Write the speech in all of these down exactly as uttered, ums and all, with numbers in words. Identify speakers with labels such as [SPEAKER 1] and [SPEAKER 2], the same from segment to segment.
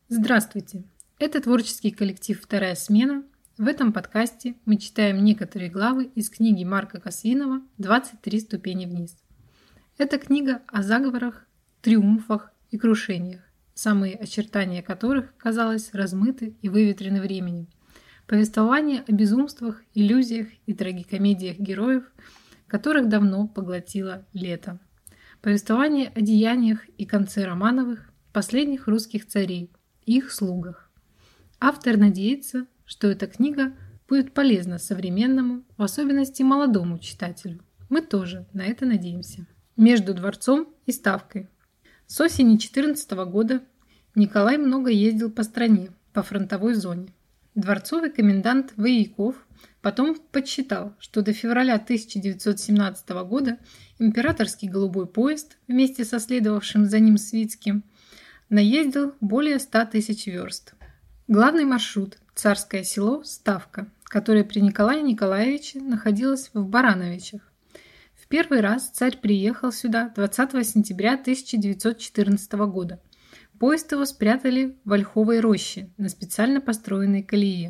[SPEAKER 1] Здравствуйте! Это творческий коллектив «Вторая смена». В этом подкасте мы читаем некоторые главы из книги Марка Косвинова «двадцать три ступени вниз». Это книга о заговорах, триумфах и крушениях, самые очертания которых, казалось, размыты и выветрены временем. Повествование о безумствах, иллюзиях и трагикомедиях героев, которых давно поглотило лето. Повествование о деяниях и конце Романовых, последних русских царей, и их слугах. Автор надеется, что эта книга будет полезна современному, в особенности молодому читателю. Мы тоже на это надеемся. Между дворцом и ставкой. С осени две тысячи четырнадцатого года Николай много ездил по стране, по фронтовой зоне. Дворцовый комендант Воевиков потом подсчитал, что до февраля тысяча девятьсот семнадцатого года императорский голубой поезд вместе со следовавшим за ним Свитским наездил более ста тысяч верст. Главный маршрут – царское село Ставка, которое при Николае Николаевиче находилось в Барановичах. В первый раз царь приехал сюда двадцатого сентября тысяча девятьсот четырнадцатого года. Поезд его спрятали в Ольховой роще на специально построенной колее.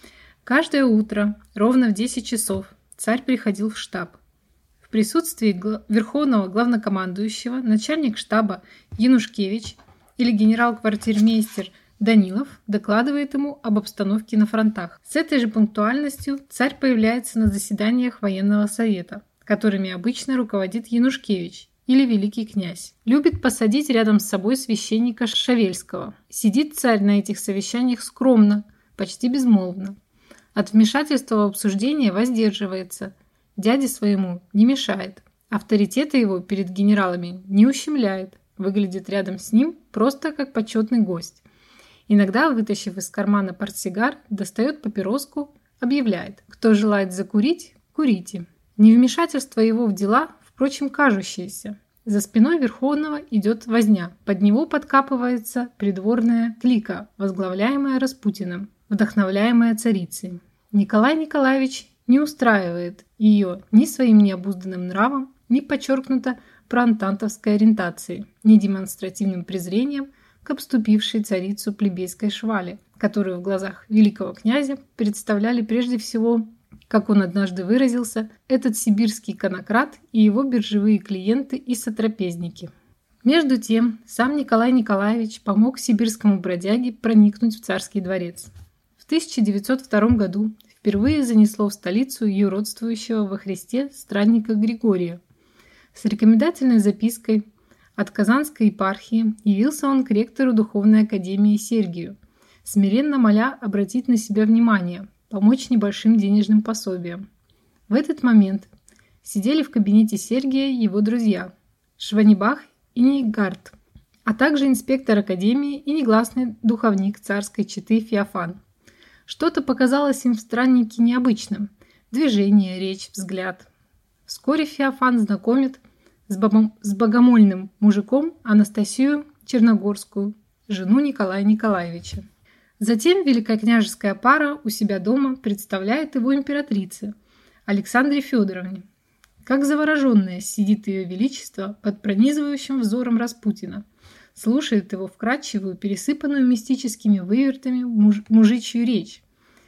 [SPEAKER 1] Каждое утро, ровно в десять часов, царь приходил в штаб. В присутствии гла- верховного главнокомандующего начальник штаба Янушкевич или генерал-квартирмейстер Данилов докладывает ему об обстановке на фронтах. С этой же пунктуальностью царь появляется на заседаниях военного совета, которыми обычно руководит Янушкевич или великий князь. Любит посадить рядом с собой священника Шавельского. Сидит царь на этих совещаниях скромно, почти безмолвно. От вмешательства в обсуждение воздерживается. Дяде своему не мешает. Авторитета его перед генералами не ущемляет. Выглядит рядом с ним просто как почетный гость. Иногда, вытащив из кармана портсигар, достает папироску, объявляет: «Кто желает закурить, курите». Невмешательство его в дела, впрочем, кажущееся. За спиной Верховного идет возня. Под него подкапывается придворная клика, возглавляемая Распутиным, вдохновляемая царицей. Николай Николаевич не устраивает ее ни своим необузданным нравом, ни подчеркнуто проантантовской ориентацией, ни демонстративным презрением к обступившей царицу плебейской швали, которую в глазах великого князя представляли прежде всего, как он однажды выразился, этот сибирский конократ и его биржевые клиенты и сотрапезники. Между тем, сам Николай Николаевич помог сибирскому бродяге проникнуть в царский дворец. В тысяча девятьсот втором году впервые занесло в столицу юродствующего во Христе странника Григория. С рекомендательной запиской от Казанской епархии явился он к ректору Духовной академии Сергию, смиренно моля обратить на себя внимание, помочь небольшим денежным пособием. В этот момент сидели в кабинете Сергия его друзья Шванибах и Нейгард, а также инспектор академии и негласный духовник царской четы Феофан. Что-то показалось им в страннике необычным – движение, речь, взгляд. Вскоре Феофан знакомит с, богом, с богомольным мужиком Анастасию Черногорскую, жену Николая Николаевича. Затем великокняжеская пара у себя дома представляет его императрице, Александре Федоровне. Как завороженная сидит ее величество под пронизывающим взором Распутина, слушает его вкрадчивую, пересыпанную мистическими вывертами муж, мужичью речь.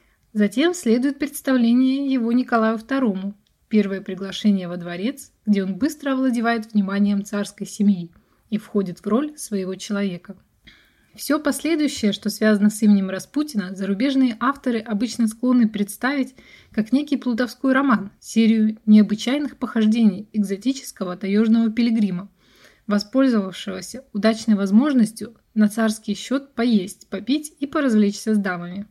[SPEAKER 1] Затем следует представление его Николаю второму, первое приглашение во дворец, где он быстро овладевает вниманием царской семьи и входит в роль своего человека. Все последующее, что связано с именем Распутина, зарубежные авторы обычно склонны представить как некий плутовской роман, серию необычайных похождений экзотического таежного пилигрима, воспользовавшегося удачной возможностью на царский счет поесть, попить и поразвлечься с дамами.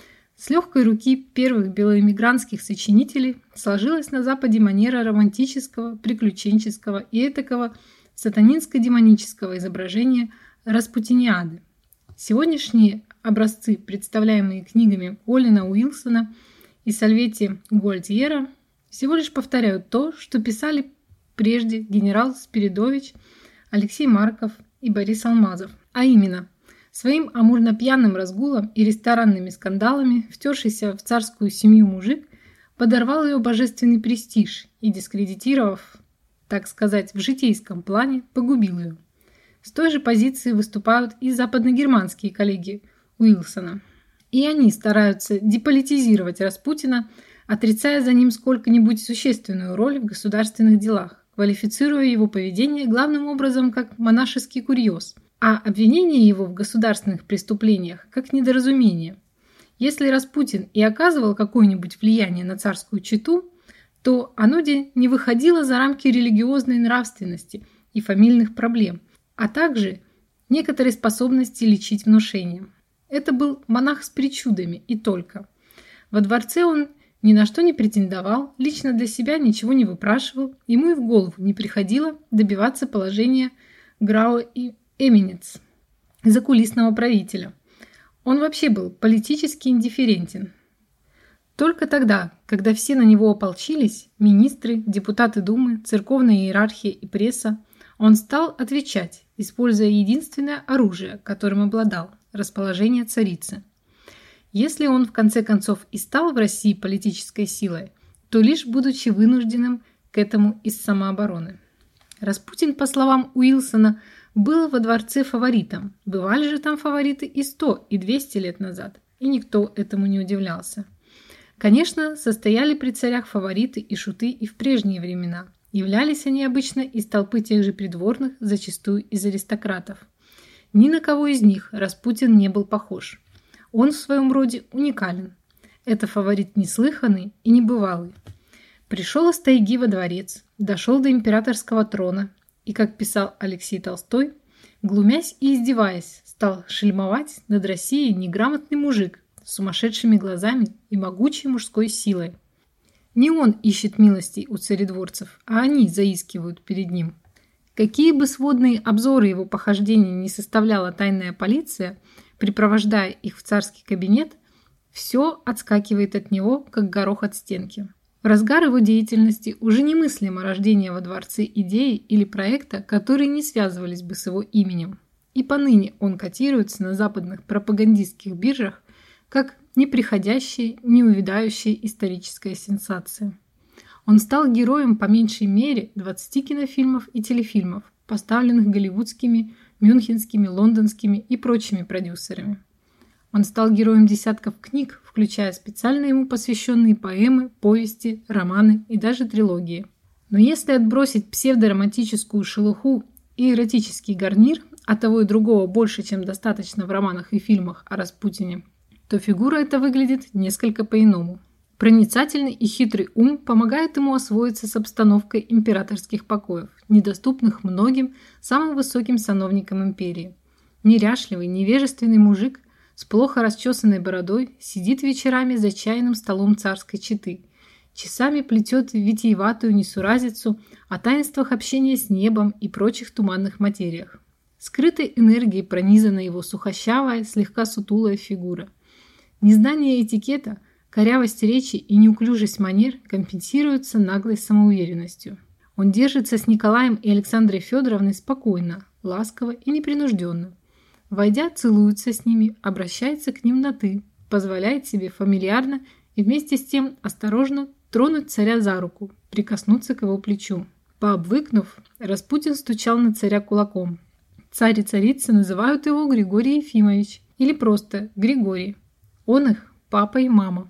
[SPEAKER 1] С легкой руки первых белоэмигрантских сочинителей сложилась на Западе манера романтического, приключенческого и этакого сатанинско-демонического изображения распутиниады. Сегодняшние образцы, представляемые книгами Олина Уилсона и Сальветти Гуальтьера, всего лишь повторяют то, что писали прежде генерал Спиридович, Алексей Марков и Борис Алмазов, а именно своим амурно-пьяным разгулом и ресторанными скандалами втершийся в царскую семью мужик подорвал ее божественный престиж и, дискредитировав, так сказать, в житейском плане, погубил ее. С той же позиции выступают и западногерманские коллеги Уилсона. И они стараются деполитизировать Распутина, отрицая за ним сколько-нибудь существенную роль в государственных делах, квалифицируя его поведение главным образом как монашеский курьез, а обвинение его в государственных преступлениях как недоразумение. Если Распутин и оказывал какое-нибудь влияние на царскую чету, то оно не выходило за рамки религиозной нравственности и фамильных проблем, а также некоторой способности лечить внушением. Это был монах с причудами и только. Во дворце он ни на что не претендовал, лично для себя ничего не выпрашивал, ему и в голову не приходило добиваться положения Грау и Эминец, закулисного правителя. Он вообще был политически индифферентен. Только тогда, когда все на него ополчились, министры, депутаты Думы, церковная иерархия и пресса, он стал отвечать, используя единственное оружие, которым обладал – расположение царицы. Если он в конце концов и стал в России политической силой, то лишь будучи вынужденным к этому из самообороны. Распутин, по словам Уилсона, был во дворце фаворитом. Бывали же там фавориты и сто, и двести лет назад, и никто этому не удивлялся. Конечно, состояли при царях фавориты и шуты и в прежние времена. Являлись они обычно из толпы тех же придворных, зачастую из аристократов. Ни на кого из них Распутин не был похож. Он в своем роде уникален. Это фаворит неслыханный и небывалый. Пришел из тайги во дворец, дошел до императорского трона и, как писал Алексей Толстой, глумясь и издеваясь, стал шельмовать над Россией неграмотный мужик с сумасшедшими глазами и могучей мужской силой. Не он ищет милостей у царедворцев, а они заискивают перед ним. Какие бы сводные обзоры его похождений не составляла тайная полиция, припровождая их в царский кабинет, все отскакивает от него, как горох от стенки. В разгар его деятельности уже немыслимо рождение во дворце идеи или проекта, которые не связывались бы с его именем. И поныне он котируется на западных пропагандистских биржах как неприходящая, неувядающая историческая сенсация. Он стал героем по меньшей мере двадцати кинофильмов и телефильмов, поставленных голливудскими, мюнхенскими, лондонскими и прочими продюсерами. Он стал героем десятков книг, включая специально ему посвященные поэмы, повести, романы и даже трилогии. Но если отбросить псевдоромантическую шелуху и эротический гарнир, а того и другого больше, чем достаточно в романах и фильмах о Распутине, то фигура эта выглядит несколько по-иному. Проницательный и хитрый ум помогает ему освоиться с обстановкой императорских покоев, недоступных многим самым высоким сановникам империи. Неряшливый, невежественный мужик с плохо расчесанной бородой сидит вечерами за чайным столом царской четы, часами плетет витиеватую несуразицу о таинствах общения с небом и прочих туманных материях. Скрытой энергией пронизана его сухощавая, слегка сутулая фигура. Незнание этикета, корявость речи и неуклюжесть манер компенсируются наглой самоуверенностью. Он держится с Николаем и Александрой Федоровной спокойно, ласково и непринужденно. Войдя, целуется с ними, обращается к ним на «ты», позволяет себе фамильярно и вместе с тем осторожно тронуть царя за руку, прикоснуться к его плечу. Пообвыкнув, Распутин стучал на царя кулаком. Царь и царица называют его Григорий Ефимович или просто Григорий. Он их папа и мама.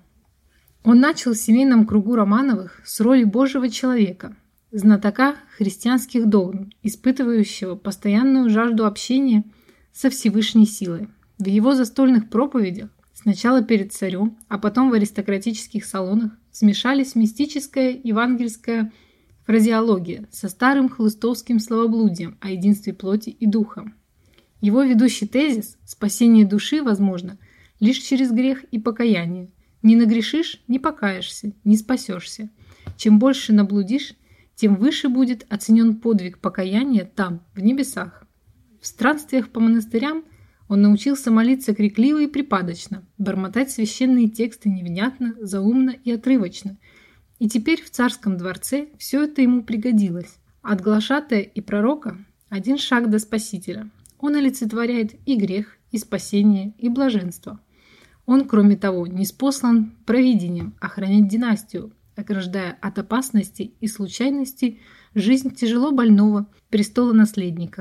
[SPEAKER 1] Он начал в семейном кругу Романовых с роли Божьего человека, знатока христианских догм, испытывающего постоянную жажду общения со Всевышней силой. В его застольных проповедях, сначала перед царем, а потом в аристократических салонах, смешались мистическая евангельская фразеология со старым хлыстовским словоблудием о единстве плоти и духа. Его ведущий тезис «спасение души возможно лишь через грех и покаяние. Не нагрешишь – не покаешься, не спасешься. Чем больше наблудишь, тем выше будет оценен подвиг покаяния там, в небесах». В странствиях по монастырям он научился молиться крикливо и припадочно, бормотать священные тексты невнятно, заумно и отрывочно. И теперь в царском дворце все это ему пригодилось. От глашатая и пророка один шаг до спасителя. Он олицетворяет и грех, и спасение, и блаженство. Он, кроме того, ниспослан провидением охранять династию, ограждая от опасностей и случайностей жизнь тяжело больного престола наследника.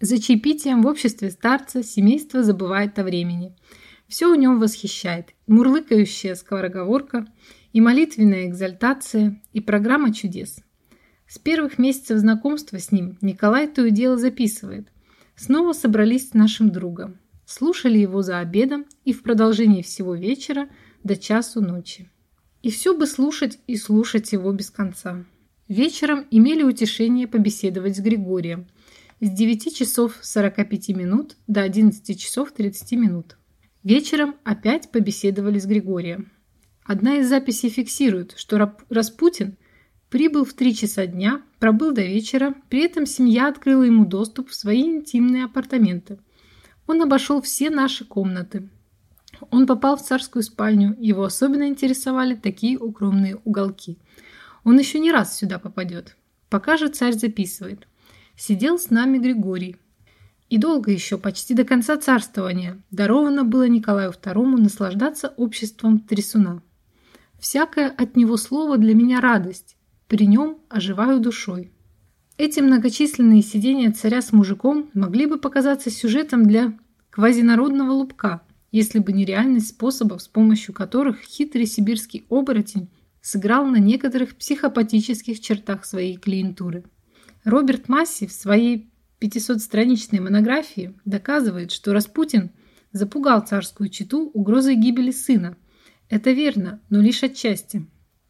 [SPEAKER 1] За чаепитием в обществе старца семейство забывает о времени. Все в нем восхищает. Мурлыкающая скороговорка, и молитвенная экзальтация, и программа чудес. С первых месяцев знакомства с ним Николай то и дело записывает. Снова собрались с нашим другом. Слушали его за обедом и в продолжении всего вечера до часу ночи. И все бы слушать и слушать его без конца. Вечером имели утешение побеседовать с Григорием с девяти часов сорока пяти минут до одиннадцати часов тридцати минут. Вечером опять побеседовали с Григорием. Одна из записей фиксирует, что Распутин прибыл в три часа дня, пробыл до вечера, при этом семья открыла ему доступ в свои интимные апартаменты. Он обошел все наши комнаты. Он попал в царскую спальню, его особенно интересовали такие укромные уголки. Он еще не раз сюда попадет. Пока же царь записывает. Сидел с нами Григорий. И долго еще, почти до конца царствования, даровано было Николаю второму наслаждаться обществом трясуна. Всякое от него слово для меня радость. При нем оживаю душой. Эти многочисленные сидения царя с мужиком могли бы показаться сюжетом для квазинародного лубка, если бы не реальность способов, с помощью которых хитрый сибирский оборотень сыграл на некоторых психопатических чертах своей клиентуры. Роберт Масси в своей пятисотстраничной монографии доказывает, что Распутин запугал царскую чету угрозой гибели сына. Это верно, но лишь отчасти.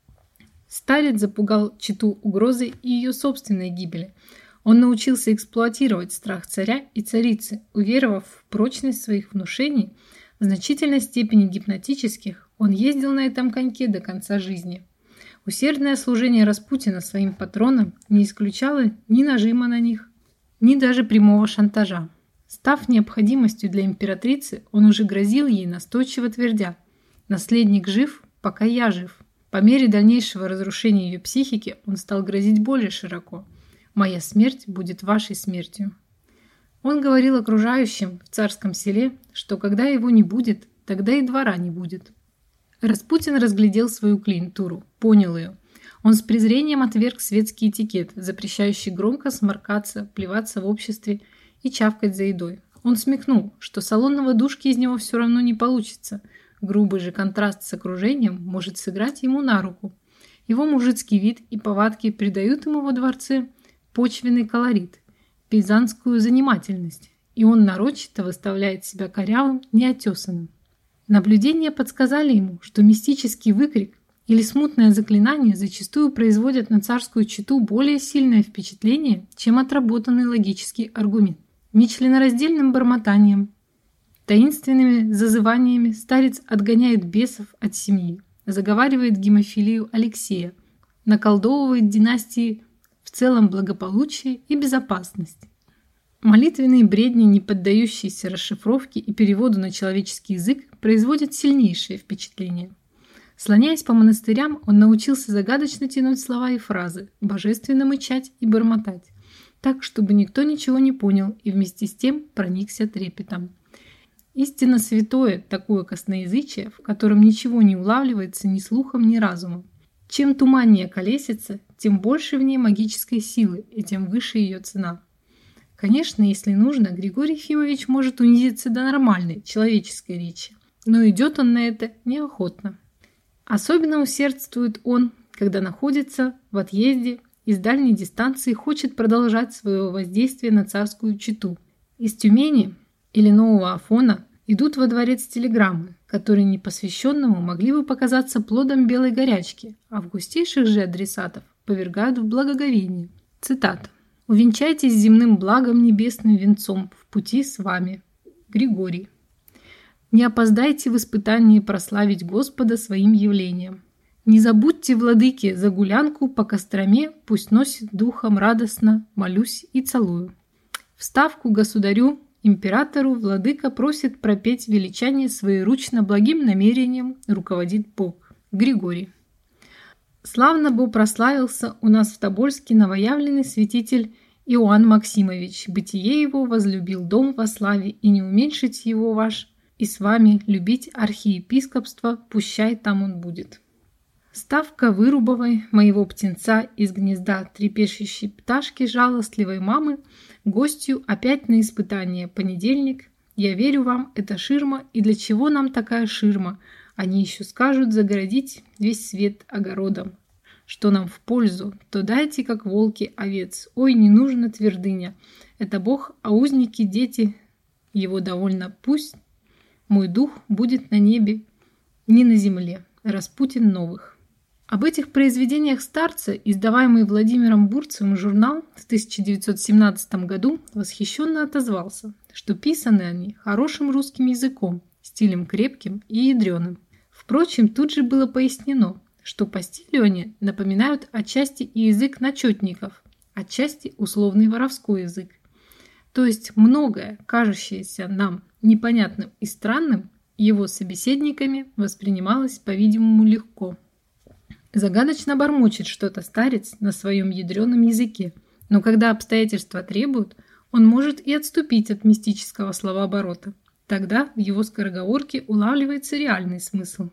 [SPEAKER 1] Старец запугал чету угрозой и ее собственной гибели. Он научился эксплуатировать страх царя и царицы, уверовав в прочность своих внушений, в значительной степени гипнотических, он ездил на этом коньке до конца жизни. Усердное служение Распутина своим патронам не исключало ни нажима на них, ни даже прямого шантажа. Став необходимостью для императрицы, он уже грозил ей, настойчиво твердя: «Наследник жив, пока я жив». По мере дальнейшего разрушения ее психики он стал грозить более широко: «Моя смерть будет вашей смертью». Он говорил окружающим в царском селе, что когда его не будет, тогда и двора не будет. Распутин разглядел свою клиентуру, понял ее. Он с презрением отверг светский этикет, запрещающий громко сморкаться, плеваться в обществе и чавкать за едой. Он смекнул, что салонного душки из него все равно не получится. Грубый же контраст с окружением может сыграть ему на руку. Его мужицкий вид и повадки придают ему во дворце почвенный колорит, пейзанскую занимательность, и он нарочито выставляет себя корявым, неотесанным. Наблюдения подсказали ему, что мистический выкрик или смутное заклинание зачастую производят на царскую чету более сильное впечатление, чем отработанный логический аргумент. Нечленораздельным бормотанием, таинственными зазываниями старец отгоняет бесов от семьи, заговаривает гемофилию Алексея, наколдовывает династии в целом благополучие и безопасность. Молитвенные бредни, не поддающиеся расшифровке и переводу на человеческий язык, производят сильнейшее впечатление. Слоняясь по монастырям, он научился загадочно тянуть слова и фразы, божественно мычать и бормотать, так, чтобы никто ничего не понял и вместе с тем проникся трепетом. Истинно святое такое косноязычие, в котором ничего не улавливается ни слухом, ни разумом. Чем туманнее колесица, тем больше в ней магической силы и тем выше ее цена. Конечно, если нужно, Григорий Ефимович может унизиться до нормальной, человеческой речи, но идет он на это неохотно. Особенно усердствует он, когда находится в отъезде и с дальней дистанции хочет продолжать свое воздействие на царскую чету. Из Тюмени или Нового Афона идут во дворец телеграммы, которые непосвященному могли бы показаться плодом белой горячки, а в густейших же адресатов повергают в благоговение. Цитата. «Увенчайтесь земным благом небесным венцом в пути с вами. Григорий. Не опоздайте в испытании прославить Господа своим явлением. Не забудьте, владыки, за гулянку по Костроме, пусть носит духом радостно, молюсь и целую. Вставку государю, императору, владыка просит пропеть величание своеручно благим намерением, руководит Бог. Григорий. Славно бы прославился у нас в Тобольске новоявленный святитель Иоанн Максимович. Бытие его возлюбил дом во славе, и не уменьшить его ваш, и с вами любить архиепископство, пущай там он будет». Ставка вырубовой моего птенца из гнезда трепещущей пташки жалостливой мамы, гостью опять на испытание понедельник. Я верю вам, это ширма, и для чего нам такая ширма? Они еще скажут загородить весь свет огородом. Что нам в пользу, то дайте, как волки, овец. Ой, не нужно твердыня. Это Бог, а узники, дети его довольно. Пусть мой дух будет на небе, не на земле. Распутин новых. Об этих произведениях старца, издаваемый Владимиром Бурцевым журнал в тысяча девятьсот семнадцатом году, восхищенно отозвался, что писаны они хорошим русским языком, стилем крепким и ядреным. Впрочем, тут же было пояснено, что по стилю они напоминают отчасти и язык начетников, отчасти условный воровской язык. То есть многое, кажущееся нам непонятным и странным, его собеседниками воспринималось, по-видимому, легко. Загадочно бормочет что-то старец на своем ядреном языке, но когда обстоятельства требуют, он может и отступить от мистического словооборота. Тогда в его скороговорке улавливается реальный смысл.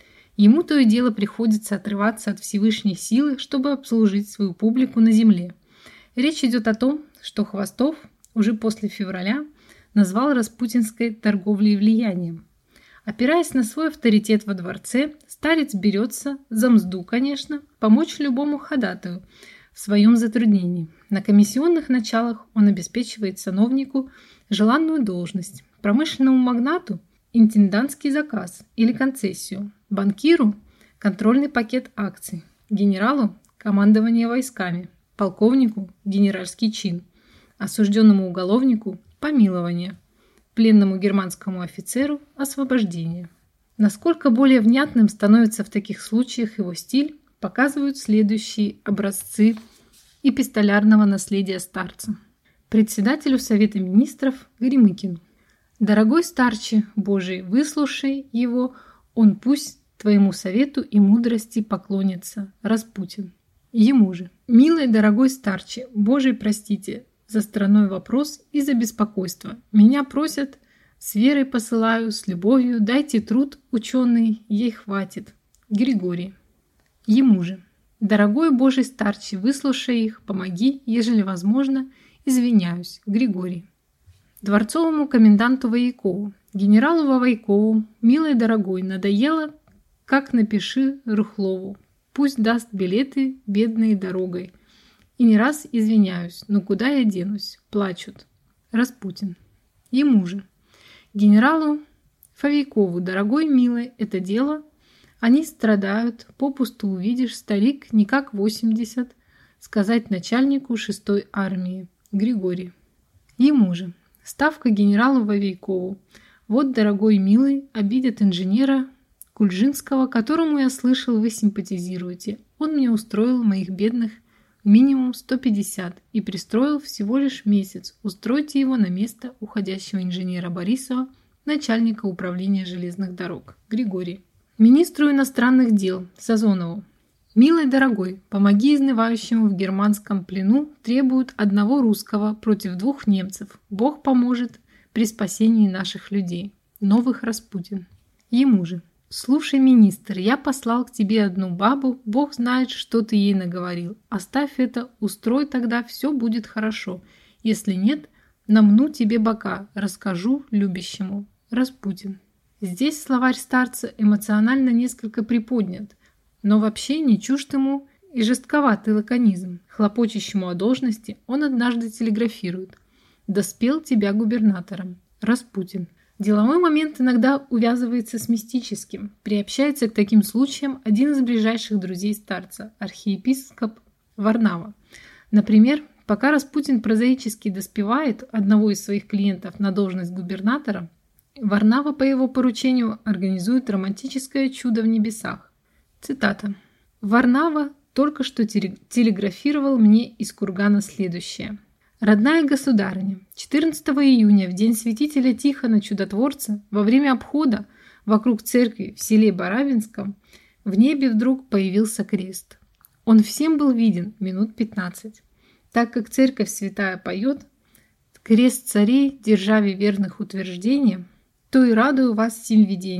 [SPEAKER 1] Ему то и дело приходится отрываться от Всевышней силы, чтобы обслужить свою публику на земле. Речь идет о том, что Хвостов уже после февраля назвал распутинской торговлей влиянием. Опираясь на свой авторитет во дворце, старец берется, за мзду, конечно, помочь любому ходатаю в своем затруднении. На комиссионных началах он обеспечивает сановнику желанную должность, промышленному магнату – интендантский заказ или концессию, банкиру – контрольный пакет акций, генералу – командование войсками, полковнику – генеральский чин, осужденному уголовнику – помилование, пленному германскому офицеру – освобождение. Насколько более внятным становится в таких случаях его стиль, показывают следующие образцы эпистолярного наследия старца. Председателю Совета Министров Горемыкину. «Дорогой старче Божий, выслушай его, он пусть твоему совету и мудрости поклонится. Распутин». Ему же. «Милый, дорогой старче, Божий, простите за странной вопрос и за беспокойство. Меня просят, с верой посылаю, с любовью, дайте труд, ученый, ей хватит». Григорий. Ему же. «Дорогой Божий старче, выслушай их, помоги, ежели возможно, извиняюсь». Григорий. Дворцовому коменданту Воякову. Генералу Вовайкову, милый дорогой, надоело, как напиши Рухлову. Пусть даст билеты бедной дорогой. И не раз извиняюсь, но куда я денусь? Плачут. Распутин. Ему же. Генералу Фовейкову, дорогой милый, это дело. Они страдают, попусту увидишь, старик не как восемьдесят, сказать начальнику шестой армии. Григорий. Ему же. Ставка генералу Вовейкову. Вот, дорогой милый, обидят инженера Кульжинского, которому я слышал, вы симпатизируете. Он мне устроил моих бедных минимум сто пятьдесят и пристроил всего лишь месяц. Устройте его на место уходящего инженера Борисова, начальника управления железных дорог. Григорий. Министру иностранных дел Сазонову. Милый дорогой, помоги изнывающему в германском плену, требуют одного русского против двух немцев. Бог поможет при спасении наших людей. Новых Распутин. Ему же. Слушай, министр, я послал к тебе одну бабу, Бог знает, что ты ей наговорил. Оставь это, устрой, тогда все будет хорошо. Если нет, намну тебе бока, расскажу любящему. Распутин. Здесь словарь старца эмоционально несколько приподнят, но вообще не чужд ему и жестковатый лаконизм. Хлопочущему о должности он однажды телеграфирует: «Доспел тебя губернатором». Распутин. Деловой момент иногда увязывается с мистическим. Приобщается к таким случаям один из ближайших друзей старца, архиепископ Варнава. Например, пока Распутин прозаически доспевает одного из своих клиентов на должность губернатора, Варнава по его поручению организует романтическое чудо в небесах. Цитата. «Варнава только что телеграфировал мне из Кургана следующее. Родная государыня, четырнадцатого июня, в день святителя Тихона Чудотворца, во время обхода вокруг церкви в селе Барабинском, в небе вдруг появился крест. Он всем был виден минут пятнадцать. Так как церковь святая поет «Крест царей, державе верных утверждения», то и радую вас сим видением.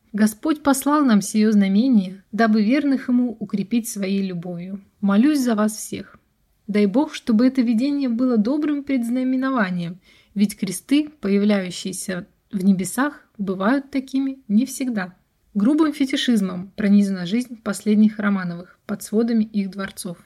[SPEAKER 1] Господь послал нам сие знамение, дабы верных Ему укрепить своей любовью. Молюсь за вас всех. Дай Бог, чтобы это видение было добрым предзнаменованием, ведь кресты, появляющиеся в небесах, бывают такими не всегда. Грубым фетишизмом пронизана жизнь последних Романовых под сводами их дворцов.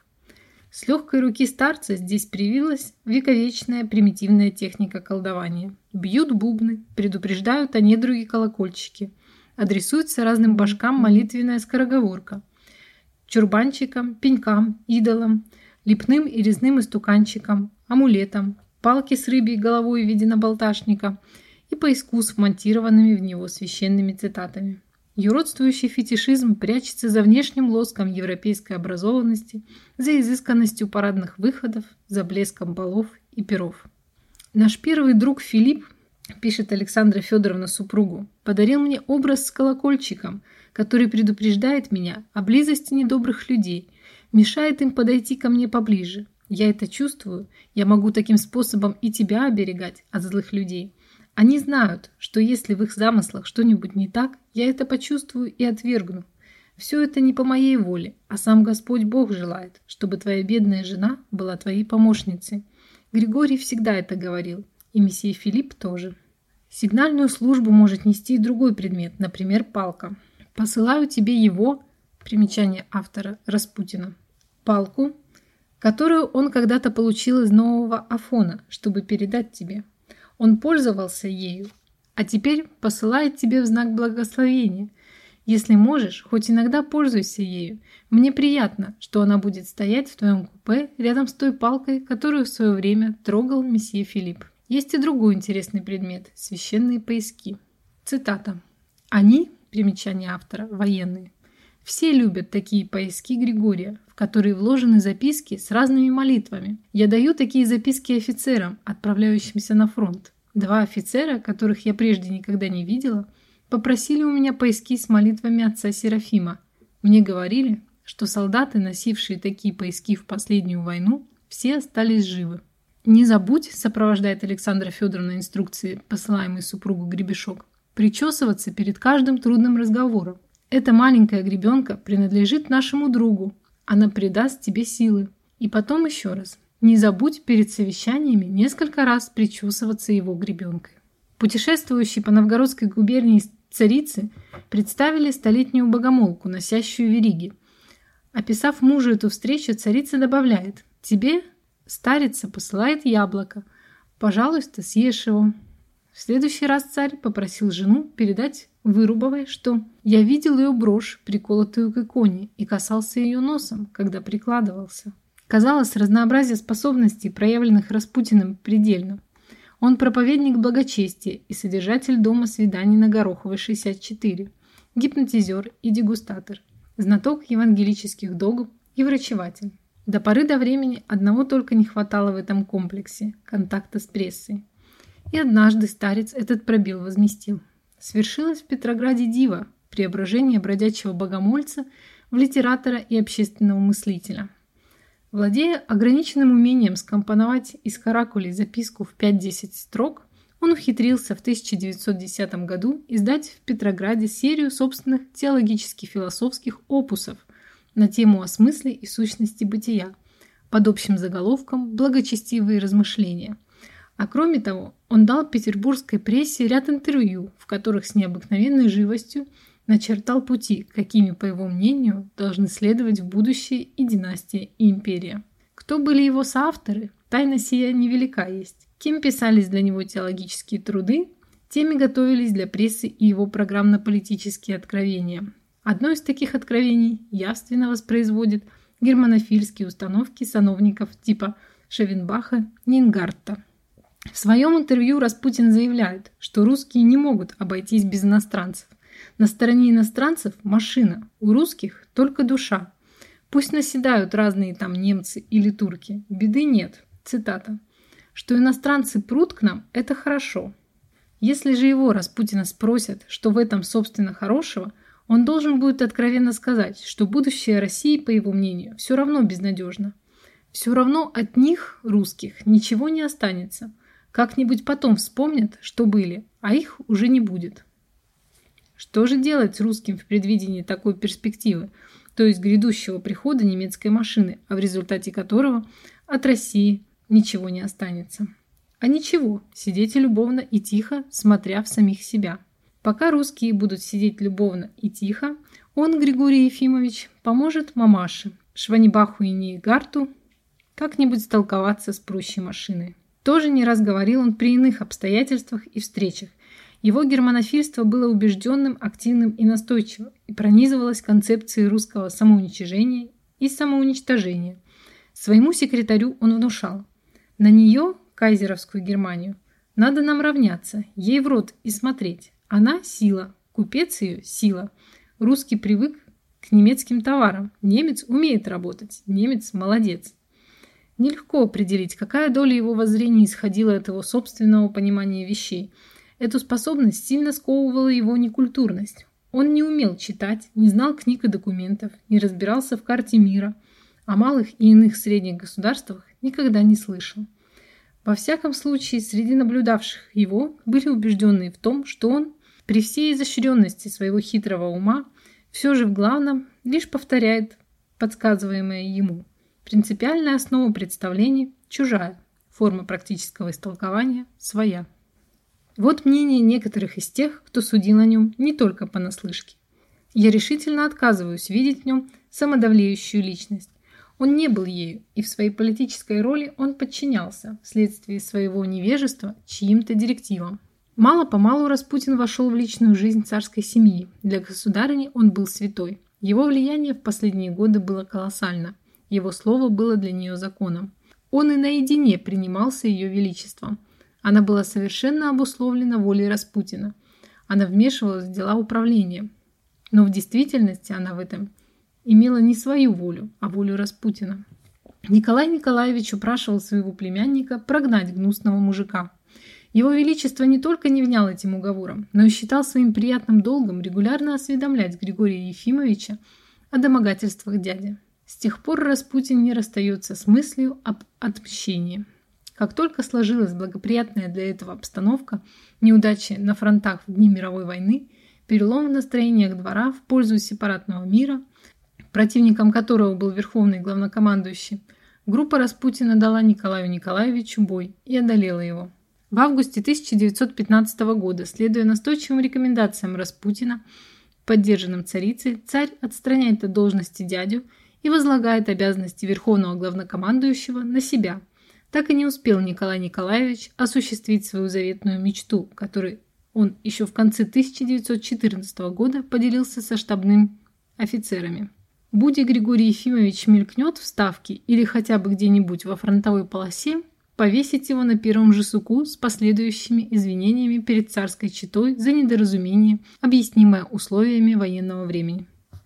[SPEAKER 1] С легкой руки старца здесь привилась вековечная примитивная техника колдования. Бьют бубны, предупреждают о недруге колокольчики, адресуется разным башкам молитвенная скороговорка, чурбанчикам, пенькам, идолам, лепным и резным истуканчикам, амулетам, палки с рыбьей головой в виде набалдашника и поиску с вмонтированными в него священными цитатами. Юродствующий фетишизм прячется за внешним лоском европейской образованности, за изысканностью парадных выходов, за блеском балов и перов. «Наш первый друг Филипп, — пишет Александра Федоровна супругу, — подарил мне образ с колокольчиком, который предупреждает меня о близости недобрых людей, мешает им подойти ко мне поближе. Я это чувствую, я могу таким способом и тебя оберегать от злых людей. Они знают, что если в их замыслах что-нибудь не так, я это почувствую и отвергну. Все это не по моей воле, а сам Господь Бог желает, чтобы твоя бедная жена была твоей помощницей. Григорий всегда это говорил, и месье Филипп тоже. Сигнальную службу может нести и другой предмет, например, палка. Посылаю тебе его, примечание автора, Распутина, палку, которую он когда-то получил из нового Афона, чтобы передать тебе. Он пользовался ею, а теперь посылает тебе в знак благословения. Если можешь, хоть иногда пользуйся ею. Мне приятно, что она будет стоять в твоем купе рядом с той палкой, которую в свое время трогал месье Филипп. Есть и другой интересный предмет – священные пояски. Цитата. Они, примечание автора, военные, все любят такие пояски Григория, в которые вложены записки с разными молитвами. Я даю такие записки офицерам, отправляющимся на фронт. Два офицера, которых я прежде никогда не видела, попросили у меня пояски с молитвами отца Серафима. Мне говорили, что солдаты, носившие такие пояски в последнюю войну, все остались живы. «Не забудь», — сопровождает Александра Федоровна инструкции, посылаемые супругу Гребешок, «причесываться перед каждым трудным разговором. Эта маленькая гребенка принадлежит нашему другу. Она придаст тебе силы. И потом еще раз. Не забудь перед совещаниями несколько раз причесываться его гребенкой». Путешествующие по Новгородской губернии царицы представили столетнюю богомолку, носящую вериги. Описав мужу эту встречу, царица добавляет: «Тебе старица посылает яблоко. Пожалуйста, съешь его». В следующий раз царь попросил жену передать Вырубовой, что «я видел ее брошь, приколотую к иконе, и касался ее носом, когда прикладывался». Казалось, разнообразие способностей, проявленных Распутиным, предельно. Он проповедник благочестия и содержатель дома свиданий на Гороховой, шестьдесят четыре, гипнотизер и дегустатор, знаток евангелических догм и врачеватель. До поры до времени одного только не хватало в этом комплексе – контакта с прессой. И однажды старец этот пробел возместил. Свершилось в Петрограде диво – преображение бродячего богомольца в литератора и общественного мыслителя. Владея ограниченным умением скомпоновать из каракулей записку в пять-десять строк, он ухитрился в тысяча девятьсот десятом году издать в Петрограде серию собственных теологически-философских опусов на тему о смысле и сущности бытия, под общим заголовком «Благочестивые размышления». А кроме того, он дал петербургской прессе ряд интервью, в которых с необыкновенной живостью начертал пути, какими, по его мнению, должны следовать в будущее и династия, и империя. Кто были его соавторы, тайна сия невелика есть. Кем писались для него теологические труды, теми готовились для прессы и его программно-политические откровения. Одно из таких откровений явственно воспроизводит германофильские установки сановников типа Шевенбаха, Нингартта. В своем интервью Распутин заявляет, что русские не могут обойтись без иностранцев. На стороне иностранцев машина, у русских только душа. Пусть наседают разные там немцы или турки, беды нет. Цитата. Что иностранцы прут к нам, это хорошо. Если же его, Распутина, спросят, что в этом собственно хорошего, он должен будет откровенно сказать, что будущее России, по его мнению, все равно безнадежно. Все равно от них, русских, ничего не останется. Как-нибудь потом вспомнят, что были, а их уже не будет. Что же делать русским в предвидении такой перспективы, то есть грядущего прихода немецкой машины, а в результате которого от России ничего не останется? А ничего, сидеть любовно и тихо, смотря в самих себя. Пока русские будут сидеть любовно и тихо, он, Григорий Ефимович, поможет мамаше, Шванибаху и Нейгарту, как-нибудь столковаться с прущей машиной. Тоже не раз говорил он при иных обстоятельствах и встречах. Его германофильство было убежденным, активным и настойчивым и пронизывалось концепцией русского самоуничижения и самоуничтожения. Своему секретарю он внушал: на нее, кайзеровскую Германию, надо нам равняться, ей в рот и смотреть. Она – сила, купец ее – сила. Русский привык к немецким товарам, немец умеет работать, немец – молодец. Нелегко определить, какая доля его воззрений исходила от его собственного понимания вещей. Эту способность сильно сковывала его некультурность. Он не умел читать, не знал книг и документов, не разбирался в карте мира, о малых и иных средних государствах никогда не слышал. Во всяком случае, среди наблюдавших его были убежденные в том, что он, при всей изощренности своего хитрого ума, все же в главном лишь повторяет подсказываемое ему. Принципиальная основа представлений чужая, форма практического истолкования своя. Вот мнение некоторых из тех, кто судил о нем не только понаслышке. Я решительно отказываюсь видеть в нем самодовлеющую личность. Он не был ею, и в своей политической роли он подчинялся, вследствие своего невежества, чьим-то директивам. Мало-помалу Распутин вошел в личную жизнь царской семьи. Для государыни он был святой. Его влияние в последние годы было колоссально. Его слово было для нее законом. Он и наедине принимался ее величеством. Она была совершенно обусловлена волей Распутина. Она вмешивалась в дела управления. Но в действительности она в этом имела не свою волю, а волю Распутина. Николай Николаевич упрашивал своего племянника прогнать гнусного мужика. Его Величество не только не внял этим уговорам, но и считал своим приятным долгом регулярно осведомлять Григория Ефимовича о домогательствах дяди. С тех пор Распутин не расстается с мыслью об отмщении. Как только сложилась благоприятная для этого обстановка, неудачи на фронтах в дни мировой войны, перелом в настроениях двора в пользу сепаратного мира, противником которого был верховный главнокомандующий, группа Распутина дала Николаю Николаевичу бой и одолела его. В августе тысяча девятьсот пятнадцатого года, следуя настойчивым рекомендациям Распутина, поддержанным царицей, царь отстраняет от должности дядю и возлагает обязанности верховного главнокомандующего на себя. Так и не успел Николай Николаевич осуществить свою заветную мечту, которой он еще в конце тысяча девятьсот четырнадцатого года поделился со штабными офицерами. Будь Григорий Ефимович мелькнет в Ставке или хотя бы где-нибудь во фронтовой полосе, повесить его на первом же суку с последующими извинениями перед царской четой за недоразумение, объяснимое условиями военного времени.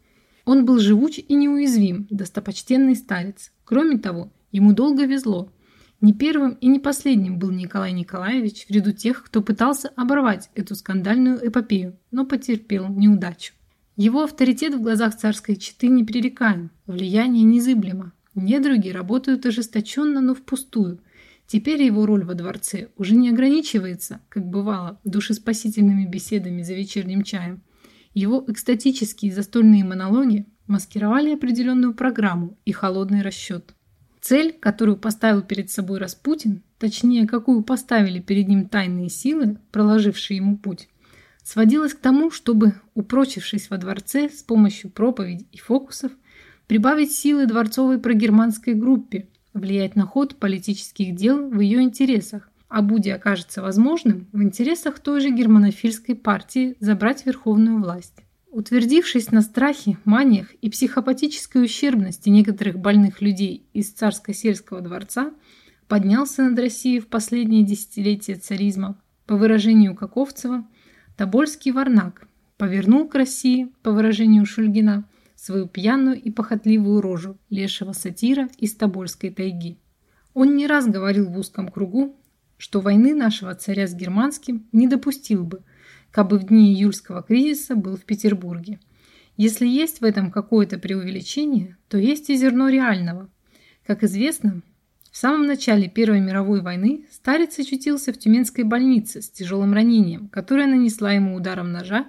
[SPEAKER 1] Он был живуч и неуязвим, достопочтенный старец. Кроме того, ему долго везло. Не первым и не последним был Николай Николаевич в ряду тех, кто пытался оборвать эту скандальную эпопею, но потерпел неудачу. Его авторитет в глазах царской четы непререкаем, влияние незыблемо. Недруги работают ожесточенно, но впустую. Теперь его роль во дворце уже не ограничивается, как бывало, душеспасительными беседами за вечерним чаем. Его экстатические застольные монологи маскировали определенную программу и холодный расчет. Цель, которую поставил перед собой Распутин, точнее, какую поставили перед ним тайные силы, проложившие ему путь, сводилась к тому, чтобы, упрочившись во дворце с помощью проповедей и фокусов, прибавить силы дворцовой прогерманской группе, влиять на ход политических дел в ее интересах, а будь окажется возможным, в интересах той же германофильской партии забрать верховную власть. Утвердившись на страхе, маниях и психопатической ущербности некоторых больных людей из царско-сельского дворца, поднялся над Россией в последние десятилетия царизма, по выражению Каковцева, Тобольский варнак, повернул к России, по выражению Шульгина, свою пьяную и похотливую рожу лешего сатира из Тобольской тайги. Он не раз говорил в узком кругу, что войны нашего царя с германским не допустил бы, кабы в дни июльского кризиса был в Петербурге. Если есть в этом какое-то преувеличение, то есть и зерно реального. Как известно, в самом начале Первой мировой войны старец очутился в Тюменской больнице с тяжелым ранением, которое нанесла ему ударом ножа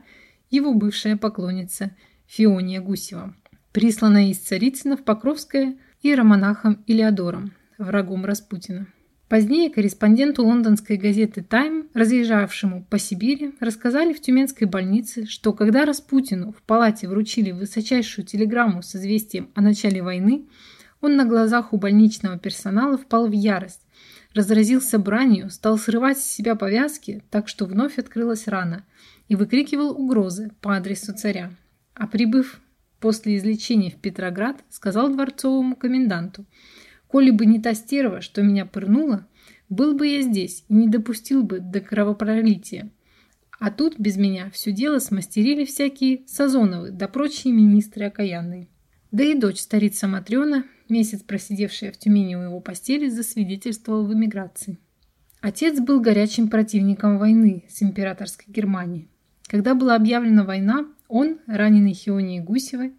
[SPEAKER 1] его бывшая поклонница Феония Гусева, присланная из Царицына в Покровское иеромонахом Илеодором, врагом Распутина. Позднее корреспонденту лондонской газеты «Тайм», разъезжавшему по Сибири, рассказали в Тюменской больнице, что когда Распутину в палате вручили высочайшую телеграмму с известием о начале войны, он на глазах у больничного персонала впал в ярость, разразился бранью, стал срывать с себя повязки, так что вновь открылась рана, и выкрикивал угрозы по адресу царя. А прибыв после излечения в Петроград, сказал дворцовому коменданту: «Коли бы не та стерва, что меня пырнула, был бы я здесь и не допустил бы до кровопролития. А тут без меня все дело смастерили всякие Сазоновы да прочие министры окаянные». Да и дочь старица Матрена, месяц просидевшая в Тюмени у его постели, засвидетельствовала в эмиграции. Отец был горячим противником войны с императорской Германией. Когда была объявлена война, он, раненый Феонией Гусевой,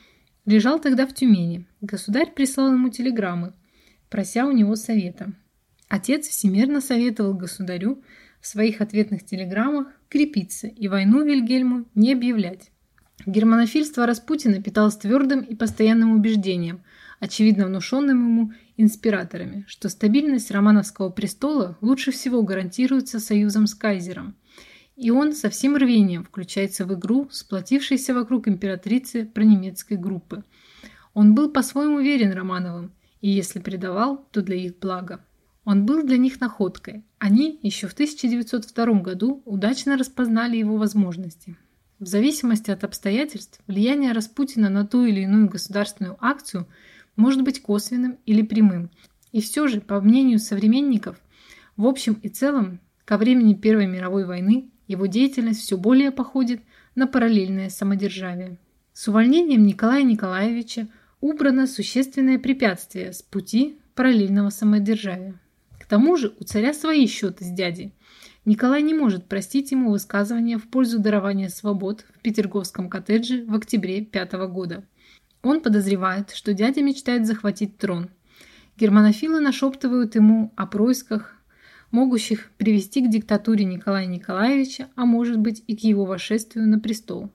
[SPEAKER 1] лежал тогда в Тюмени. Государь прислал ему телеграммы, прося у него совета. Отец всемерно советовал государю в своих ответных телеграммах крепиться и войну Вильгельму не объявлять. Германофильство Распутина питалось твердым и постоянным убеждением, очевидно внушенным ему инспираторами, что стабильность романовского престола лучше всего гарантируется союзом с кайзером. И он со всем рвением включается в игру, сплотившейся вокруг императрицы пронемецкой группы. Он был по-своему верен Романовым, и если предавал, то для их блага. Он был для них находкой. Они еще в тысяча девятьсот втором году удачно распознали его возможности. В зависимости от обстоятельств, влияние Распутина на ту или иную государственную акцию может быть косвенным или прямым. И все же, по мнению современников, в общем и целом, ко времени Первой мировой войны его деятельность все более походит на параллельное самодержавие. С увольнением Николая Николаевича убрано существенное препятствие с пути параллельного самодержавия. К тому же у царя свои счеты с дядей. Николай не может простить ему высказывания в пользу дарования свобод в петерговском коттедже в октябре пятого года. Он подозревает, что дядя мечтает захватить трон. Германофилы нашептывают ему о происках, могущих привести к диктатуре Николая Николаевича, а может быть и к его восшествию на престол.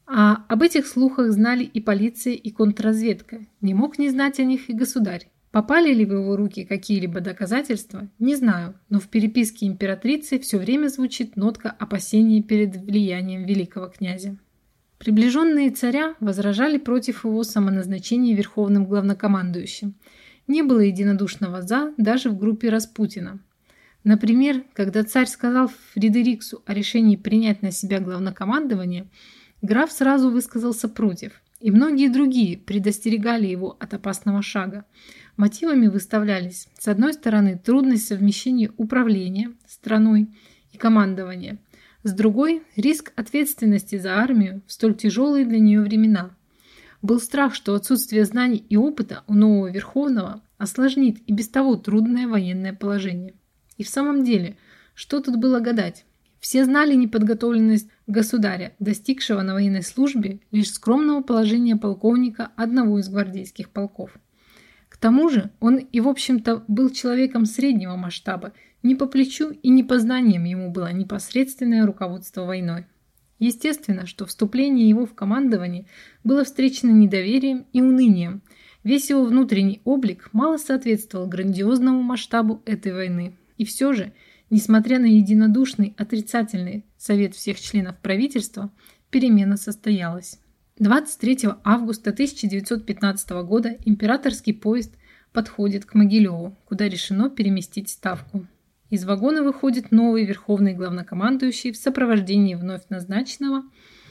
[SPEAKER 1] А об этих слухах знали и полиция, и контрразведка. Не мог не знать о них и государь. Попали ли в его руки какие-либо доказательства, не знаю, но в переписке императрицы все время звучит нотка опасения перед влиянием великого князя. Приближенные царя возражали против его самоназначения верховным главнокомандующим. Не было единодушного «за» даже в группе Распутина. Например, когда царь сказал Фредериксу о решении принять на себя главнокомандование, граф сразу высказался против, и многие другие предостерегали его от опасного шага. Мотивами выставлялись, с одной стороны, трудность совмещения управления страной и командования, с другой – риск ответственности за армию в столь тяжелые для нее времена. Был страх, что отсутствие знаний и опыта у нового Верховного осложнит и без того трудное военное положение. И в самом деле, что тут было гадать? Все знали неподготовленность государя, достигшего на военной службе лишь скромного положения полковника одного из гвардейских полков. К тому же он и, в общем-то, был человеком среднего масштаба, не по плечу и не по знаниям ему было непосредственное руководство войной. Естественно, что вступление его в командование было встречено недоверием и унынием. Весь его внутренний облик мало соответствовал грандиозному масштабу этой войны. И все же, несмотря на единодушный отрицательный совет всех членов правительства, перемена состоялась. двадцать третьего августа тысяча девятьсот пятнадцатого года императорский поезд подходит к Могилеву, куда решено переместить ставку. Из вагона выходит новый верховный главнокомандующий в сопровождении вновь назначенного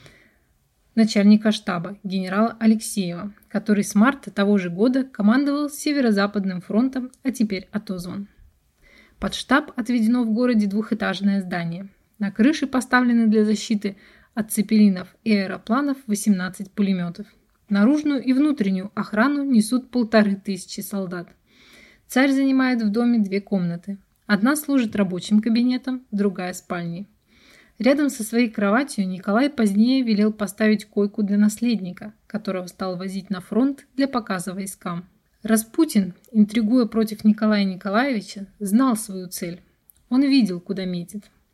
[SPEAKER 1] начальника штаба генерала Алексеева, который с марта того же года командовал Северо-Западным фронтом, а теперь отозван. Под штаб отведено в городе двухэтажное здание. На крыше поставлены для защиты от цепелинов и аэропланов восемнадцать пулеметов. Наружную и внутреннюю охрану несут полторы тысячи солдат. Царь занимает в доме две комнаты. Одна служит рабочим кабинетом, другая – спальней. Рядом со своей кроватью Николай позднее велел поставить койку для наследника, которого стал возить на фронт для показа войскам. Распутин, интригуя против Николая Николаевича, знал свою цель. Он видел, куда метит.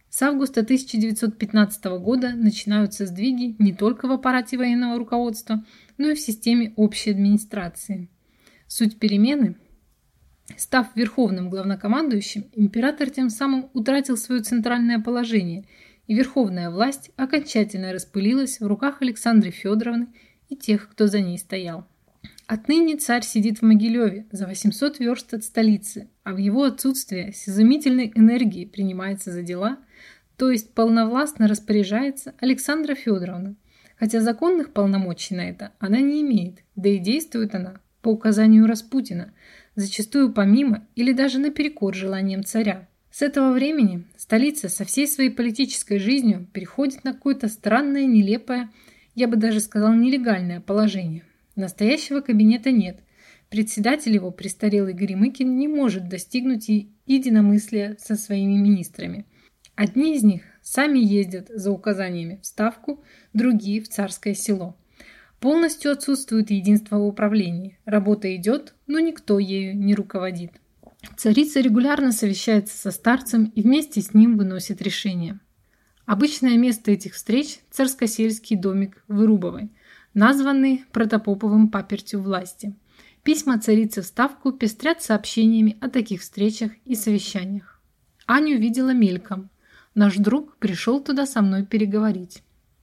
[SPEAKER 1] С августа тысяча девятьсот пятнадцатого года начинаются сдвиги не только в аппарате военного руководства, но и в системе общей администрации. Суть перемены – став верховным главнокомандующим, император тем самым утратил свое центральное положение, и верховная власть окончательно распылилась в руках Александры Федоровны и тех, кто за ней стоял. Отныне царь сидит в Могилеве, за восемьсот верст от столицы, а в его отсутствие с изумительной энергией принимается за дела, то есть полновластно распоряжается Александра Федоровна, хотя законных полномочий на это она не имеет, да и действует она по указанию Распутина, зачастую помимо или даже наперекор желаниям царя. С этого времени столица со всей своей политической жизнью переходит на какое-то странное, нелепое, я бы даже сказал, нелегальное положение. Настоящего кабинета нет. Председатель его, престарелый Горемыкин, не может достигнуть и единомыслия со своими министрами. Одни из них сами ездят за указаниями в Ставку, другие в Царское Село. Полностью отсутствует единство в управлении. Работа идет, но никто ею не руководит. Царица регулярно совещается со старцем и вместе с ним выносит решения. Обычное место этих встреч – царскосельский домик в Вырубовой, названный Протопоповым папертью власти. Письма царицы в Ставку пестрят сообщениями о таких встречах и совещаниях. Аню видела мельком. Наш друг пришел туда со мной переговорить.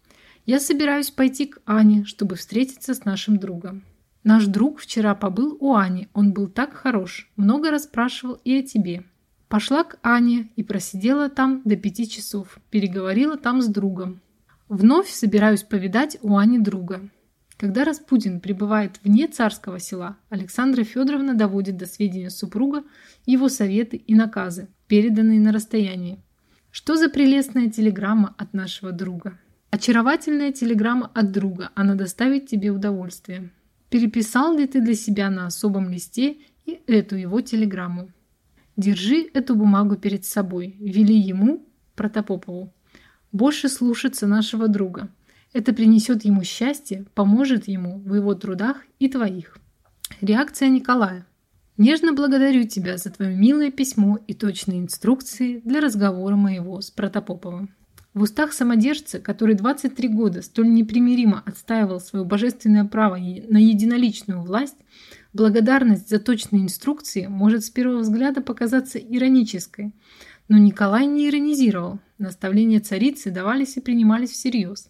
[SPEAKER 1] Я собираюсь пойти к Ане, чтобы встретиться с нашим другом. Наш друг вчера побыл у Ани, он был так хорош, много расспрашивал и о тебе. Пошла к Ане и просидела там до пяти часов, переговорила там с другом. Вновь собираюсь повидать у Ани друга. Когда Распутин прибывает вне Царского Села, Александра Федоровна доводит до сведения супруга его советы и наказы, переданные на расстоянии. Что за прелестная телеграмма от нашего друга? Очаровательная телеграмма от друга, она доставит тебе удовольствие. Переписал ли ты для себя на особом листе и эту его телеграмму? Держи эту бумагу перед собой, вели ему, Протопопову, больше слушаться нашего друга. Это принесет ему счастье, поможет ему в его трудах и твоих. Реакция Николая. Нежно благодарю тебя за твое милое письмо и точные инструкции для разговора моего с Протопоповым. В устах самодержца, который двадцать три года столь непримиримо отстаивал свое божественное право на единоличную власть, благодарность за точные инструкции может с первого взгляда показаться иронической. Но Николай не иронизировал, наставления царицы давались и принимались всерьез.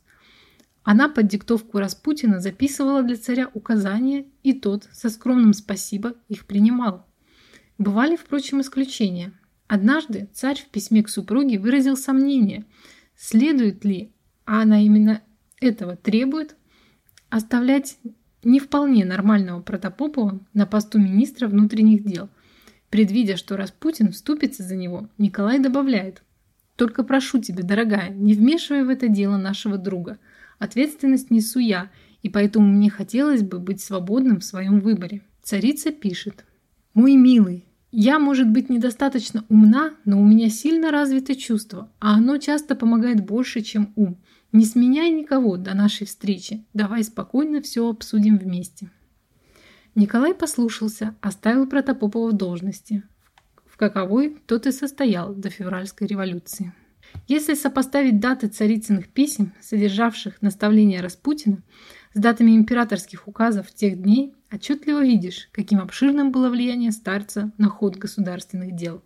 [SPEAKER 1] Она под диктовку Распутина записывала для царя указания, и тот со скромным спасибо их принимал. Бывали, впрочем, исключения. Однажды царь в письме к супруге выразил сомнение, следует ли, а она именно этого требует, оставлять не вполне нормального Протопопова на посту министра внутренних дел. Предвидя, что Распутин вступится за него, Николай добавляет: «Только прошу тебя, дорогая, не вмешивай в это дело нашего друга. Ответственность несу я, и поэтому мне хотелось бы быть свободным в своем выборе». Царица пишет: «Мой милый, я, может быть, недостаточно умна, но у меня сильно развито чувство, а оно часто помогает больше, чем ум. Не сменяй никого до нашей встречи. Давай спокойно все обсудим вместе». Николай послушался, оставил Протопопова в должности, в каковой тот и состоял до февральской революции. Если сопоставить даты царицыных писем, содержавших наставления Распутина, с датами императорских указов тех дней, отчетливо видишь, каким обширным было влияние старца на ход государственных дел.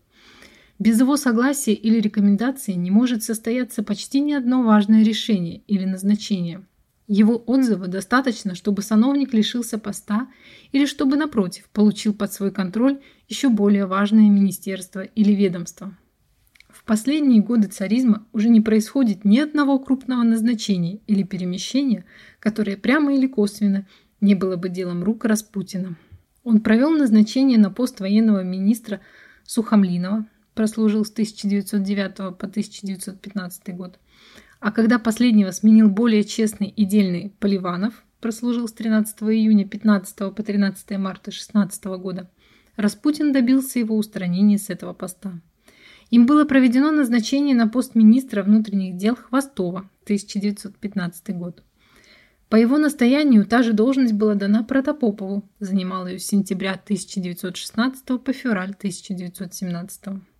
[SPEAKER 1] Без его согласия или рекомендации не может состояться почти ни одно важное решение или назначение. Его отзыва достаточно, чтобы сановник лишился поста или чтобы, напротив, получил под свой контроль еще более важное министерство или ведомство. В последние годы царизма уже не происходит ни одного крупного назначения или перемещения, которое прямо или косвенно не было бы делом рук Распутина. Он провел назначение на пост военного министра Сухомлинова, прослужил с тысяча девятьсот девятого по тысяча девятьсот пятнадцатый год, а когда последнего сменил более честный и дельный Поливанов, прослужил с тринадцатого июня пятнадцатого по тринадцатое марта шестнадцатого года, Распутин добился его устранения с этого поста. Им было проведено назначение на пост министра внутренних дел Хвостова, тысяча девятьсот пятнадцатый год. По его настоянию та же должность была дана Протопопову, занимал ее с сентября тысяча девятьсот шестнадцатого по февраль тысяча девятьсот семнадцатого.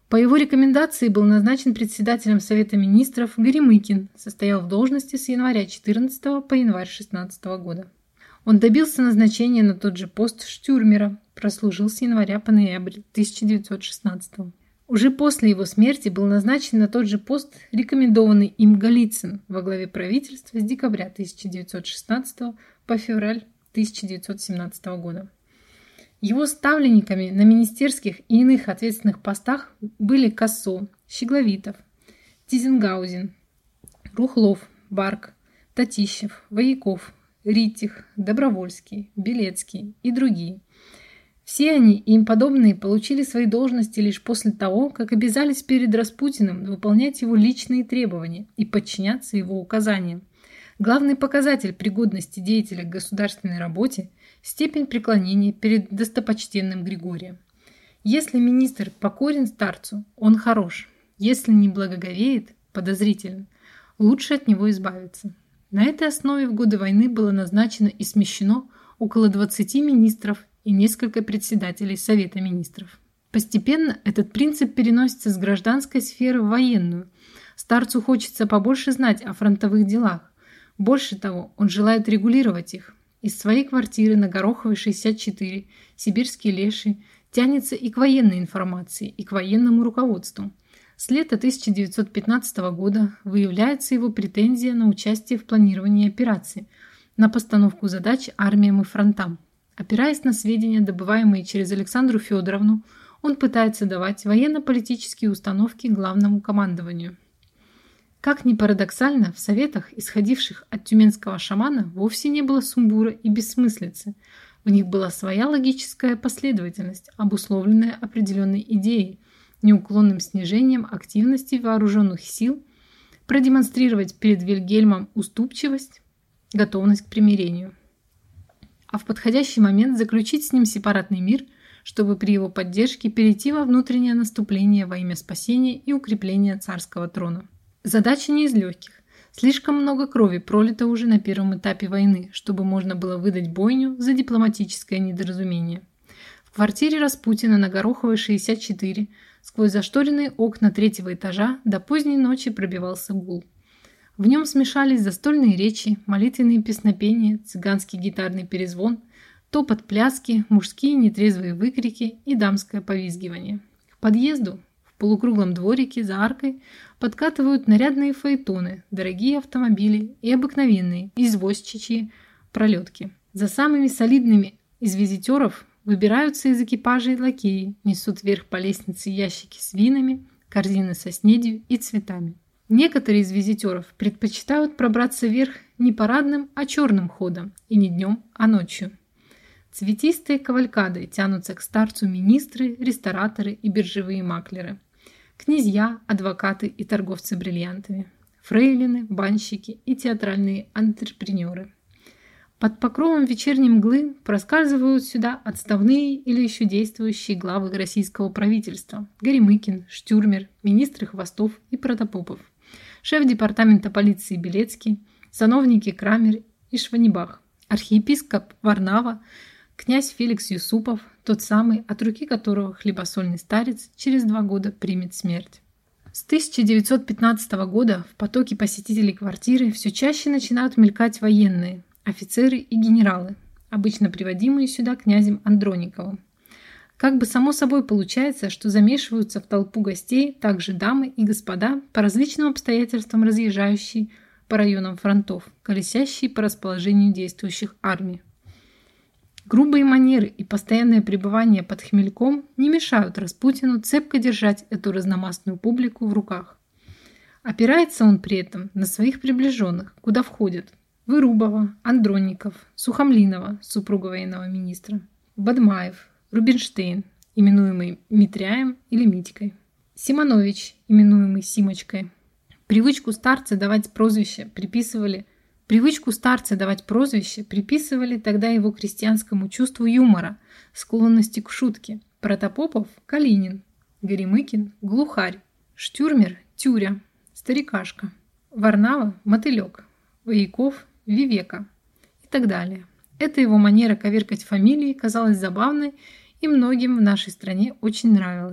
[SPEAKER 1] По его рекомендации был назначен председателем Совета министров Горемыкин, состоял в должности с января четырнадцатого по январь шестнадцатого года. Он добился назначения на тот же пост Штюрмера, прослужил с января по ноябрь тысяча девятьсот шестнадцатого. Уже после его смерти был назначен на тот же пост рекомендованный им Голицын во главе правительства с декабря тысяча девятьсот шестнадцатого по февраль тысяча девятьсот семнадцатого года. Его ставленниками на министерских и иных ответственных постах были Кассо, Щегловитов, Тизенгаузен, Рухлов, Барк, Татищев, Вояков, Риттих, Добровольский, Белецкий и другие. Все они и им подобные получили свои должности лишь после того, как обязались перед Распутиным выполнять его личные требования и подчиняться его указаниям. Главный показатель пригодности деятеля к государственной работе – степень преклонения перед достопочтенным Григорием. Если министр покорен старцу, он хорош. Если не благоговеет, подозрителен, лучше от него избавиться. На этой основе в годы войны было назначено и смещено около двадцати министров и несколько председателей Совета министров. Постепенно этот принцип переносится с гражданской сферы в военную. Старцу хочется побольше знать о фронтовых делах. Больше того, он желает регулировать их. Из своей квартиры на Гороховой, шестьдесят четыре, Сибирский Леший, тянется и к военной информации, и к военному руководству. С лета тысяча девятьсот пятнадцатого года выявляется его претензия на участие в планировании операций, на постановку задач армиям и фронтам. Опираясь на сведения, добываемые через Александру Федоровну, он пытается давать военно-политические установки главному командованию. Как ни парадоксально, в советах, исходивших от тюменского шамана, вовсе не было сумбура и бессмыслицы. В них была своя логическая последовательность, обусловленная определенной идеей, неуклонным снижением активности вооруженных сил, продемонстрировать перед Вильгельмом уступчивость, готовность к примирению. А в подходящий момент заключить с ним сепаратный мир, чтобы при его поддержке перейти во внутреннее наступление во имя спасения и укрепления царского трона. Задача не из легких. Слишком много крови пролито уже на первом этапе войны, чтобы можно было выдать бойню за дипломатическое недоразумение. В квартире Распутина на Гороховой, шестьдесят четыре, сквозь зашторенные окна третьего этажа до поздней ночи пробивался гул. В нем смешались застольные речи, молитвенные песнопения, цыганский гитарный перезвон, топот пляски, мужские нетрезвые выкрики и дамское повизгивание. К подъезду в полукруглом дворике за аркой подкатывают нарядные фаэтоны, дорогие автомобили и обыкновенные извозчичьи пролетки. За самыми солидными из визитеров выбираются из экипажей лакеи, несут вверх по лестнице ящики с винами, корзины со снедью и цветами. Некоторые из визитеров предпочитают пробраться вверх не парадным, а черным ходом, и не днем, а ночью. Цветистые кавалькады тянутся к старцу министры, рестораторы и биржевые маклеры. Князья, адвокаты и торговцы бриллиантами, фрейлины, банщики и театральные антрепренеры. Под покровом вечерней мглы проскальзывают сюда отставные или еще действующие главы российского правительства: Горемыкин, Штюрмер, министры Хвостов и Протопопов, шеф департамента полиции Белецкий, сановники Крамер и Шванибах, архиепископ Варнава, князь Феликс Юсупов, тот самый, от руки которого хлебосольный старец через два года примет смерть. С тысяча девятьсот пятнадцатого года в потоке посетителей квартиры все чаще начинают мелькать военные, офицеры и генералы, обычно приводимые сюда князем Андрониковым. Как бы само собой получается, что замешиваются в толпу гостей также дамы и господа, по различным обстоятельствам разъезжающие по районам фронтов, колесящие по расположению действующих армий. Грубые манеры и постоянное пребывание под хмельком не мешают Распутину цепко держать эту разномастную публику в руках. Опирается он при этом на своих приближенных, куда входят Вырубова, Андронников, Сухомлинова, супруга военного министра, Бадмаев, Рубинштейн, именуемый Митряем или Митькой, Симонович, именуемый Симочкой. Привычку старца давать прозвище приписывали Привычку старца давать прозвище приписывали тогда его крестьянскому чувству юмора, склонности к шутке. Протопопов – Калинин, Горемыкин – Глухарь, Штюрмер – Тюря, Старикашка, Варнава – Мотылек, Вояков – Вивека и так далее. Эта его манера коверкать фамилии казалась забавной и многим в нашей стране очень нравилась.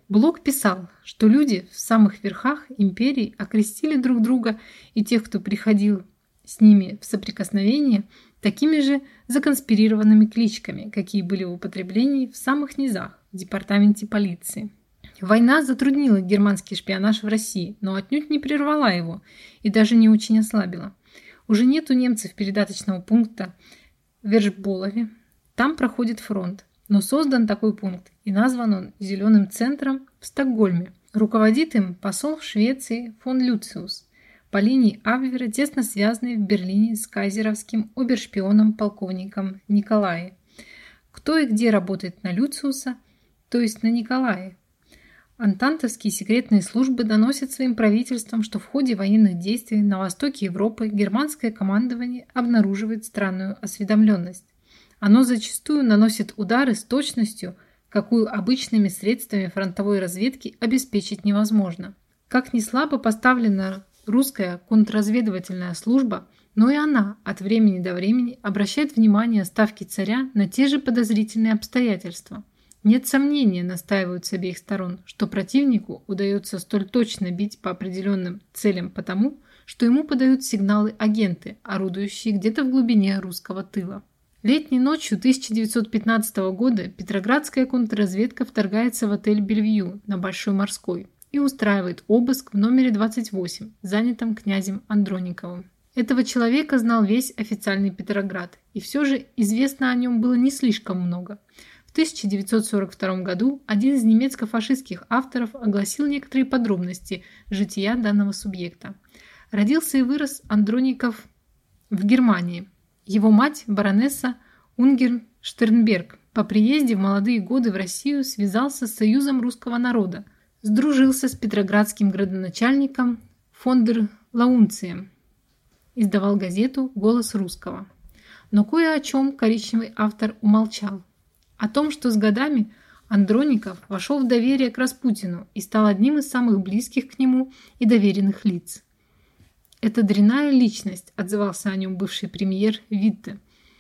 [SPEAKER 1] Блок писал, что люди в самых верхах империи окрестили друг друга и тех, кто приходил с ними в соприкосновение, такими же законспирированными кличками, какие были в употреблении в самых низах в департаменте полиции. Война затруднила германский шпионаж в России, но отнюдь не прервала его и даже не очень ослабила. Уже нет у немцев передаточного пункта в Вершболове. Там проходит фронт, но создан такой пункт и назван он Зеленым центром в Стокгольме. Руководит им посол в Швеции фон Люциус, по линии Абвера, тесно связанный в Берлине с кайзеровским обершпионом полковником Николае. Кто и где работает на Люциуса, то есть на Николае? Антантовские секретные службы доносят своим правительствам, что в ходе военных действий на востоке Европы германское командование обнаруживает странную осведомленность. Оно зачастую наносит удары с точностью, какую обычными средствами фронтовой разведки обеспечить невозможно. Как ни слабо поставлена русская контрразведывательная служба, но и она от времени до времени обращает внимание ставки царя на те же подозрительные обстоятельства. Нет сомнения, настаивают с обеих сторон, что противнику удается столь точно бить по определенным целям потому, что ему подают сигналы агенты, орудующие где-то в глубине русского тыла. Летней ночью тысяча девятьсот пятнадцатого года петроградская контрразведка вторгается в отель «Бельвью» на Большой Морской и устраивает обыск в номере двадцать восемь, занятом князем Андрониковым. Этого человека знал весь официальный Петроград, и все же известно о нем было не слишком много. В тысяча девятьсот сорок втором году один из немецко-фашистских авторов огласил некоторые подробности жития данного субъекта. Родился и вырос Андроников в Германии. Его мать, баронесса Унгерн-Штернберг, по приезде в молодые годы в Россию связался с Союзом русского народа, сдружился с петроградским градоначальником фон дер Лаунцием, издавал газету «Голос русского». Но кое о чем коричневый автор умолчал. О том, что с годами Андроников вошел в доверие к Распутину и стал одним из самых близких к нему и доверенных лиц. «Это дрянная личность», — отзывался о нем бывший премьер Витте.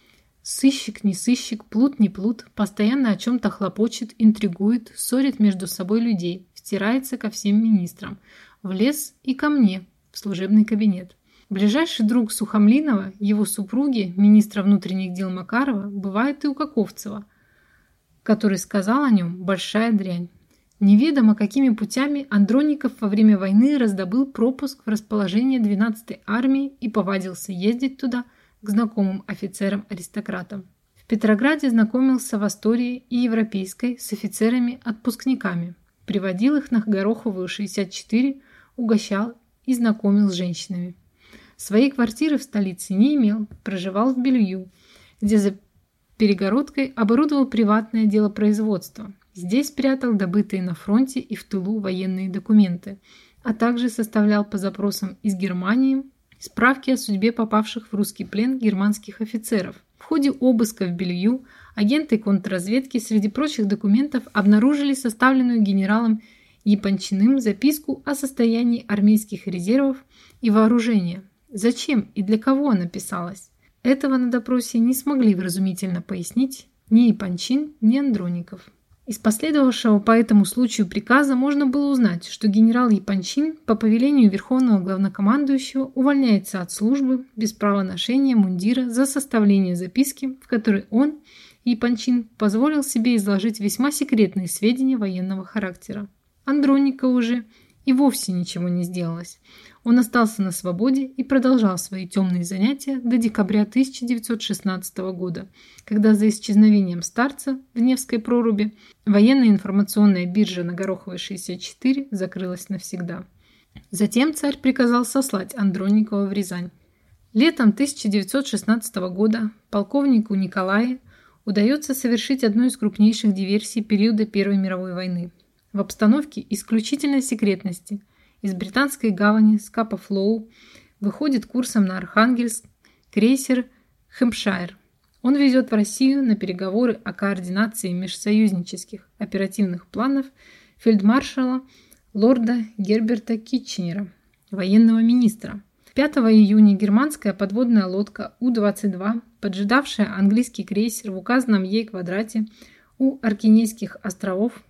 [SPEAKER 1] «Сыщик, не сыщик, плут, не плут, постоянно о чем-то хлопочет, интригует, ссорит между собой людей, втирается ко всем министрам, влез и ко мне в служебный кабинет. Ближайший друг Сухомлинова, его супруги, министра внутренних дел Макарова, бывает и у Каковцева, который сказал о нем «большая дрянь». Неведомо какими путями Андроников во время войны раздобыл пропуск в расположение двенадцатой армии и повадился ездить туда к знакомым офицерам-аристократам. В Петрограде знакомился в Астории и Европейской с офицерами-отпускниками, приводил их на Гороховую шестьдесят четыре, угощал и знакомил с женщинами. Своей квартиры в столице не имел, проживал в Бельвью, где за перегородкой оборудовал приватное делопроизводство. Здесь прятал добытые на фронте и в тылу военные документы, а также составлял по запросам из Германии справки о судьбе попавших в русский плен германских офицеров. В ходе обыска в Бельвью агенты контрразведки среди прочих документов обнаружили составленную генералом Япончиным записку о состоянии армейских резервов и вооружения. Зачем и для кого она писалась? Этого на допросе не смогли вразумительно пояснить ни Япончин, ни Андроников. Из последовавшего по этому случаю приказа можно было узнать, что генерал Япончин по повелению Верховного Главнокомандующего увольняется от службы без права ношения мундира за составление записки, в которой он, Япончин, позволил себе изложить весьма секретные сведения военного характера. Андроникову же и вовсе ничего не сделалось. Он остался на свободе и продолжал свои темные занятия до декабря тысяча девятьсот шестнадцатого года, когда за исчезновением старца в Невской проруби военная информационная биржа на Гороховой шестьдесят четыре закрылась навсегда. Затем царь приказал сослать Андроникова в Рязань. Летом тысяча девятьсот шестнадцатого года полковнику Николае удается совершить одну из крупнейших диверсий периода Первой мировой войны. В обстановке исключительной секретности из британской гавани Скапа-Флоу выходит курсом на Архангельск крейсер «Хэмпшайр». Он везет в Россию на переговоры о координации межсоюзнических оперативных планов фельдмаршала лорда Герберта Китченера, военного министра. пятого июня германская подводная лодка У двадцать два, поджидавшая английский крейсер в указанном ей квадрате у Аркинейских островов,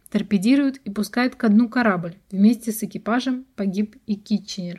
[SPEAKER 1] торпедируют и пускают ко дну корабль. Вместе с экипажем погиб и Китченер.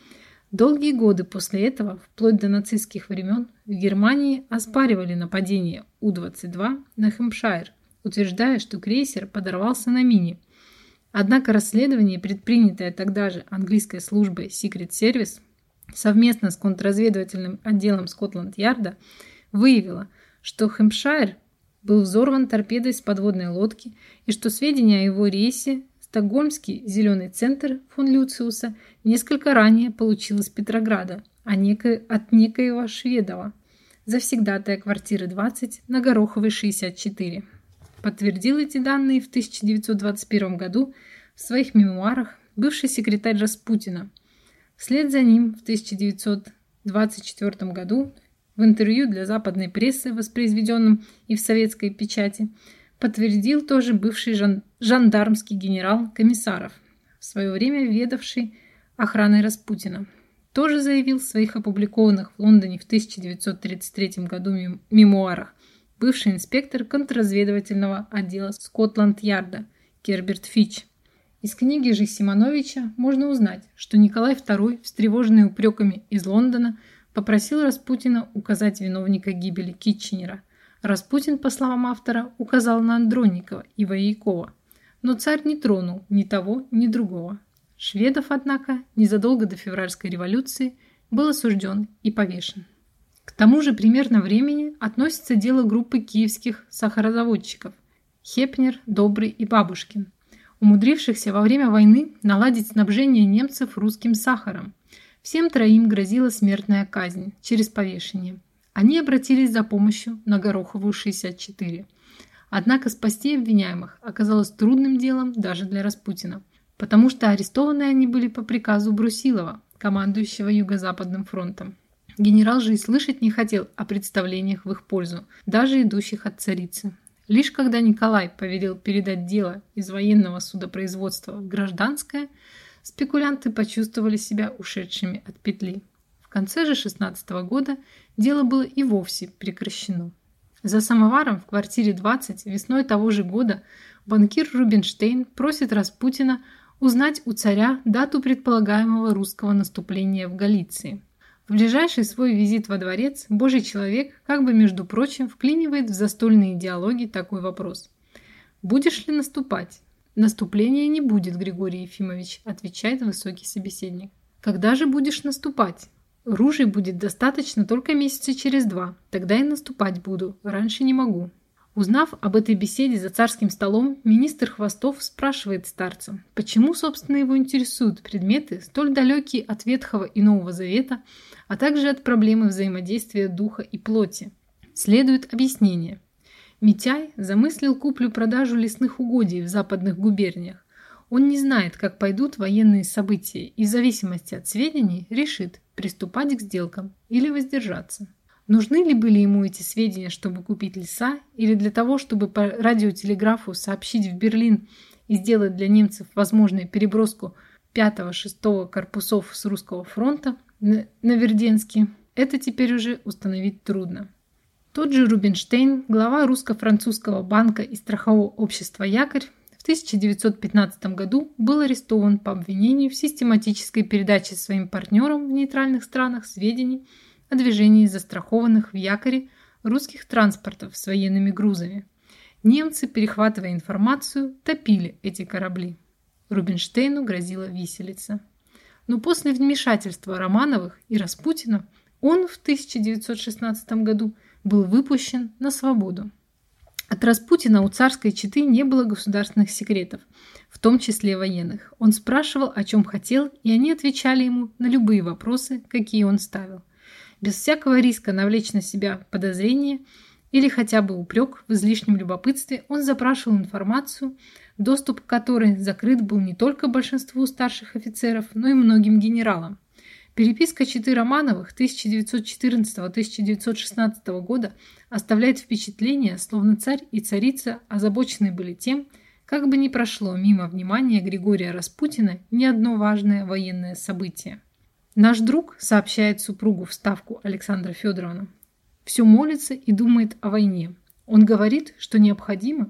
[SPEAKER 1] Долгие годы после этого, вплоть до нацистских времен, в Германии оспаривали нападение У двадцать два на Хэмпшайр, утверждая, что крейсер подорвался на мине. Однако расследование, предпринятое тогда же английской службой Secret Service совместно с контрразведывательным отделом Скотланд-Ярда, выявило, что Хэмпшайр был взорван торпедой с подводной лодки и что сведения о его рейсе Стокгольмский зеленый центр фон Люциуса несколько ранее получил из Петрограда, а неко... от некоего Шведова, завсегдатая квартиры двадцать на Гороховой шестьдесят четыре. Подтвердил эти данные в тысяча девятьсот двадцать первом году в своих мемуарах бывший секретарь Распутина. Вслед за ним в тысяча девятьсот двадцать четвёртом году в интервью для западной прессы, воспроизведенном и в советской печати, подтвердил тоже бывший жан- жандармский генерал Комиссаров, в свое время ведавший охраной Распутина. Тоже заявил в своих опубликованных в Лондоне в тысяча девятьсот тридцать третьем году мем- мемуарах бывший инспектор контрразведывательного отдела Скотланд-Ярда Герберт Фич. Из книги же Симоновича можно узнать, что Николай второй, встревоженный упреками из Лондона, попросил Распутина указать виновника гибели Китченера. Распутин, по словам автора, указал на Андронникова и Воейкова, но царь не тронул ни того, ни другого. Шведов, однако, незадолго до февральской революции был осужден и повешен. К тому же примерно времени относится дело группы киевских сахарозаводчиков Хепнер, Добрый и Бабушкин, умудрившихся во время войны наладить снабжение немцев русским сахаром. Всем троим грозила смертная казнь через повешение. Они обратились за помощью на Гороховую шестьдесят четыре. Однако спасти обвиняемых оказалось трудным делом даже для Распутина, потому что арестованы они были по приказу Брусилова, командующего Юго-Западным фронтом. Генерал же и слышать не хотел о представлениях в их пользу, даже идущих от царицы. Лишь когда Николай повелел передать дело из военного судопроизводства в гражданское, спекулянты почувствовали себя ушедшими от петли. В конце же шестнадцатого года дело было и вовсе прекращено. За самоваром в квартире двадцать весной того же года банкир Рубинштейн просит Распутина узнать у царя дату предполагаемого русского наступления в Галиции. В ближайший свой визит во дворец Божий человек, как бы между прочим, вклинивает в застольные диалоги такой вопрос. «Будешь ли наступать?» «Наступления не будет, Григорий Ефимович», отвечает высокий собеседник. «Когда же будешь наступать?» «Ружей будет достаточно только месяца через два. Тогда и наступать буду. Раньше не могу». Узнав об этой беседе за царским столом, министр Хвостов спрашивает старца, почему, собственно, его интересуют предметы, столь далекие от Ветхого и Нового Завета, а также от проблемы взаимодействия духа и плоти. Следует объяснение. Митяй замыслил куплю-продажу лесных угодий в западных губерниях. Он не знает, как пойдут военные события, и в зависимости от сведений решит, приступать к сделкам или воздержаться. Нужны ли были ему эти сведения, чтобы купить леса, или для того, чтобы по радиотелеграфу сообщить в Берлин и сделать для немцев возможной переброску пятого-шестого корпусов с русского фронта на Верденский? Это теперь уже установить трудно. Тот же Рубинштейн, глава русско-французского банка и страхового общества «Якорь», в тысяча девятьсот пятнадцатом году был арестован по обвинению в систематической передаче своим партнерам в нейтральных странах сведений о движении застрахованных в Якоре русских транспортов с военными грузами. Немцы, перехватывая информацию, топили эти корабли. Рубинштейну грозила виселица. Но после вмешательства Романовых и Распутина он в тысяча девятьсот шестнадцатом году был выпущен на свободу. От Распутина у царской четы не было государственных секретов, в том числе военных. Он спрашивал, о чем хотел, и они отвечали ему на любые вопросы, какие он ставил. Без всякого риска навлечь на себя подозрение или хотя бы упрек в излишнем любопытстве, он запрашивал информацию, доступ к которой закрыт был не только большинству старших офицеров, но и многим генералам. Переписка четы Романовых тысяча девятьсот четырнадцатого — тысяча девятьсот шестнадцатого года оставляет впечатление, словно царь и царица озабочены были тем, как бы ни прошло мимо внимания Григория Распутина ни одно важное военное событие. Наш друг, сообщает супругу в Ставку Александра Федоровна, все молится и думает о войне. Он говорит, что необходимо,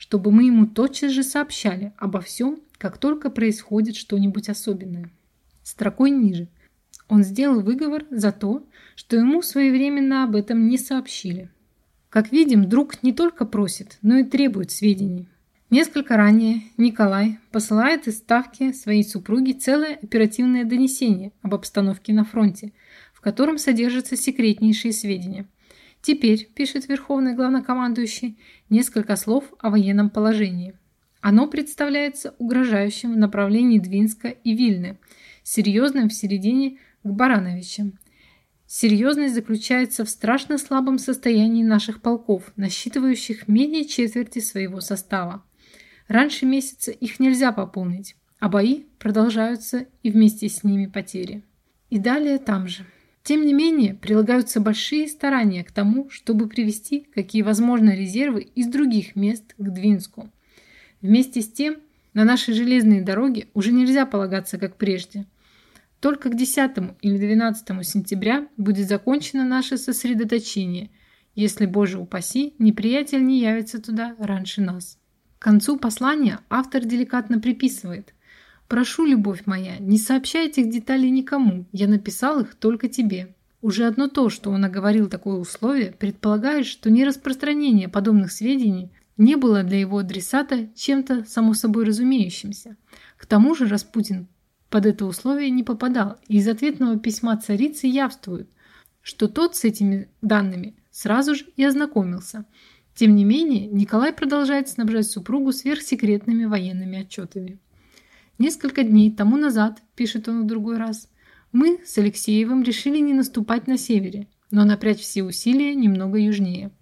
[SPEAKER 1] чтобы мы ему тотчас же сообщали обо всем, как только происходит что-нибудь особенное. Строкой ниже. Он сделал выговор за то, что ему своевременно об этом не сообщили. Как видим, друг не только просит, но и требует сведений. Несколько ранее Николай посылает из Ставки своей супруге целое оперативное донесение об обстановке на фронте, в котором содержатся секретнейшие сведения. Теперь, пишет Верховный Главнокомандующий, несколько слов о военном положении. Оно представляется угрожающим в направлении Двинска и Вильны, серьезным в середине к Барановичам. Серьезность заключается в страшно слабом состоянии наших полков, насчитывающих менее четверти своего состава. Раньше месяца их нельзя пополнить, а бои продолжаются и вместе с ними потери. И далее там же. Тем не менее, прилагаются большие старания к тому, чтобы привести какие возможны резервы из других мест к Двинску. Вместе с тем, на наши железные дороги уже нельзя полагаться, как прежде. Только к десятому или двенадцатому сентября будет закончено наше сосредоточение, если, Боже упаси, неприятель не явится туда раньше нас. К концу послания автор деликатно приписывает: «Прошу, любовь моя, не сообщай этих деталей никому, я написал их только тебе». Уже одно то, что он оговорил такое условие, предполагает, что нераспространение подобных сведений не было для его адресата чем-то само собой разумеющимся. К тому же Распутин под это условие не попадал, и из ответного письма царицы явствует, что тот с этими данными сразу же и ознакомился. Тем не менее, Николай продолжает снабжать супругу сверхсекретными военными отчетами. Несколько дней тому назад, пишет он в другой раз, мы с Алексеевым решили не наступать на севере, но напрячь все усилия немного южнее.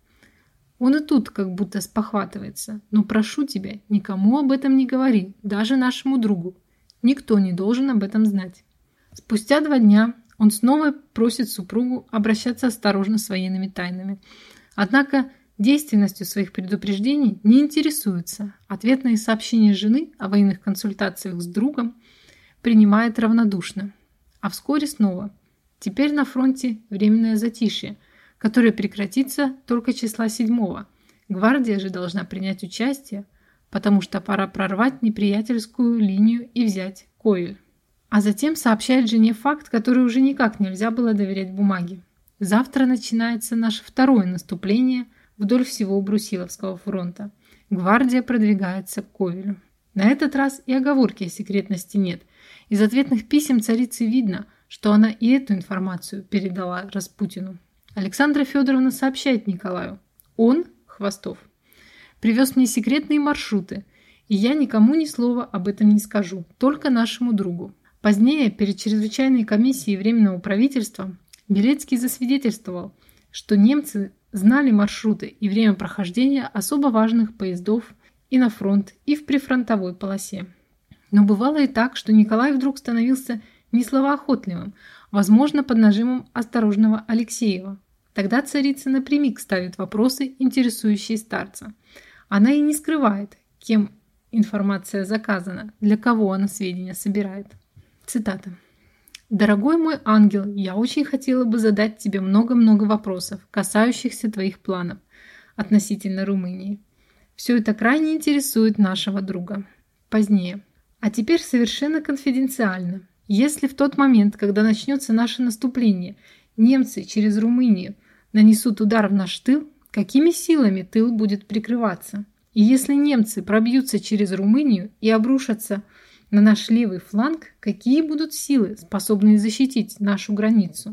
[SPEAKER 1] Он и тут как будто спохватывается. Но прошу тебя, никому об этом не говори, даже нашему другу. Никто не должен об этом знать. Спустя два дня он снова просит супругу обращаться осторожно с военными тайнами. Однако действенностью своих предупреждений не интересуется. Ответные сообщения жены о военных консультациях с другом принимает равнодушно. А вскоре снова. Теперь на фронте временное затишье, которое прекратится только числа седьмого. Гвардия же должна принять участие, потому что пора прорвать неприятельскую линию и взять Койль. А затем сообщает жене факт, который уже никак нельзя было доверять бумаге. Завтра начинается наше второе наступление вдоль всего Брусиловского фронта. Гвардия продвигается к Ковелю. На этот раз и оговорки о секретности нет. Из ответных писем царицы видно, что она и эту информацию передала Распутину. Александра Федоровна сообщает Николаю: он, Хвостов, привез мне секретные маршруты, и я никому ни слова об этом не скажу, только нашему другу. Позднее, перед чрезвычайной комиссией Временного правительства, Белецкий засвидетельствовал, что немцы знали маршруты и время прохождения особо важных поездов и на фронт, и в прифронтовой полосе. Но бывало и так, что Николай вдруг становился несловоохотливым, возможно, под нажимом осторожного Алексеева. Тогда царица напрямик ставит вопросы, интересующие старца. Она и не скрывает, кем информация заказана, для кого она сведения собирает. Цитата. «Дорогой мой ангел, я очень хотела бы задать тебе много-много вопросов, касающихся твоих планов относительно Румынии. Все это крайне интересует нашего друга. Позднее. А теперь совершенно конфиденциально. Если в тот момент, когда начнется наше наступление, немцы через Румынию нанесут удар в наш тыл, какими силами тыл будет прикрываться? И если немцы пробьются через Румынию и обрушатся на наш левый фланг, какие будут силы, способные защитить нашу границу?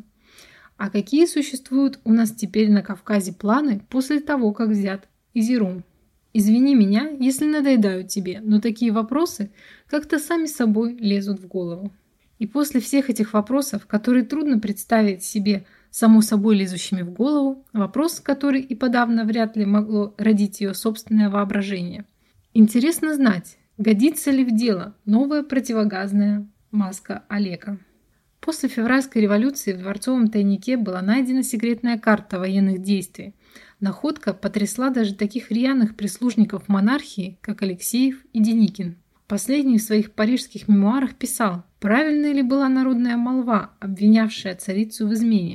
[SPEAKER 1] А какие существуют у нас теперь на Кавказе планы после того, как взят Изюрум? Извини меня, если надоедаю тебе, но такие вопросы как-то сами собой лезут в голову». И после всех этих вопросов, которые трудно представить себе само собой лезущими в голову, вопрос, который и подавно вряд ли могло родить ее собственное воображение. Интересно знать, годится ли в дело новая противогазная маска Олека. После февральской революции в дворцовом тайнике была найдена секретная карта военных действий. Находка потрясла даже таких рьяных прислужников монархии, как Алексеев и Деникин. Последний в своих парижских мемуарах писал, правильной ли была народная молва, обвинявшая царицу в измене.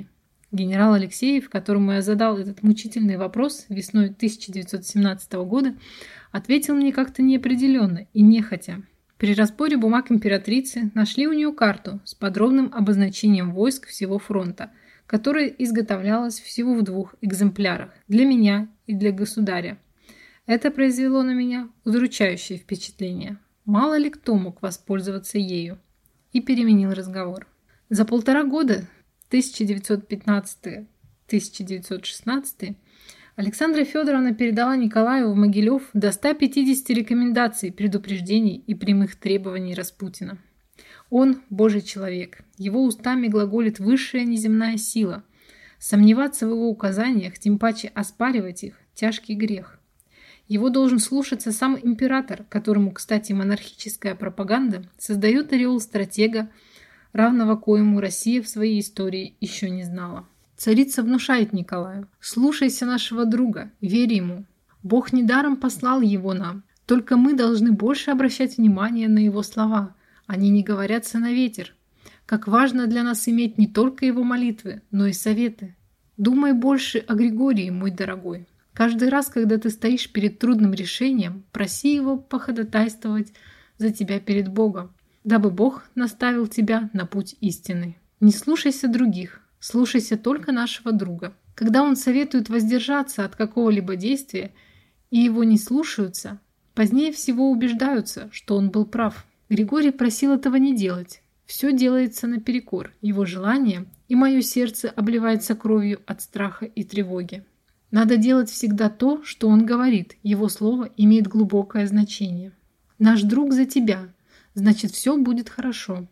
[SPEAKER 1] Генерал Алексеев, которому я задал этот мучительный вопрос весной тысяча девятьсот семнадцатого года, ответил мне как-то неопределенно и нехотя. При разборе бумаг императрицы нашли у нее карту с подробным обозначением войск всего фронта, которая изготовлялась всего в двух экземплярах – для меня и для государя. Это произвело на меня удручающее впечатление. Мало ли кто мог воспользоваться ею. И переменил разговор. За полтора года тысяча девятьсот пятнадцатый — тысяча девятьсот шестнадцатый Александра Федоровна передала Николаю в Могилев до ста пятидесяти рекомендаций, предупреждений и прямых требований Распутина. Он – Божий человек, его устами глаголит высшая неземная сила. Сомневаться в его указаниях, тем паче оспаривать их – тяжкий грех. Его должен слушаться сам император, которому, кстати, монархическая пропаганда создает ореол стратега, равного коему Россия в своей истории еще не знала. Царица внушает Николаю: «Слушайся нашего друга, верь ему. Бог недаром послал его нам, только мы должны больше обращать внимание на его слова, они не говорятся на ветер. Как важно для нас иметь не только его молитвы, но и советы. Думай больше о Григории, мой дорогой. Каждый раз, когда ты стоишь перед трудным решением, проси его походатайствовать за тебя перед Богом, дабы Бог наставил тебя на путь истины. Не слушайся других, слушайся только нашего друга. Когда он советует воздержаться от какого-либо действия, и его не слушаются, позднее всего убеждаются, что он был прав. Григорий просил этого не делать. Все делается наперекор его желаниям, и мое сердце обливается кровью от страха и тревоги. Надо делать всегда то, что он говорит, его слово имеет глубокое значение. Наш друг за тебя, значит, все будет хорошо.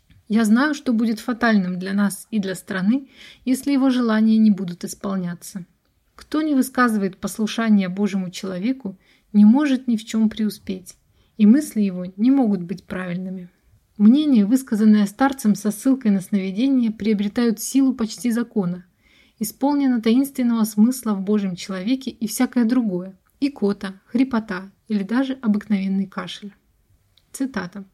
[SPEAKER 1] Я знаю, что будет фатальным для нас и для страны, если его желания не будут исполняться. Кто не высказывает послушания Божьему человеку, не может ни в чем преуспеть, и мысли его не могут быть правильными. Мнения, высказанные старцем со ссылкой на сновидение, приобретают силу почти закона. Исполнено таинственного смысла в Божьем человеке и всякое другое – икота, хрипота или даже обыкновенный кашель. Цитата.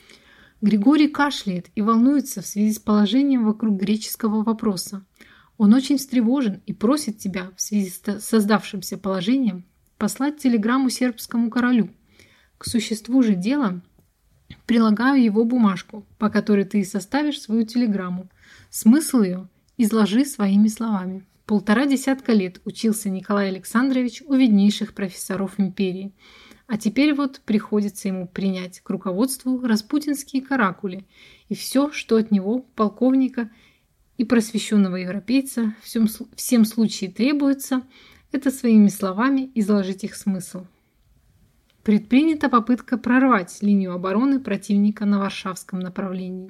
[SPEAKER 1] Григорий кашляет и волнуется в связи с положением вокруг греческого вопроса. Он очень встревожен и просит тебя в связи с создавшимся положением послать телеграмму сербскому королю. К существу же дела прилагаю его бумажку, по которой ты и составишь свою телеграмму. Смысл ее изложи своими словами. Полтора десятка лет учился Николай Александрович у виднейших профессоров империи. А теперь вот приходится ему принять к руководству распутинские каракули и все, что от него, полковника и просвещенного европейца, в всем, всем случае требуется, это своими словами изложить их смысл. Предпринята попытка прорвать линию обороны противника на Варшавском направлении.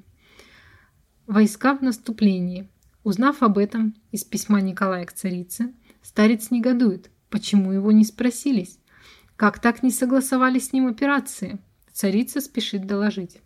[SPEAKER 1] Войска в наступлении. Узнав об этом из письма Николая к царице, старец негодует, почему его не спросились. Как так не согласовали с ним операции? Царица спешит доложить.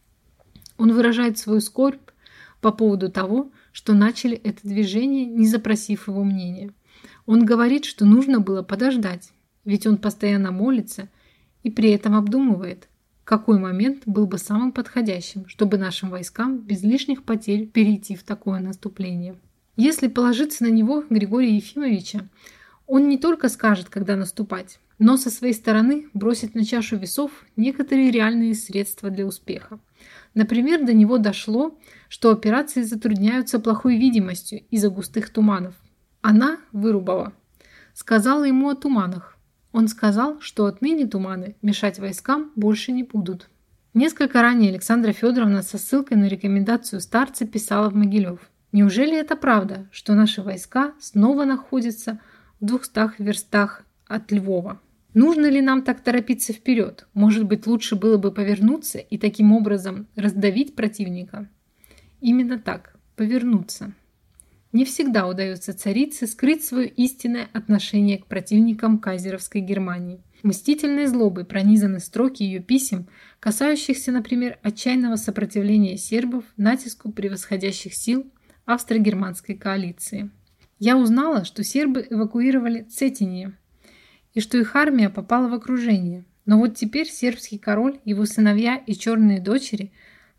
[SPEAKER 1] Он выражает свою скорбь по поводу того, что начали это движение, не запросив его мнения. Он говорит, что нужно было подождать, ведь он постоянно молится и при этом обдумывает, какой момент был бы самым подходящим, чтобы нашим войскам без лишних потерь перейти в такое наступление. Если положиться на него, Григория Ефимовича, он не только скажет, когда наступать, но со своей стороны бросит на чашу весов некоторые реальные средства для успеха. Например, до него дошло, что операции затрудняются плохой видимостью из-за густых туманов. Она, Вырубова, сказала ему о туманах. Он сказал, что отныне туманы мешать войскам больше не будут. Несколько ранее Александра Федоровна со ссылкой на рекомендацию старца писала в Могилев. Неужели это правда, что наши войска снова находятся в двухстах верстах от Львова? Нужно ли нам так торопиться вперед? Может быть, лучше было бы повернуться и таким образом раздавить противника? Именно так, повернуться. Не всегда удается царице скрыть свое истинное отношение к противникам кайзеровской Германии. Мстительной злобой пронизаны строки ее писем, касающихся, например, отчаянного сопротивления сербов натиску превосходящих сил австро-германской коалиции. Я узнала, что сербы эвакуировали Цетинье и что их армия попала в окружение. Но вот теперь сербский король, его сыновья и черные дочери,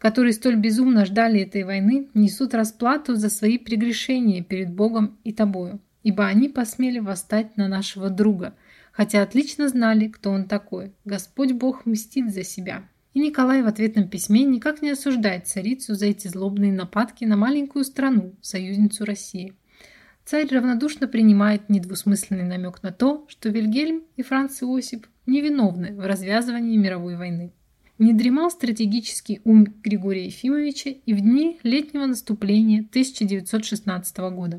[SPEAKER 1] которые столь безумно ждали этой войны, несут расплату за свои прегрешения перед Богом и тобою, ибо они посмели восстать на нашего друга, хотя отлично знали, кто он такой. Господь Бог мстит за себя». И Николай в ответном письме никак не осуждает царицу за эти злобные нападки на маленькую страну, союзницу России. Царь равнодушно принимает недвусмысленный намек на то, что Вильгельм и Франц Иосиф невиновны в развязывании мировой войны. Не дремал стратегический ум Григория Ефимовича и в дни летнего наступления тысяча девятьсот шестнадцатого года.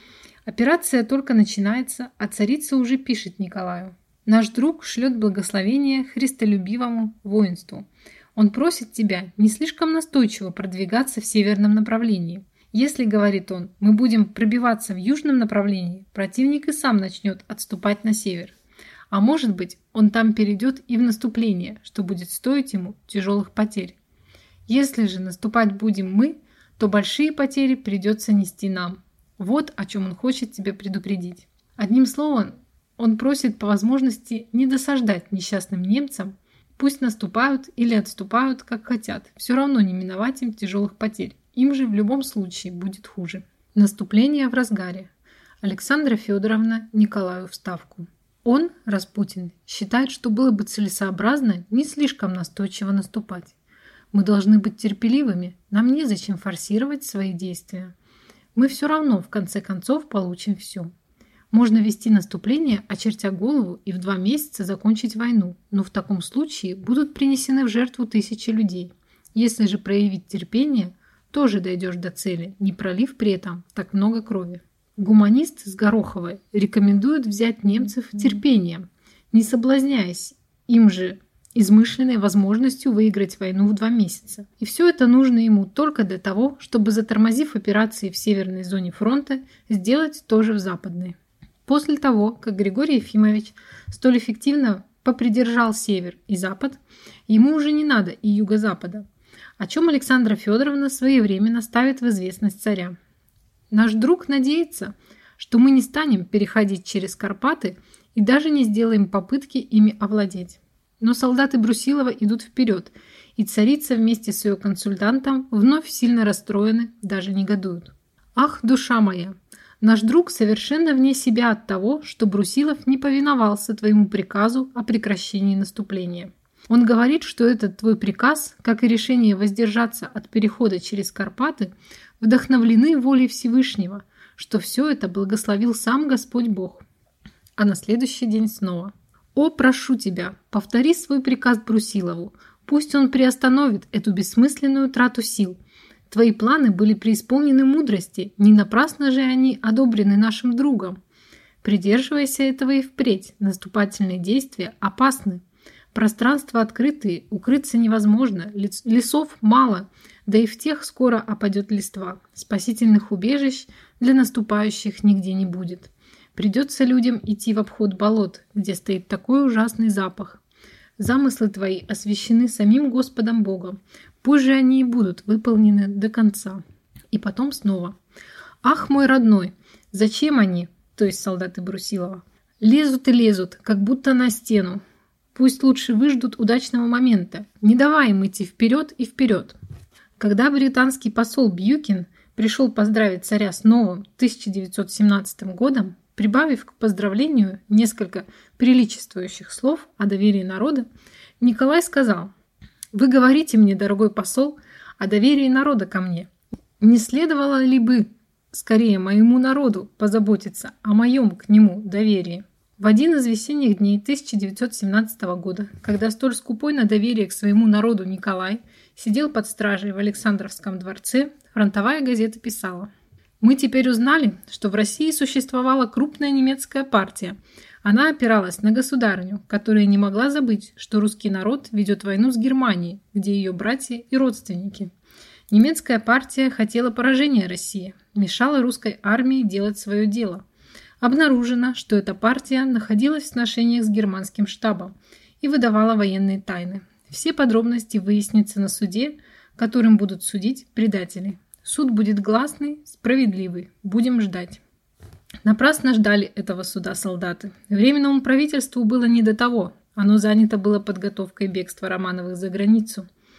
[SPEAKER 1] Операция только начинается, а царица уже пишет Николаю: «Наш друг шлет благословение христолюбивому воинству. Он просит тебя не слишком настойчиво продвигаться в северном направлении. Если, — говорит он, — мы будем пробиваться в южном направлении, противник и сам начнет отступать на север. А может быть, он там перейдет и в наступление, что будет стоить ему тяжелых потерь. Если же наступать будем мы, то большие потери придется нести нам. Вот о чем он хочет тебя предупредить». Одним словом, он просит по возможности не досаждать несчастным немцам, пусть наступают или отступают, как хотят, все равно не миновать им тяжелых потерь, им же в любом случае будет хуже. Наступление в разгаре. Александра Федоровна Николаю в ставку. Он, Распутин, считает, что было бы целесообразно не слишком настойчиво наступать. Мы должны быть терпеливыми, нам незачем форсировать свои действия. Мы все равно в конце концов получим все. Можно вести наступление, очертя голову, и в два месяца закончить войну, но в таком случае будут принесены в жертву тысячи людей. Если же проявить терпение, тоже дойдешь до цели, не пролив при этом так много крови. Гуманист с Гороховой рекомендует взять немцев терпением, не соблазняясь им же измышленной возможностью выиграть войну в два месяца. И все это нужно ему только для того, чтобы, затормозив операции в северной зоне фронта, сделать то же в западной. После того, как Григорий Ефимович столь эффективно попридержал север и запад, ему уже не надо и юго-запада, о чем Александра Федоровна своевременно ставит в известность царя. Наш друг надеется, что мы не станем переходить через Карпаты и даже не сделаем попытки ими овладеть. Но солдаты Брусилова идут вперед, и царица вместе с ее консультантом вновь сильно расстроены, даже негодуют. «Ах, душа моя! Наш друг совершенно вне себя от того, что Брусилов не повиновался твоему приказу о прекращении наступления. Он говорит, что этот твой приказ, как и решение воздержаться от перехода через Карпаты, вдохновлены волей Всевышнего, что все это благословил сам Господь Бог». А на следующий день снова: «О, прошу тебя, повтори свой приказ Брусилову, пусть он приостановит эту бессмысленную трату сил. Твои планы были преисполнены мудрости, не напрасно же они одобрены нашим другом. Придерживайся этого и впредь, наступательные действия опасны. Пространства открытые, укрыться невозможно, лесов мало, да и в тех скоро опадет листва. Спасительных убежищ для наступающих нигде не будет. Придется людям идти в обход болот, где стоит такой ужасный запах. Замыслы твои освящены самим Господом Богом. Пусть же они и будут выполнены до конца». И потом снова: «Ах, мой родной, зачем они, то есть солдаты Брусилова, лезут и лезут, как будто на стену? Пусть лучше выждут удачного момента. Не давай им идти вперед и вперед». Когда британский посол Бьюкин пришел поздравить царя с новым тысяча девятьсот семнадцатым годом, прибавив к поздравлению несколько приличествующих слов о доверии народа, Николай сказал: «Вы говорите мне, дорогой посол, о доверии народа ко мне. Не следовало ли бы скорее моему народу позаботиться о моем к нему доверии?» В один из весенних дней тысяча девятьсот семнадцатого года, когда столь скупой на доверие к своему народу Николай сидел под стражей в Александровском дворце, фронтовая газета писала: «Мы теперь узнали, что в России существовала крупная немецкая партия. Она опиралась на государыню, которая не могла забыть, что русский народ ведет войну с Германией, где ее братья и родственники. Немецкая партия хотела поражения России, мешала русской армии делать свое дело. Обнаружено, что эта партия находилась в сношениях с германским штабом и выдавала военные тайны. Все подробности выяснятся на суде, которым будут судить предателей. Суд будет гласный, справедливый. Будем ждать». Напрасно ждали этого суда солдаты. Временному правительству было не до того. Оно занято было подготовкой бегства Романовых за границу.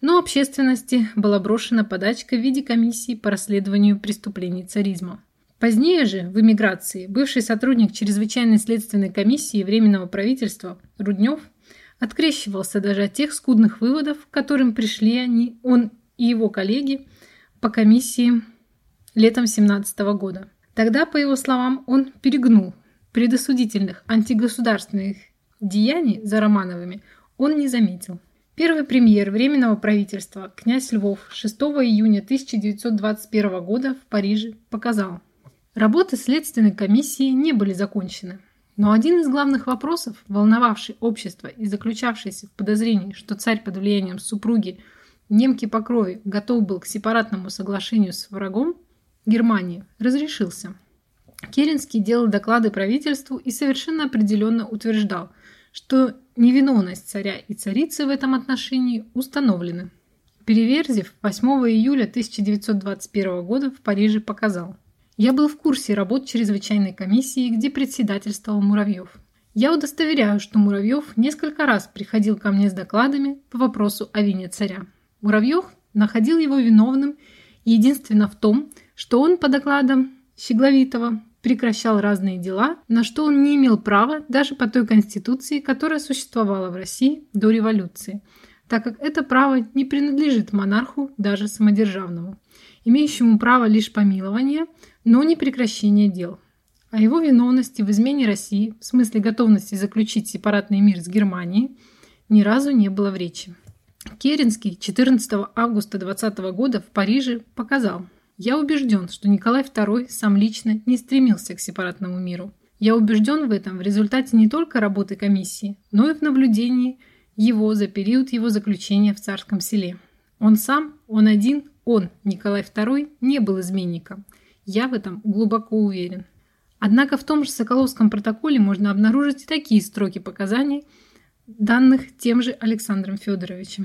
[SPEAKER 1] но общественности была брошена подачка в виде комиссии по расследованию преступлений царизма. Позднее же, в эмиграции, бывший сотрудник чрезвычайной следственной комиссии Временного правительства Руднев открещивался даже от тех скудных выводов, к которым пришли они, он и его коллеги по комиссии летом семнадцатого года. Тогда, по его словам, он перегнул. Предосудительных антигосударственных деяний за Романовыми он не заметил. Первый премьер Временного правительства князь Львов шестого июня тысяча девятьсот двадцать первого года в Париже показал: работы следственной комиссии не были закончены. Но один из главных вопросов, волновавший общество и заключавшийся в подозрении, что царь под влиянием супруги немки по крови готов был к сепаратному соглашению с врагом Германии, разрешился. Керенский делал доклады правительству и совершенно определенно утверждал, что невиновность царя и царицы в этом отношении установлены. Переверзев восьмого июля тысяча девятьсот двадцать первого года в Париже показал: я был в курсе работ чрезвычайной комиссии, где председательствовал Муравьев. Я удостоверяю, что Муравьев несколько раз приходил ко мне с докладами по вопросу о вине царя. Муравьев находил его виновным единственно в том, что он по докладам Щегловитова прекращал разные дела, на что он не имел права даже по той конституции, которая существовала в России до революции, так как это право не принадлежит монарху даже самодержавному, имеющему право лишь помилования, но не прекращение дел. О его виновности в измене России, в смысле готовности заключить сепаратный мир с Германией, ни разу не было в речи. Керенский четырнадцатого августа двадцатого года в Париже показал: я убежден, что Николай второй сам лично не стремился к сепаратному миру. Я убежден в этом в результате не только работы комиссии, но и в наблюдении его за период его заключения в Царском Селе. Он сам, он один, он, Николай второй, не был изменником. Я в этом глубоко уверен. Однако в том же Соколовском протоколе можно обнаружить и такие строки показаний, данных тем же Александром Федоровичем.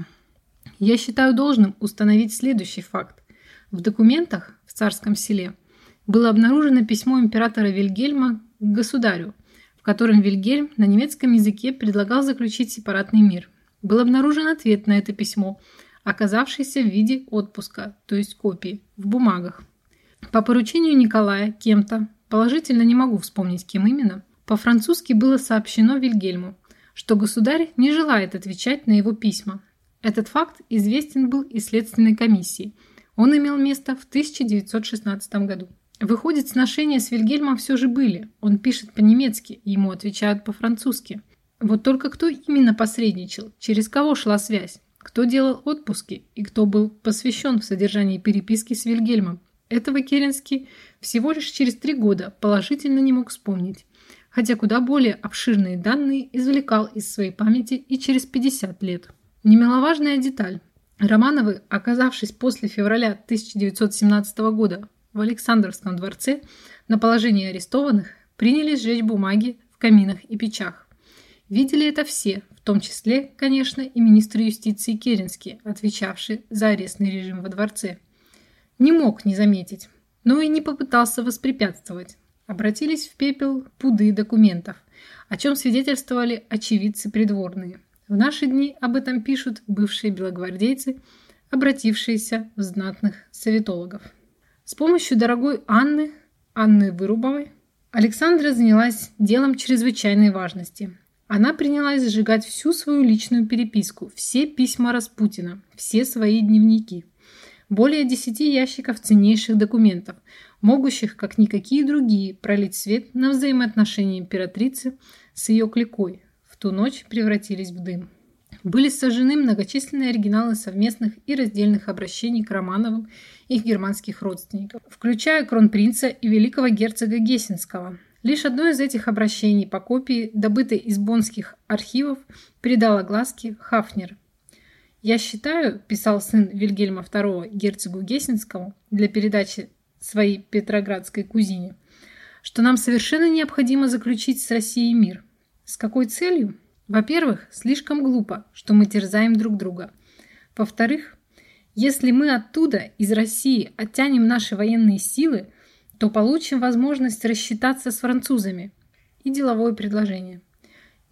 [SPEAKER 1] Я считаю должным установить следующий факт. В документах в Царском Селе было обнаружено письмо императора Вильгельма к государю, в котором Вильгельм на немецком языке предлагал заключить сепаратный мир. Был обнаружен ответ на это письмо, оказавшийся в виде отпуска, то есть копии, в бумагах. По поручению Николая кем-то, положительно не могу вспомнить кем именно, по-французски было сообщено Вильгельму, что государь не желает отвечать на его письма. Этот факт известен был и Следственной комиссии. Он имел место в тысяча девятьсот шестнадцатом году. Выходит, сношения с Вильгельмом все же были. Он пишет по-немецки, ему отвечают по-французски. Вот только кто именно посредничал, через кого шла связь, кто делал отпуски и кто был посвящен в содержании переписки с Вильгельмом, этого Керенский всего лишь через три года положительно не мог вспомнить, хотя куда более обширные данные извлекал из своей памяти и через пятьдесят лет. Немаловажная деталь. Романовы, оказавшись после февраля тысяча девятьсот семнадцатого года в Александровском дворце на положении арестованных, принялись сжечь бумаги в каминах и печах. Видели это все, в том числе, конечно, и министр юстиции Керенский, отвечавший за арестный режим во дворце. Не мог не заметить, но и не попытался воспрепятствовать. Обратились в пепел пуды документов, о чем свидетельствовали очевидцы придворные. В наши дни об этом пишут бывшие белогвардейцы, обратившиеся в знатных советологов. С помощью дорогой Анны, Анны Вырубовой, Александра занялась делом чрезвычайной важности. Она принялась сжигать всю свою личную переписку, все письма Распутина, все свои дневники. Более десяти ящиков ценнейших документов, могущих, как никакие другие, пролить свет на взаимоотношения императрицы с ее кликой, в ту ночь превратились в дым. Были сожжены многочисленные оригиналы совместных и раздельных обращений к Романовым и их германских родственников, включая кронпринца и великого герцога Гессенского. Лишь одно из этих обращений по копии, добытой из боннских архивов, придало огласке Хафнер. «Я считаю, – писал сын Вильгельма второго герцогу Гессенскому для передачи своей петроградской кузине, – что нам совершенно необходимо заключить с Россией мир. С какой целью? Во-первых, слишком глупо, что мы терзаем друг друга. Во-вторых, если мы оттуда, из России, оттянем наши военные силы, то получим возможность рассчитаться с французами». И деловое предложение.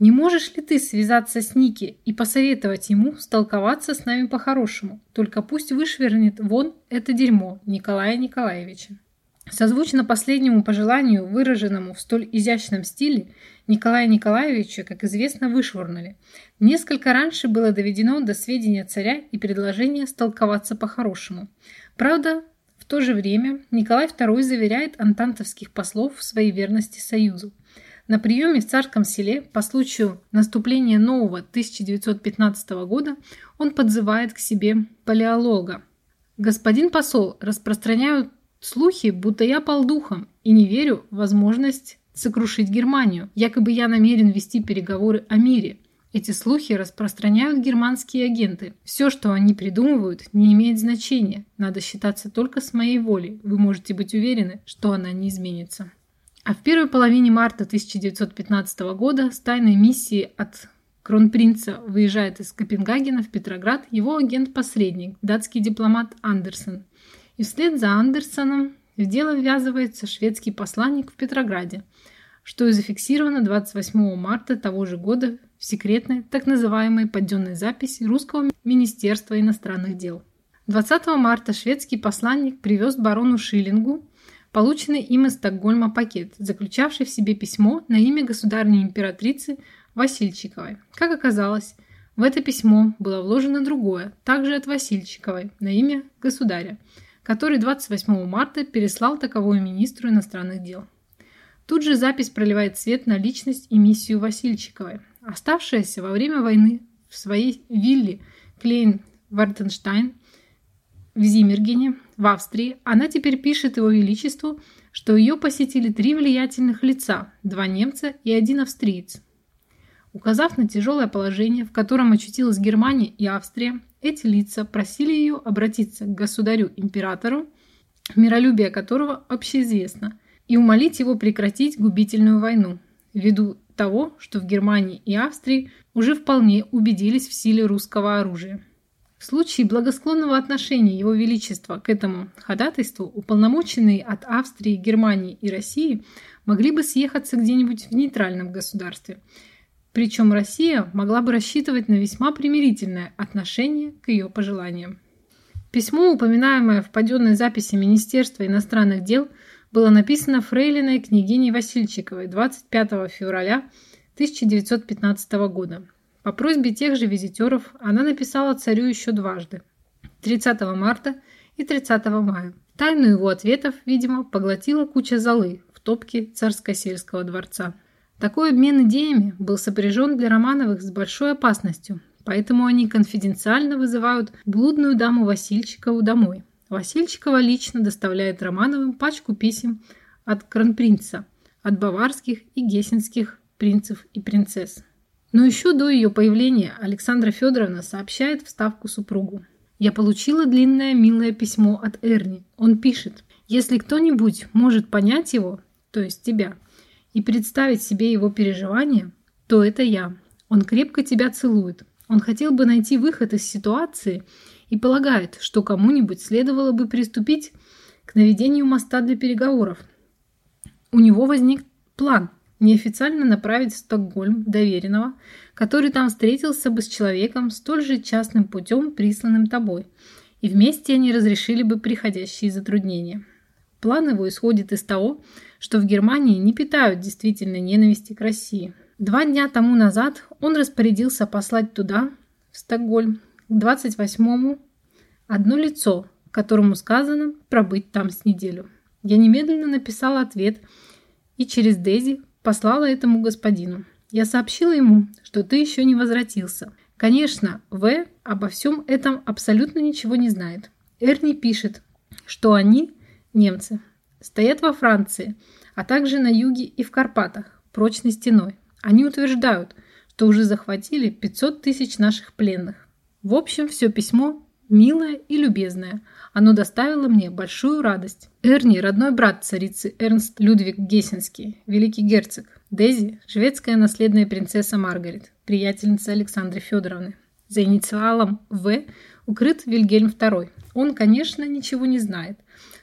[SPEAKER 1] Не можешь ли ты связаться с Ники и посоветовать ему столковаться с нами по-хорошему? Только пусть вышвырнет вон это дерьмо Николая Николаевича». Созвучно последнему пожеланию, выраженному в столь изящном стиле, Николая Николаевича, как известно, вышвырнули. Несколько раньше было доведено до сведения царя и предложение столковаться по-хорошему. Правда, в то же время Николай второй заверяет антантовских послов в своей верности Союзу. На приеме в Царском Селе по случаю наступления нового тысяча девятьсот пятнадцатого года он подзывает к себе палеолога. «Господин посол, распространяют слухи, будто я пал духом и не верю в возможность сокрушить Германию. Якобы я намерен вести переговоры о мире. Эти слухи распространяют германские агенты. Все, что они придумывают, не имеет значения. Надо считаться только с моей волей. Вы можете быть уверены, что она не изменится». А в первой половине марта тысяча девятьсот пятнадцатого года с тайной миссией от кронпринца выезжает из Копенгагена в Петроград его агент-посредник, датский дипломат Андерсон. И вслед за Андерсоном в дело ввязывается шведский посланник в Петрограде, что и зафиксировано двадцать восьмого марта того же года в секретной, так называемой поддельной записи Русского министерства иностранных дел. двадцатого марта шведский посланник привез барону Шиллингу полученный им из Стокгольма пакет, заключавший в себе письмо на имя государыни-императрицы Васильчиковой. Как оказалось, в это письмо было вложено другое, также от Васильчиковой, на имя государя, который двадцать восьмого марта переслал таковое министру иностранных дел. Тут же запись проливает свет на личность и миссию Васильчиковой. Оставшаяся во время войны в своей вилле Клейн-Вартенштайн в Зиммергене, в Австрии, она теперь пишет его величеству, что ее посетили три влиятельных лица, два немца и один австриец. Указав на тяжелое положение, в котором очутилась Германия и Австрия, эти лица просили ее обратиться к государю-императору, миролюбие которого общеизвестно, и умолить его прекратить губительную войну, ввиду того, что в Германии и Австрии уже вполне убедились в силе русского оружия. В случае благосклонного отношения Его Величества к этому ходатайству уполномоченные от Австрии, Германии и России могли бы съехаться где-нибудь в нейтральном государстве. Причем Россия могла бы рассчитывать на весьма примирительное отношение к ее пожеланиям. Письмо, упоминаемое в поддельной записи Министерства иностранных дел, было написано фрейлиной княгиней Васильчиковой двадцать пятого февраля тысяча девятьсот пятнадцатого года. По просьбе тех же визитеров она написала царю еще дважды – тридцатого марта и тридцатого мая. Тайну его ответов, видимо, поглотила куча золы в топке Царско-сельского дворца. Такой обмен идеями был сопряжен для Романовых с большой опасностью, поэтому они конфиденциально вызывают блудную даму Васильчикову домой. Васильчикова лично доставляет Романовым пачку писем от кронпринца, от баварских и гессенских принцев и принцесс. Но еще до ее появления Александра Федоровна сообщает вставку супругу. «Я получила длинное милое письмо от Эрни. Он пишет, если кто-нибудь может понять его, то есть тебя, и представить себе его переживания, то это я. Он крепко тебя целует. Он хотел бы найти выход из ситуации и полагает, что кому-нибудь следовало бы приступить к наведению моста для переговоров. У него возник план – неофициально направить в Стокгольм доверенного, который там встретился бы с человеком столь же частным путем, присланным тобой, и вместе они разрешили бы приходящие затруднения. План его исходит из того, что в Германии не питают действительной ненависти к России. Два дня тому назад он распорядился послать туда, в Стокгольм, к двадцать восьмому, одно лицо, которому сказано пробыть там с неделю. Я немедленно написала ответ и через Дейзи послала этому господину. Я сообщила ему, что ты еще не возвратился. Конечно, В. обо всем этом абсолютно ничего не знает. Эрни пишет, что они, немцы, стоят во Франции, а также на юге и в Карпатах, прочной стеной. Они утверждают, что уже захватили пятьсот тысяч наших пленных. В общем, все письмо милое и любезное. Оно доставило мне большую радость. Эрни – родной брат царицы Эрнст Людвиг Гессенский, великий герцог. Дейзи – шведская наследная принцесса Маргарет, приятельница Александры Федоровны. За инициалом В укрыт Вильгельм второй. Он, конечно, ничего не знает,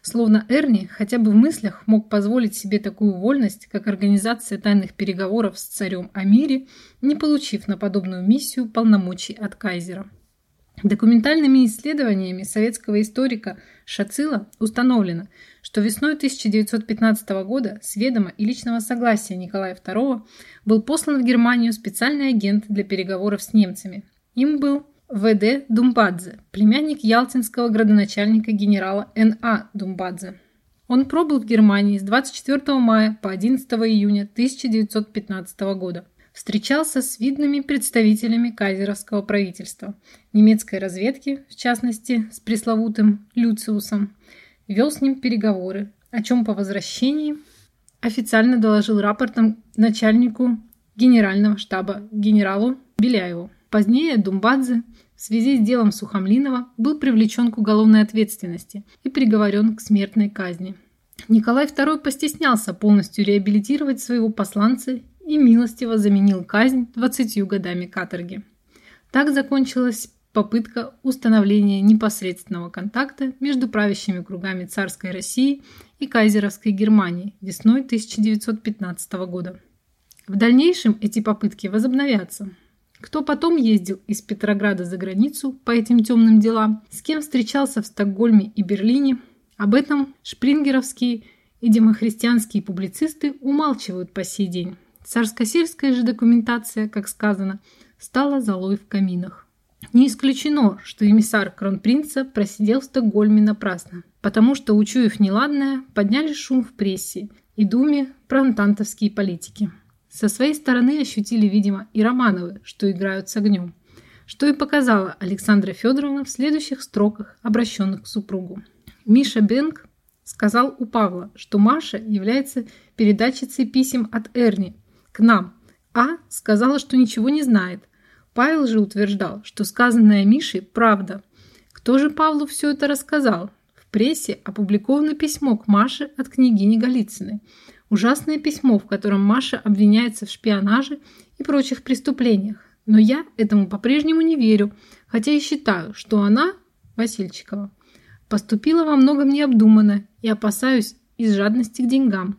[SPEAKER 1] Словно Эрни хотя бы в мыслях мог позволить себе такую вольность, как организация тайных переговоров с царем о мире, не получив на подобную миссию полномочий от кайзера. Документальными исследованиями советского историка Шацила установлено, что весной тысяча девятьсот пятнадцатого года с ведома и личного согласия Николая второго был послан в Германию специальный агент для переговоров с немцами. Им был В Д Думбадзе, племянник ялтинского градоначальника генерала Н А Думбадзе. Он пробыл в Германии с двадцать четвёртого мая по одиннадцатого июня тысяча девятьсот пятнадцатого года. Встречался с видными представителями кайзеровского правительства, немецкой разведки, в частности, с пресловутым Люциусом, вел с ним переговоры, о чем по возвращении официально доложил рапортом начальнику генерального штаба генералу Беляеву. Позднее Думбадзе в связи с делом Сухомлинова был привлечен к уголовной ответственности и приговорен к смертной казни. Николай второй постеснялся полностью реабилитировать своего посланца и милостиво заменил казнь двадцатью годами каторги. Так закончилась попытка установления непосредственного контакта между правящими кругами царской России и кайзеровской Германии весной тысяча девятьсот пятнадцатого года. В дальнейшем эти попытки возобновятся. Кто потом ездил из Петрограда за границу по этим темным делам, с кем встречался в Стокгольме и Берлине, об этом шпрингеровские и демохристианские публицисты умалчивают по сей день. Царско-сельская же документация, как сказано, стала золой в каминах. Не исключено, что эмиссар кронпринца просидел в Стокгольме напрасно, потому что, учуяв неладное, подняли шум в прессе и думе проантантовские политики. Со своей стороны ощутили, видимо, и Романовы, что играют с огнем, что и показала Александра Федоровна в следующих строках, обращенных к супругу. Миша Бенк сказал у Павла, что Маша является передатчицей писем от Эрни к нам, а сказала, что ничего не знает. Павел же утверждал, что сказанное Мишей правда. Кто же Павлу все это рассказал? В прессе опубликовано письмо к Маше от княгини Голицыной. Ужасное письмо, в котором Маша обвиняется в шпионаже и прочих преступлениях. Но я этому по-прежнему не верю, хотя и считаю, что она, Васильчикова, поступила во многом необдуманно и опасаюсь из жадности к деньгам.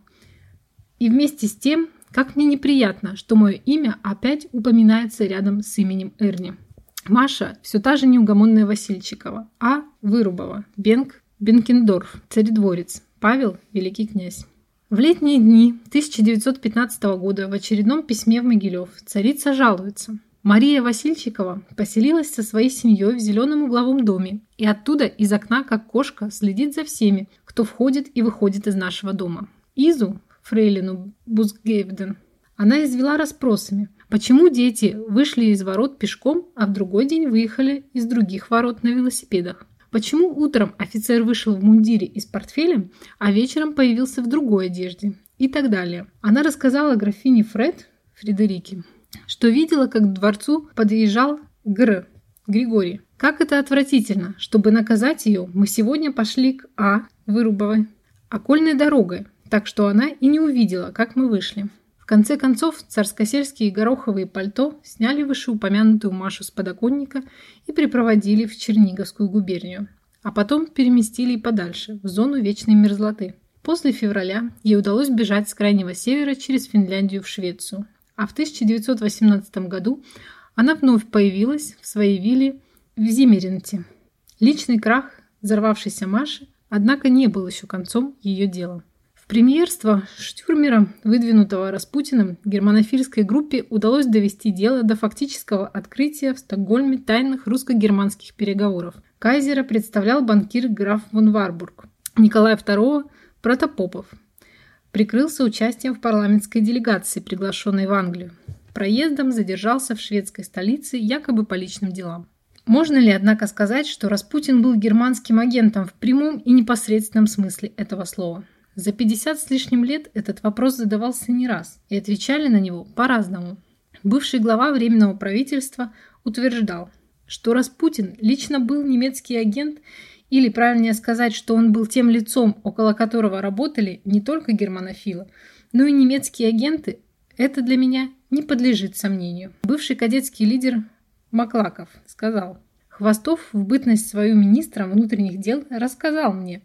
[SPEAKER 1] И вместе с тем, как мне неприятно, что мое имя опять упоминается рядом с именем Эрни. Маша все та же неугомонная Васильчикова, а Вырубова, Бенк, Бенкендорф, царедворец, Павел, великий князь. В летние дни тысяча девятьсот пятнадцатого года в очередном письме в Могилев царица жалуется. Мария Васильчикова поселилась со своей семьей в зеленом угловом доме и оттуда из окна, как кошка, следит за всеми, кто входит и выходит из нашего дома. Изу, фрейлину Бусгевден, она извела расспросами, почему дети вышли из ворот пешком, а в другой день выехали из других ворот на велосипедах. Почему утром офицер вышел в мундире и с портфелем, а вечером появился в другой одежде и так далее. Она рассказала графине Фред, Фредерике, что видела, как к дворцу подъезжал Гр. Григорий. Как это отвратительно! Чтобы наказать ее, мы сегодня пошли к А. Вырубовой окольной дорогой, так что она и не увидела, как мы вышли. В конце концов, царскосельские гороховые пальто сняли вышеупомянутую Машу с подоконника и припроводили в Черниговскую губернию, а потом переместили подальше, в зону вечной мерзлоты. После февраля ей удалось бежать с крайнего севера через Финляндию в Швецию, а в тысяча девятьсот восемнадцатом году она вновь появилась в своей вилле в Зиммеринте. Личный крах взорвавшейся Маши, однако, не был еще концом ее дела. В премьерство Штюрмера, выдвинутого Распутиным, германофильской группе удалось довести дело до фактического открытия в Стокгольме тайных русско-германских переговоров. Кайзера представлял банкир граф фон Варбург. Николая второго – Протопопов. Прикрылся участием в парламентской делегации, приглашенной в Англию. Проездом задержался в шведской столице якобы по личным делам. Можно ли, однако, сказать, что Распутин был германским агентом в прямом и непосредственном смысле этого слова? За пятьдесят с лишним лет этот вопрос задавался не раз, и отвечали на него по-разному. Бывший глава Временного правительства утверждал, что Распутин лично был немецкий агент, или, правильнее сказать, что он был тем лицом, около которого работали не только германофилы, но и немецкие агенты. Это для меня не подлежит сомнению. Бывший кадетский лидер Маклаков сказал: «Хвостов в бытность свою министром внутренних дел рассказал мне.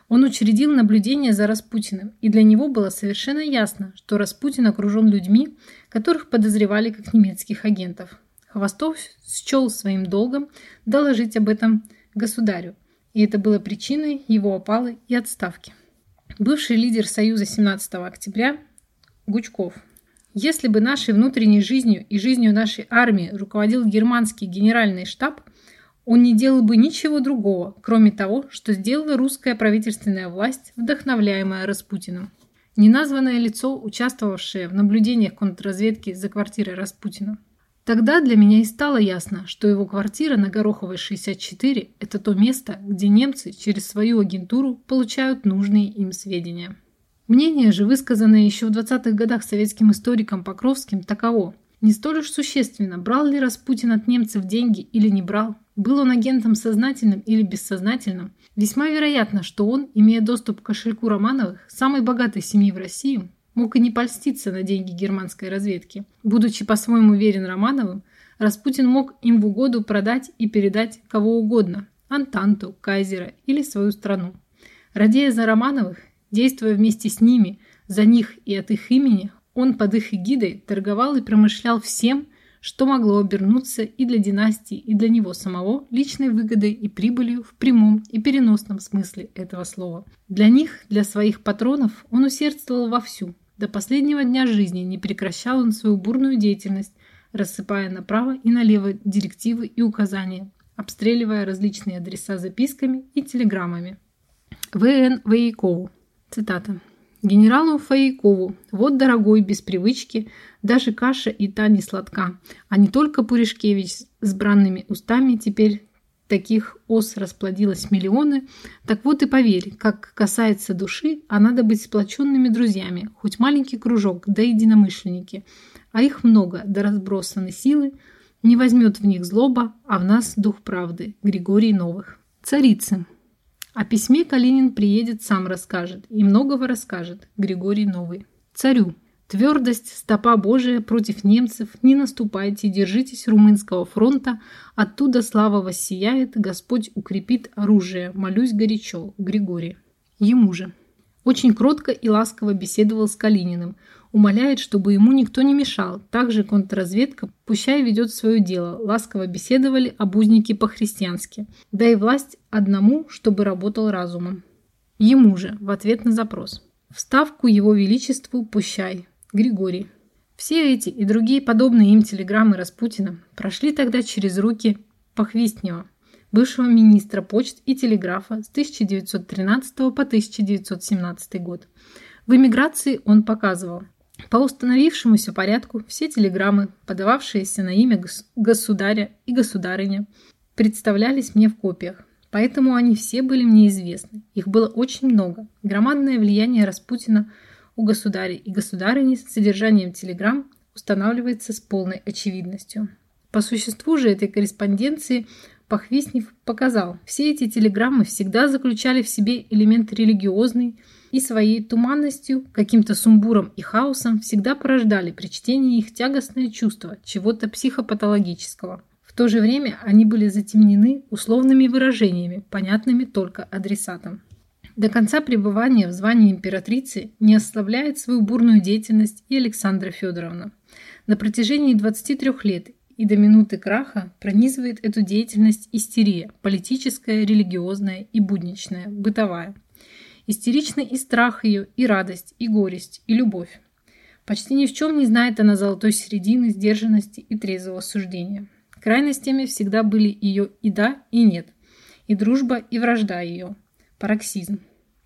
[SPEAKER 1] Он учредил наблюдение за Распутиным, и для него было совершенно ясно, что Распутин окружен людьми, которых подозревали как немецких агентов. Хвостов счел своим долгом доложить об этом государю, и это было причиной его опалы и отставки. Бывший лидер Союза семнадцатого октября Гучков. Если бы нашей внутренней жизнью и жизнью нашей армии руководил германский генеральный штаб, он не делал бы ничего другого, кроме того, что сделала русская правительственная власть, вдохновляемая Распутиным. Неназванное лицо, участвовавшее в наблюдениях контрразведки за квартирой Распутина. Тогда для меня и стало ясно, что его квартира на Гороховой шестьдесят четыре – это то место, где немцы через свою агентуру получают нужные им сведения. Мнение же, высказанное еще в двадцатых годах советским историком Покровским, таково. Не столь уж существенно, брал ли Распутин от немцев деньги или не брал, был он агентом сознательным или бессознательным. Весьма вероятно, что он, имея доступ к кошельку Романовых, самой богатой семьи в России, мог и не польститься на деньги германской разведки. Будучи по-своему верен Романовым, Распутин мог им в угоду продать и передать кого угодно – Антанту, Кайзера или свою страну. Радея за Романовых, действуя вместе с ними, за них и от их имени, он под их эгидой торговал и промышлял всем, что могло обернуться и для династии, и для него самого личной выгодой и прибылью в прямом и переносном смысле этого слова. Для них, для своих патронов, он усердствовал вовсю. До последнего дня жизни не прекращал он свою бурную деятельность, рассыпая направо и налево директивы и указания, обстреливая различные адреса записками и телеграммами. В Н Воейкову. Цитата. «Генералу Фаейкову, вот, дорогой, без привычки, даже каша и та не сладка, а не только Пуришкевич с бранными устами, теперь таких ос расплодилось миллионы, так вот и поверь, как касается души, а надо быть сплоченными друзьями, хоть маленький кружок, да единомышленники, а их много, да разбросаны силы, не возьмет в них злоба, а в нас дух правды». Григорий Новых. Царицы. О письме Калинин приедет, сам расскажет, и многого расскажет. Григорий Новый. Царю. Твердость, стопа Божия против немцев, не наступайте, держитесь Румынского фронта, оттуда слава воссияет, Господь укрепит оружие, молюсь горячо. Григорий. Ему же. Очень кротко и ласково беседовал с Калининым, умоляет, чтобы ему никто не мешал. Также контрразведка пущай ведет свое дело. Ласково беседовали обузники по-христиански. Да и власть одному, чтобы работал разумом. Ему же, в ответ на запрос. Вставку его величеству пущай. Григорий. Все эти и другие подобные им телеграммы Распутина прошли тогда через руки Похвистнева, бывшего министра почт и телеграфа с тысяча девятьсот тринадцатого по тысяча девятьсот семнадцатый год. В эмиграции он показывал. По установившемуся порядку все телеграммы, подававшиеся на имя государя и государыня, представлялись мне в копиях, поэтому они все были мне известны. Их было очень много. Громадное влияние Распутина у государя и государыни с содержанием телеграмм устанавливается с полной очевидностью. По существу же этой корреспонденции Похвистнев показал, все эти телеграммы всегда заключали в себе элемент религиозный и своей туманностью, каким-то сумбуром и хаосом всегда порождали при чтении их тягостное чувство чего-то психопатологического. В то же время они были затемнены условными выражениями, понятными только адресатам. До конца пребывания в звании императрицы не ослабляет свою бурную деятельность и Александра Федоровна. На протяжении двадцати трёх лет и до минуты краха пронизывает эту деятельность истерия, политическая, религиозная и будничная, бытовая. Истеричны и страх ее, и радость, и горесть, и любовь. Почти ни в чем не знает она золотой середины, сдержанности и трезвого суждения. Крайностями всегда были ее и да, и нет, и дружба, и вражда ее. Пароксизм.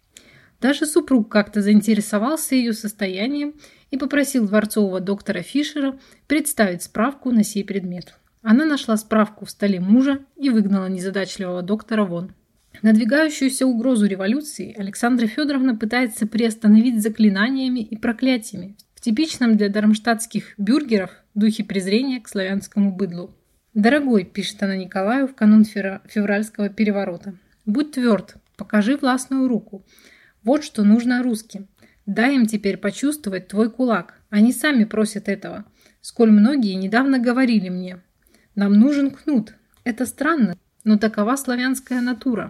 [SPEAKER 1] Даже супруг как-то заинтересовался ее состоянием и попросил дворцового доктора Фишера представить справку на сей предмет. Она нашла справку в столе мужа и выгнала незадачливого доктора вон. Надвигающуюся угрозу революции Александра Федоровна пытается приостановить заклинаниями и проклятиями в типичном для дармштадтских бюргеров духе презрения к славянскому быдлу. «Дорогой», – пишет она Николаю в канун февральского переворота, – «будь тверд, покажи властную руку. Вот что нужно русским. Дай им теперь почувствовать твой кулак. Они сами просят этого. Сколь многие недавно говорили мне. Нам нужен кнут. Это странно, но такова славянская натура».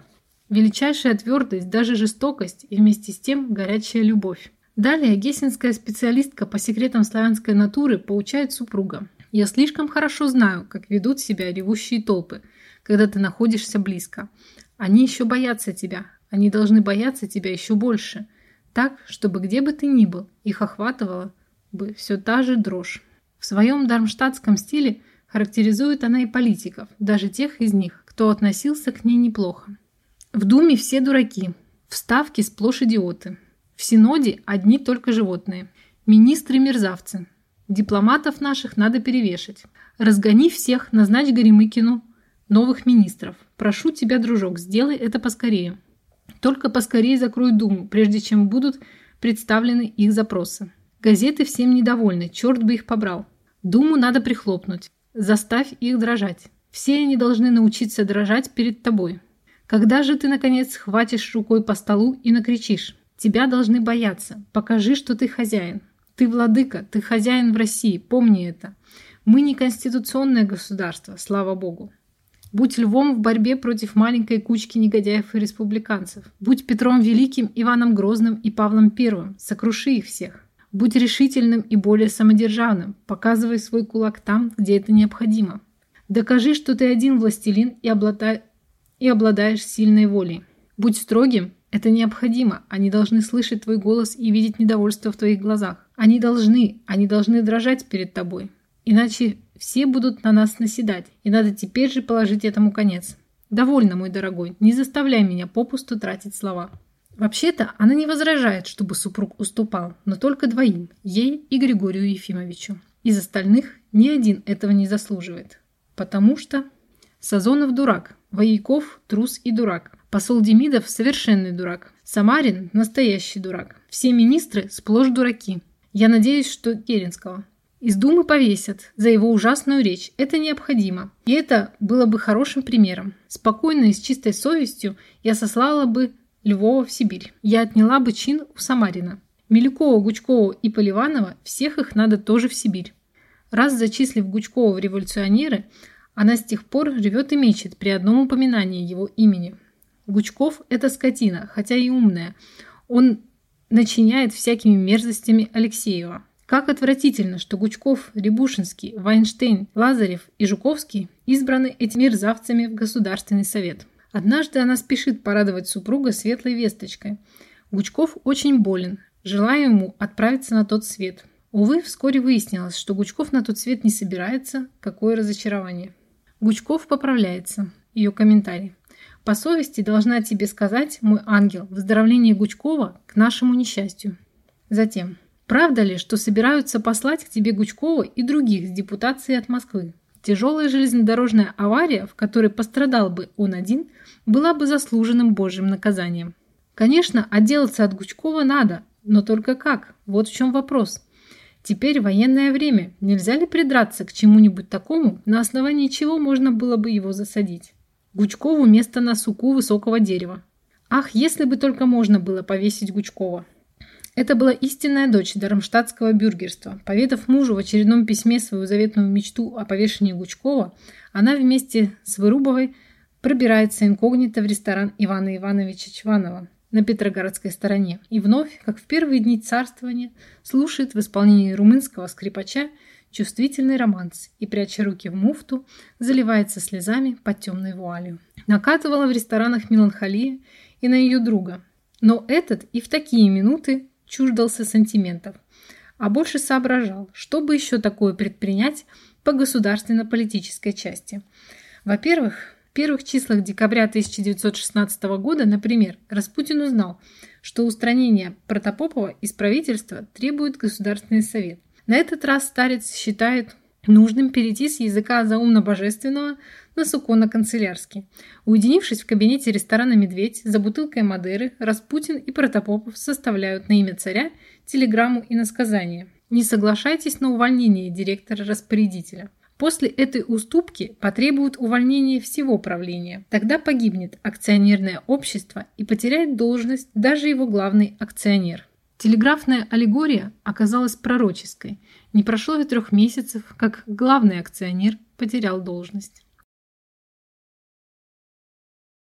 [SPEAKER 1] величайшая твердость, даже жестокость и вместе с тем горячая любовь. Далее гессенская специалистка по секретам славянской натуры поучает супруга. «Я слишком хорошо знаю, как ведут себя ревущие толпы, когда ты находишься близко. Они еще боятся тебя, они должны бояться тебя еще больше, так, чтобы где бы ты ни был, их охватывала бы все та же дрожь». В своем дармштадтском стиле характеризует она и политиков, даже тех из них, кто относился к ней неплохо. В Думе все дураки, в Ставке сплошь идиоты, в Синоде одни только животные, министры мерзавцы, дипломатов наших надо перевешать. Разгони всех, назначь Горемыкину новых министров. Прошу тебя, дружок, сделай это поскорее. Только поскорее закрой Думу, прежде чем будут представлены их запросы. Газеты всем недовольны, черт бы их побрал. Думу надо прихлопнуть, заставь их дрожать. Все они должны научиться дрожать перед тобой. Когда же ты, наконец, схватишь рукой по столу и накричишь? Тебя должны бояться. Покажи, что ты хозяин. Ты владыка, ты хозяин в России, помни это. Мы не конституционное государство, слава богу. Будь львом в борьбе против маленькой кучки негодяев и республиканцев. Будь Петром Великим, Иваном Грозным и Павлом Первым. Сокруши их всех. Будь решительным и более самодержавным. Показывай свой кулак там, где это необходимо. Докажи, что ты один властелин и, облада... и обладаешь сильной волей. Будь строгим. Это необходимо. Они должны слышать твой голос и видеть недовольство в твоих глазах. Они должны, они должны дрожать перед тобой. Иначе все будут на нас наседать, и надо теперь же положить этому конец. Довольно, мой дорогой, не заставляй меня попусту тратить слова. Вообще-то она не возражает, чтобы супруг уступал, но только двоим, ей и Григорию Ефимовичу. Из остальных ни один этого не заслуживает. Потому что Сазонов дурак, Вояков трус и дурак. Посол Демидов – совершенный дурак. Самарин – настоящий дурак. Все министры – сплошь дураки. Я надеюсь, что Керенского из Думы повесят за его ужасную речь. Это необходимо. И это было бы хорошим примером. Спокойно и с чистой совестью я сослала бы Львова в Сибирь. Я отняла бы чин у Самарина. Милюкова, Гучкова и Поливанова – всех их надо тоже в Сибирь. Раз зачислив Гучкова в революционеры, она с тех пор ревет и мечет при одном упоминании его имени. Гучков – это скотина, хотя и умная. Он начиняет всякими мерзостями Алексеева. Как отвратительно, что Гучков, Рябушинский, Вайнштейн, Лазарев и Жуковский избраны этими мерзавцами в Государственный совет. Однажды она спешит порадовать супруга светлой весточкой. Гучков очень болен, желая ему отправиться на тот свет. Увы, вскоре выяснилось, что Гучков на тот свет не собирается. Какое разочарование. Гучков поправляется. Ее комментарий. По совести должна тебе сказать, мой ангел, выздоровление Гучкова к нашему несчастью. Затем. Правда ли, что собираются послать к тебе Гучкова и других с депутацией от Москвы? Тяжелая железнодорожная авария, в которой пострадал бы он один, была бы заслуженным Божьим наказанием. Конечно, отделаться от Гучкова надо, но только как? Вот в чем вопрос. Теперь военное время. Нельзя ли придраться к чему-нибудь такому, на основании чего можно было бы его засадить? Гучкову место на суку высокого дерева. Ах, если бы только можно было повесить Гучкова. Это была истинная дочь дармштадтского бюргерства. Поведав мужу в очередном письме свою заветную мечту о повешении Гучкова, она вместе с Вырубовой пробирается инкогнито в ресторан Ивана Ивановича Чванова на Петроградской стороне и вновь, как в первые дни царствования, слушает в исполнении румынского скрипача чувствительный романс и, пряча руки в муфту, заливается слезами под темной вуалью. Накатывала в ресторанах меланхолия и на ее друга. Но этот и в такие минуты чуждался сантиментов, а больше соображал, что бы еще такое предпринять по государственно-политической части. Во-первых, в первых числах декабря тысяча девятьсот шестнадцатого года, например, Распутин узнал, что устранение Протопопова из правительства требует Государственный совет. На этот раз старец считает нужным перейти с языка заумно-божественного на суконно-канцелярский. Уединившись в кабинете ресторана «Медведь» за бутылкой Мадеры, Распутин и Протопопов составляют на имя царя телеграмму и иносказание. Не соглашайтесь на увольнение директора-распорядителя. После этой уступки потребуют увольнения всего правления. Тогда погибнет акционерное общество и потеряет должность даже его главный акционер. Телеграфная аллегория оказалась пророческой. Не прошло и трех месяцев, как главный акционер потерял должность.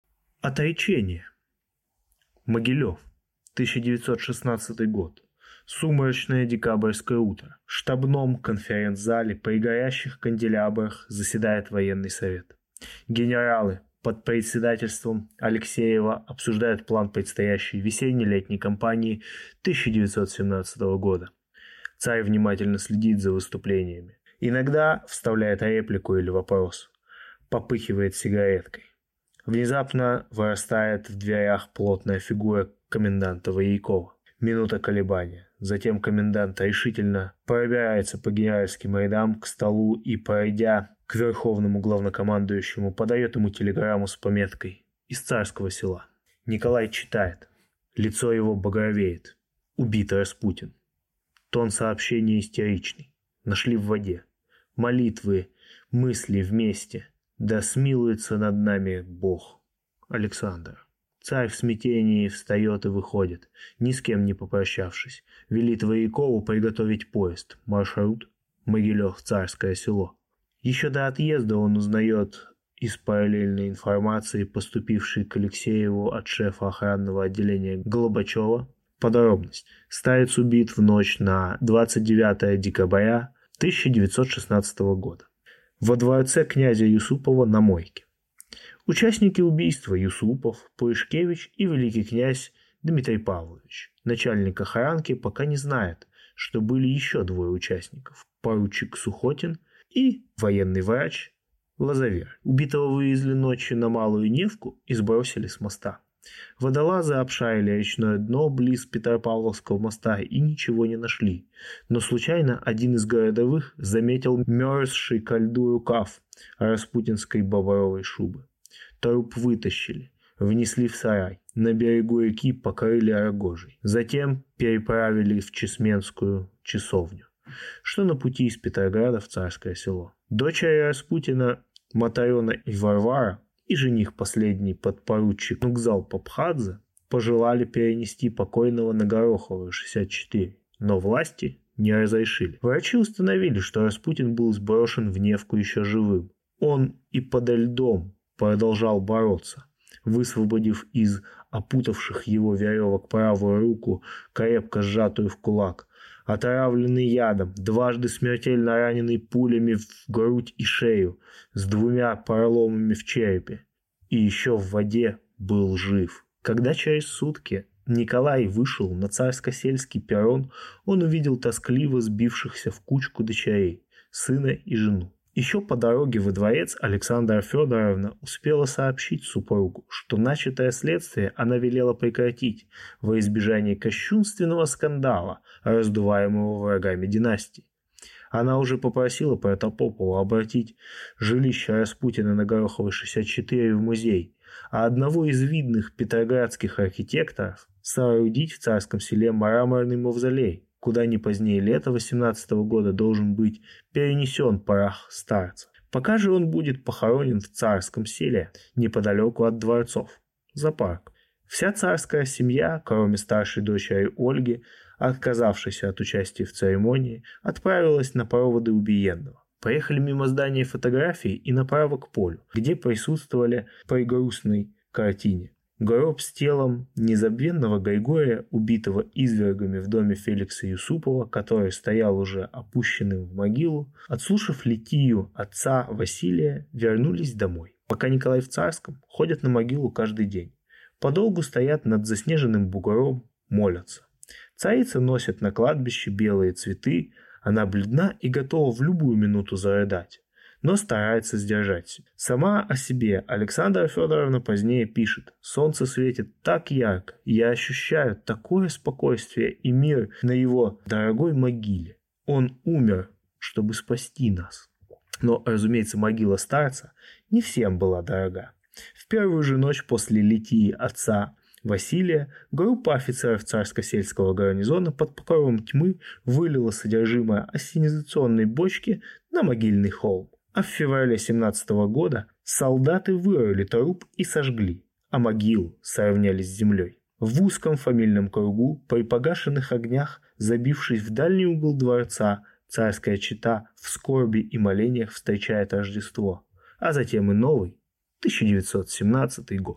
[SPEAKER 2] Отречение. Могилев. тысяча девятьсот шестнадцатый год. Сумрачное декабрьское утро. В штабном конференц-зале при горящих канделябрах заседает военный совет. Генералы под председательством Алексеева обсуждают план предстоящей весенне-летней кампании тысяча девятьсот семнадцатого года. Царь внимательно следит за выступлениями. Иногда вставляет реплику или вопрос. Попыхивает сигареткой. Внезапно вырастает в дверях плотная фигура коменданта Воейкова. Минута колебания. Затем комендант решительно пробирается по генеральским рядам к столу и, пройдя к верховному главнокомандующему, подает ему телеграмму с пометкой «Из царского села». Николай читает. Лицо его багровеет. Убит Распутин. Тон сообщения истеричный. Нашли в воде. Молитвы, мысли вместе. Да смилуется над нами Бог. Александр. Царь в смятении встает и выходит, ни с кем не попрощавшись. Велит Воейкову приготовить поезд. Маршрут Могилев-Царское село. Еще до отъезда он узнает из параллельной информации, поступившей к Алексееву от шефа охранного отделения Голубачева, подробность. Старец убит в ночь на двадцать девятое декабря тысяча девятьсот шестнадцатого года. Во дворце князя Юсупова на Мойке. Участники убийства Юсупов, Пуришкевич и великий князь Дмитрий Павлович. Начальник охранки пока не знает, что были еще двое участников. Поручик Сухотин и военный врач Лазавер. Убитого вывезли ночью на Малую Невку и сбросили с моста. Водолазы обшарили речное дно близ Петропавловского моста и ничего не нашли. Но случайно один из городовых заметил мерзший ко льду рукав распутинской бобровой шубы. Труп вытащили, внесли в сарай. На берегу реки покрыли рогожей. Затем переправили в Чесменскую часовню, что на пути из Петрограда в Царское село. Дочери Распутина Матарена и Варвара и жених последний подпоручик Нукзал Папхадзе пожелали перенести покойного на Гороховую, шестьдесят четыре, но власти не разрешили. Врачи установили, что Распутин был сброшен в Невку еще живым. Он и подо льдом продолжал бороться, высвободив из опутавших его веревок правую руку, крепко сжатую в кулак. Отравленный ядом, дважды смертельно раненый пулями в грудь и шею, с двумя проломами в черепе. И еще в воде был жив. Когда через сутки Николай вышел на царско-сельский перрон, он увидел тоскливо сбившихся в кучку дочерей, сына и жену. Еще по дороге во дворец Александра Федоровна успела сообщить супругу, что начатое следствие она велела прекратить во избежание кощунственного скандала, раздуваемого врагами династии. Она уже попросила Протопопова обратить жилище Распутина на Гороховой шестьдесят четыре в музей, а одного из видных петроградских архитекторов соорудить в Царском селе мраморный мавзолей, куда не позднее лета восемнадцатого года должен быть перенесен прах старца. Пока же он будет похоронен в Царском селе, неподалеку от дворцов, за парк. Вся царская семья, кроме старшей дочери Ольги, отказавшейся от участия в церемонии, отправилась на проводы убиенного. Поехали мимо здания фотографий и направо к полю, где присутствовали при грустной картине. Гроб с телом незабвенного Григория, убитого извергами в доме Феликса Юсупова, который стоял уже опущенным в могилу, отслушав литию отца Василия, вернулись домой. Пока Николай в Царском, ходят на могилу каждый день. Подолгу стоят над заснеженным бугором, молятся. Царица носит на кладбище белые цветы, она бледна и готова в любую минуту зарыдать, но старается сдержать себя. Сама о себе Александра Федоровна позднее пишет: «Солнце светит так ярко, и я ощущаю такое спокойствие и мир на его дорогой могиле. Он умер, чтобы спасти нас». Но, разумеется, могила старца не всем была дорога. В первую же ночь после литии отца Василия группа офицеров царско-сельского гарнизона под покровом тьмы вылила содержимое ассенизационной бочки на могильный холм. А в феврале семнадцатого года солдаты вырыли труп и сожгли, а могилу сравняли с землей. В узком фамильном кругу, при погашенных огнях, забившись в дальний угол дворца, царская чета в скорби и молениях встречает Рождество, а затем и новый, тысяча девятьсот семнадцатый год.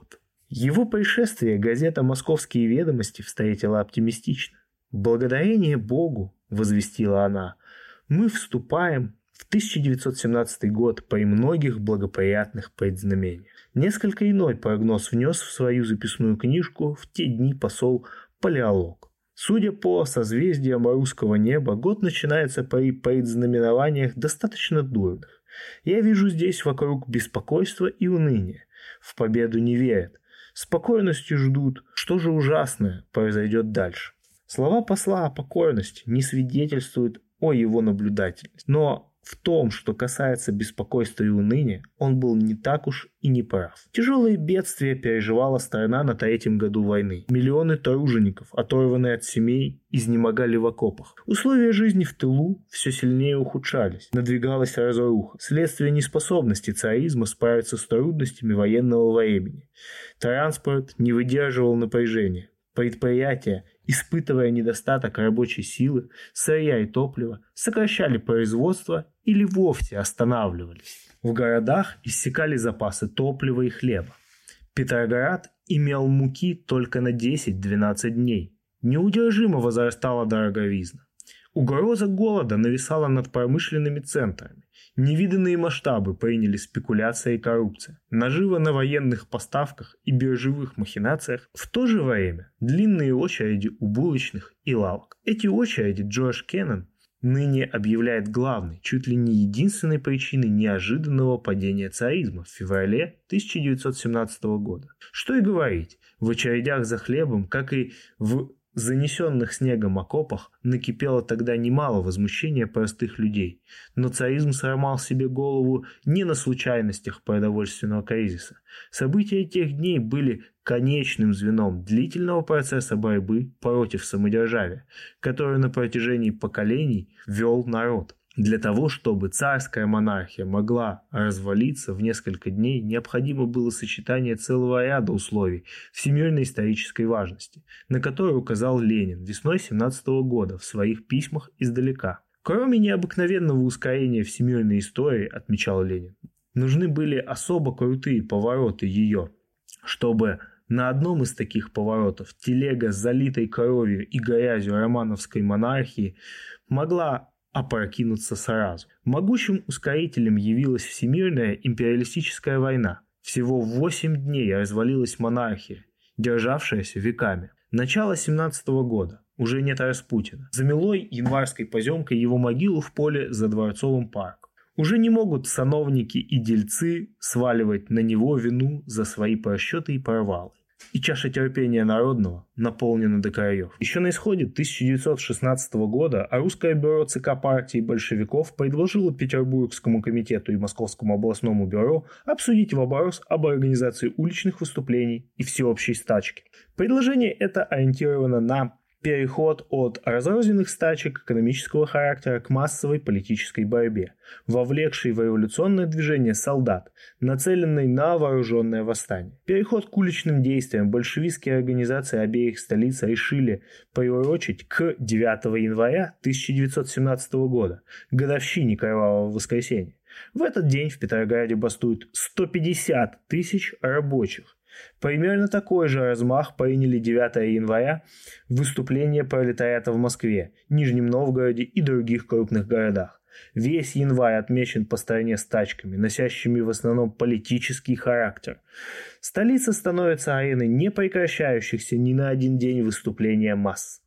[SPEAKER 2] Его пришествие газета «Московские ведомости» встретила оптимистично. «Благодарение Богу», — возвестила она, — «мы вступаем в тысяча девятьсот семнадцатый год при многих благоприятных предзнамениях». Несколько иной прогноз внес в свою записную книжку в те дни посол Палеолог. Судя по созвездиям русского неба, год начинается при предзнаменованиях достаточно дурных. Я вижу здесь вокруг беспокойства и уныния. В победу не верят. Спокойностью ждут, что же ужасное произойдет дальше. Слова посла о покорности не свидетельствуют о его наблюдательности. Но в том, что касается беспокойства и уныния, он был не так уж и не прав. Тяжелые бедствия переживала страна на третьем году войны. Миллионы тружеников, оторванные от семей, изнемогали в окопах. Условия жизни в тылу все сильнее ухудшались. Надвигалась разруха. Следствие неспособности царизма справиться с трудностями военного времени. Транспорт не выдерживал напряжения. Предприятия, испытывая недостаток рабочей силы, сырья и топлива, сокращали производство или вовсе останавливались. В городах иссякали запасы топлива и хлеба. Петроград имел муки только на десять-двенадцать дней. Неудержимо возрастала дороговизна. Угроза голода нависала над промышленными центрами. Невиданные масштабы приняли спекуляция и коррупция, нажива на военных поставках и биржевых махинациях, в то же время длинные очереди у булочных и лавок. Эти очереди Джордж Кеннон ныне объявляет главной, чуть ли не единственной причиной неожиданного падения царизма в феврале тысяча девятьсот семнадцатого года. Что и говорить, в очередях за хлебом, как и в занесенных снегом окопах, накипело тогда немало возмущения простых людей, но царизм сломал себе голову не на случайностях продовольственного кризиса. События тех дней были конечным звеном длительного процесса борьбы против самодержавия, который на протяжении поколений вел народ. Для того, чтобы царская монархия могла развалиться в несколько дней, необходимо было сочетание целого ряда условий всемирной исторической важности, на которые указал Ленин весной семнадцатого года в своих письмах издалека. Кроме необыкновенного ускорения всемирной истории, отмечал Ленин, нужны были особо крутые повороты ее, чтобы на одном из таких поворотов телега с залитой кровью и грязью романовской монархии могла опрокинуться сразу. Могучим ускорителем явилась всемирная империалистическая война. Всего в восемь дней развалилась монархия, державшаяся веками. Начало семнадцатого года. Уже нет Распутина. Замело январской поземкой его могилу в поле за Дворцовым парком. Уже не могут сановники и дельцы сваливать на него вину за свои просчеты и провалы. И чаша терпения народного наполнена до краев. Еще на исходе тысяча девятьсот шестнадцатого года русское бюро ЦК партии большевиков предложило Петербургскому комитету и Московскому областному бюро обсудить вопрос об организации уличных выступлений и всеобщей стачки. Предложение это ориентировано на переход от разрозненных стачек экономического характера к массовой политической борьбе, вовлекшей в революционное движение солдат, нацеленной на вооруженное восстание. Переход к уличным действиям большевистские организации обеих столиц решили приурочить к девятого января тысяча девятьсот семнадцатого года, годовщине Кровавого воскресенья. В этот день в Петрограде бастуют сто пятьдесят тысяч рабочих. Примерно такой же размах приняли девятого января выступления пролетариата в Москве, Нижнем Новгороде и других крупных городах. Весь январь отмечен по стране стачками, носящими в основном политический характер. Столица становится ареной непрекращающихся ни на один день выступления масс,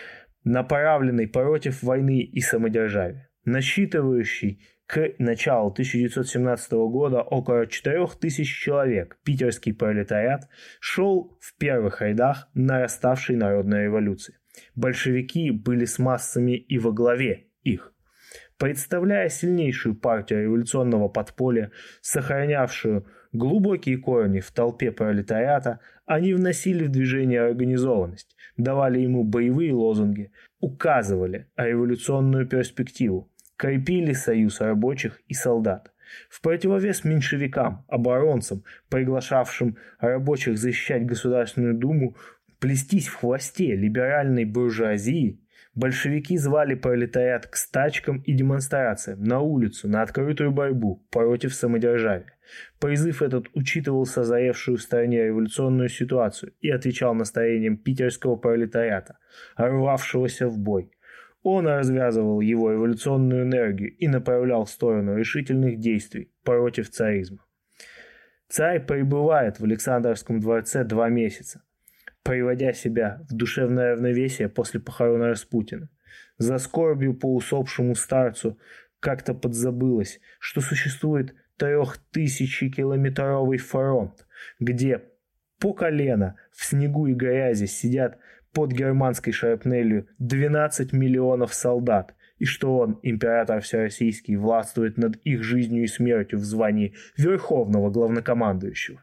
[SPEAKER 2] направленной против войны и самодержавия, насчитывающий к началу тысяча девятьсот семнадцатого года около четырех тысяч человек, питерский пролетариат шел в первых рядах нараставшей народной революции. Большевики были с массами и во главе их. Представляя сильнейшую партию революционного подполья, сохранявшую глубокие корни в толпе пролетариата, они вносили в движение организованность, давали ему боевые лозунги, указывали революционную перспективу, крепили союз рабочих и солдат. В противовес меньшевикам, оборонцам, приглашавшим рабочих защищать Государственную Думу, плестись в хвосте либеральной буржуазии, Большевики звали пролетариат к стачкам и демонстрациям, на улицу, на открытую борьбу против самодержавия. Призыв этот учитывал созревшую в стране революционную ситуацию и отвечал настроениям питерского пролетариата, рвавшегося в бой. Он развязывал его революционную энергию и направлял в сторону решительных действий против царизма. Царь пребывает в Александровском дворце два месяца, приводя себя в душевное равновесие после похорон Распутина. За скорбью по усопшему старцу как-то подзабылось, что существует трехтысячекилометровый фронт, где по колено в снегу и грязи сидят под германской шрапнелью двенадцать миллионов солдат, и что он, император всероссийский, властвует над их жизнью и смертью в звании верховного главнокомандующего.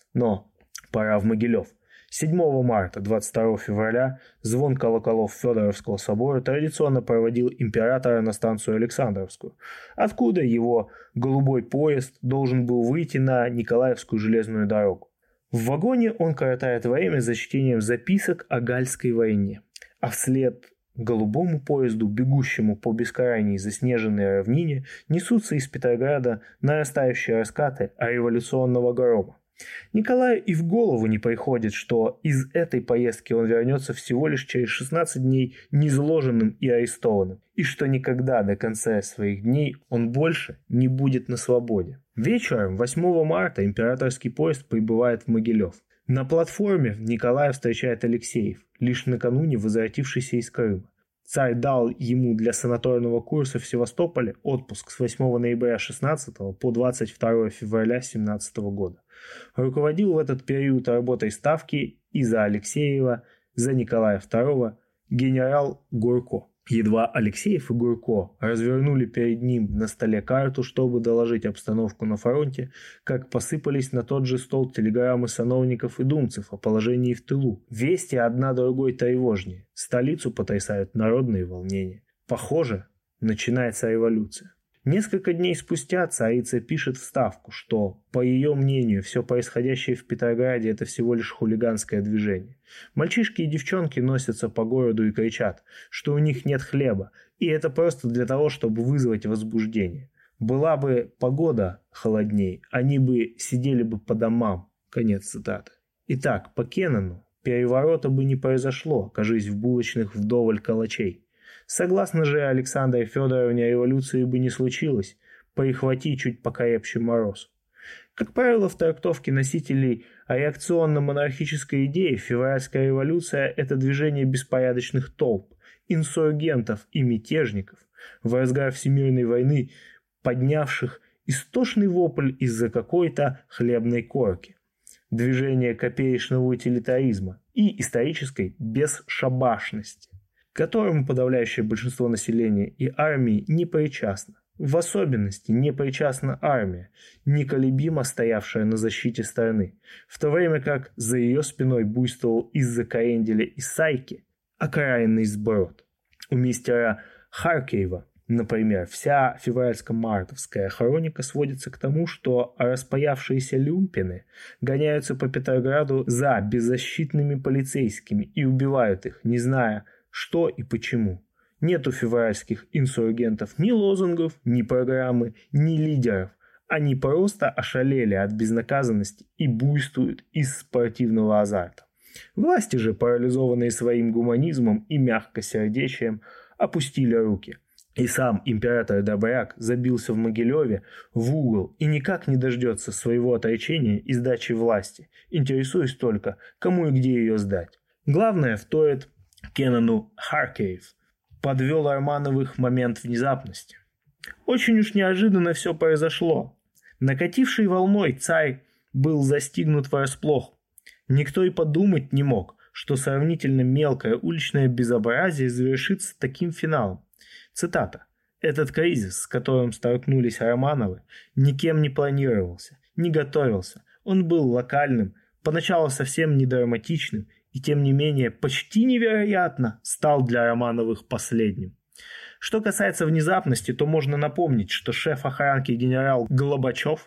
[SPEAKER 2] Но пора в Могилев. седьмого марта, двадцать второго февраля звон колоколов Федоровского собора традиционно проводил императора на станцию Александровскую, откуда его голубой поезд должен был выйти на Николаевскую железную дорогу. В вагоне он коротает время за чтением записок о Гальской войне, а вслед голубому поезду, бегущему по бескрайней заснеженной равнине, несутся из Петрограда нарастающие раскаты революционного грома. Николаю и в голову не приходит, что из этой поездки он вернется всего лишь через шестнадцать дней низложенным и арестованным, и что никогда до конца своих дней он больше не будет на свободе. Вечером восьмого марта императорский поезд прибывает в Могилев. На платформе Николая встречает Алексеев, лишь накануне возвратившийся из Крыма. Царь дал ему для санаторного курса в Севастополе отпуск с восьмого ноября шестнадцатого по двадцать второго февраля семнадцатого года. Руководил в этот период работой ставки и за Алексеева, за Николая второго генерал Гурко. Едва Алексеев и Гурко развернули перед ним на столе карту, чтобы доложить обстановку на фронте, как посыпались на тот же стол телеграммы сановников и думцев о положении в тылу. Вести одна другой тревожнее. Столицу потрясают народные волнения. Похоже, начинается революция. Несколько дней спустя царица пишет в Ставку, что, по ее мнению, все происходящее в Петрограде – это всего лишь хулиганское движение. Мальчишки и девчонки носятся по городу и кричат, что у них нет хлеба, и это просто для того, чтобы вызвать возбуждение. Была бы погода холодней, они бы сидели бы по домам. Конец цитаты. Итак, по Кеннону переворота бы не произошло, окажись в булочных вдоволь калачей. Согласно же Александре Федоровне, революции бы не случилось, прихвати чуть покрепче мороз. Как правило, в трактовке носителей реакционно-монархической идеи февральская революция – это движение беспорядочных толп, инсургентов и мятежников, в разгар Всемирной войны, поднявших истошный вопль из-за какой-то хлебной корки. Движение копеечного утилитаризма и исторической бесшабашности, которому подавляющее большинство населения и армии не причастно. В особенности не причастна армия, неколебимо стоявшая на защите страны, в то время как за ее спиной буйствовал из-за Каренделя и Сайки окраинный сброд. У мистера Харкеева, например, вся февральско-мартовская хроника сводится к тому, что распаявшиеся люмпины гоняются по Петрограду за беззащитными полицейскими и убивают их, не зная, что и почему. Нет у февральских инсургентов ни лозунгов, ни программы, ни лидеров. Они просто ошалели от безнаказанности и буйствуют из спортивного азарта. Власти же, парализованные своим гуманизмом и мягкосердечием, опустили руки. И сам император-добряк забился в Могилеве в угол и никак не дождется своего отречения и сдачи власти, интересуясь только, кому и где ее сдать. Главное вторит Кеннону Харкеев. Подвел Романовых в момент внезапности. Очень уж неожиданно все произошло. Накатившей волной царь был застигнут врасплох. Никто и подумать не мог, что сравнительно мелкое уличное безобразие завершится таким финалом. Цитата. «Этот кризис, с которым столкнулись Романовы, никем не планировался, не готовился. Он был локальным, поначалу совсем не драматичным, и тем не менее почти невероятно стал для Романовых последним». Что касается внезапности, то можно напомнить, что шеф охранки генерал Глобачев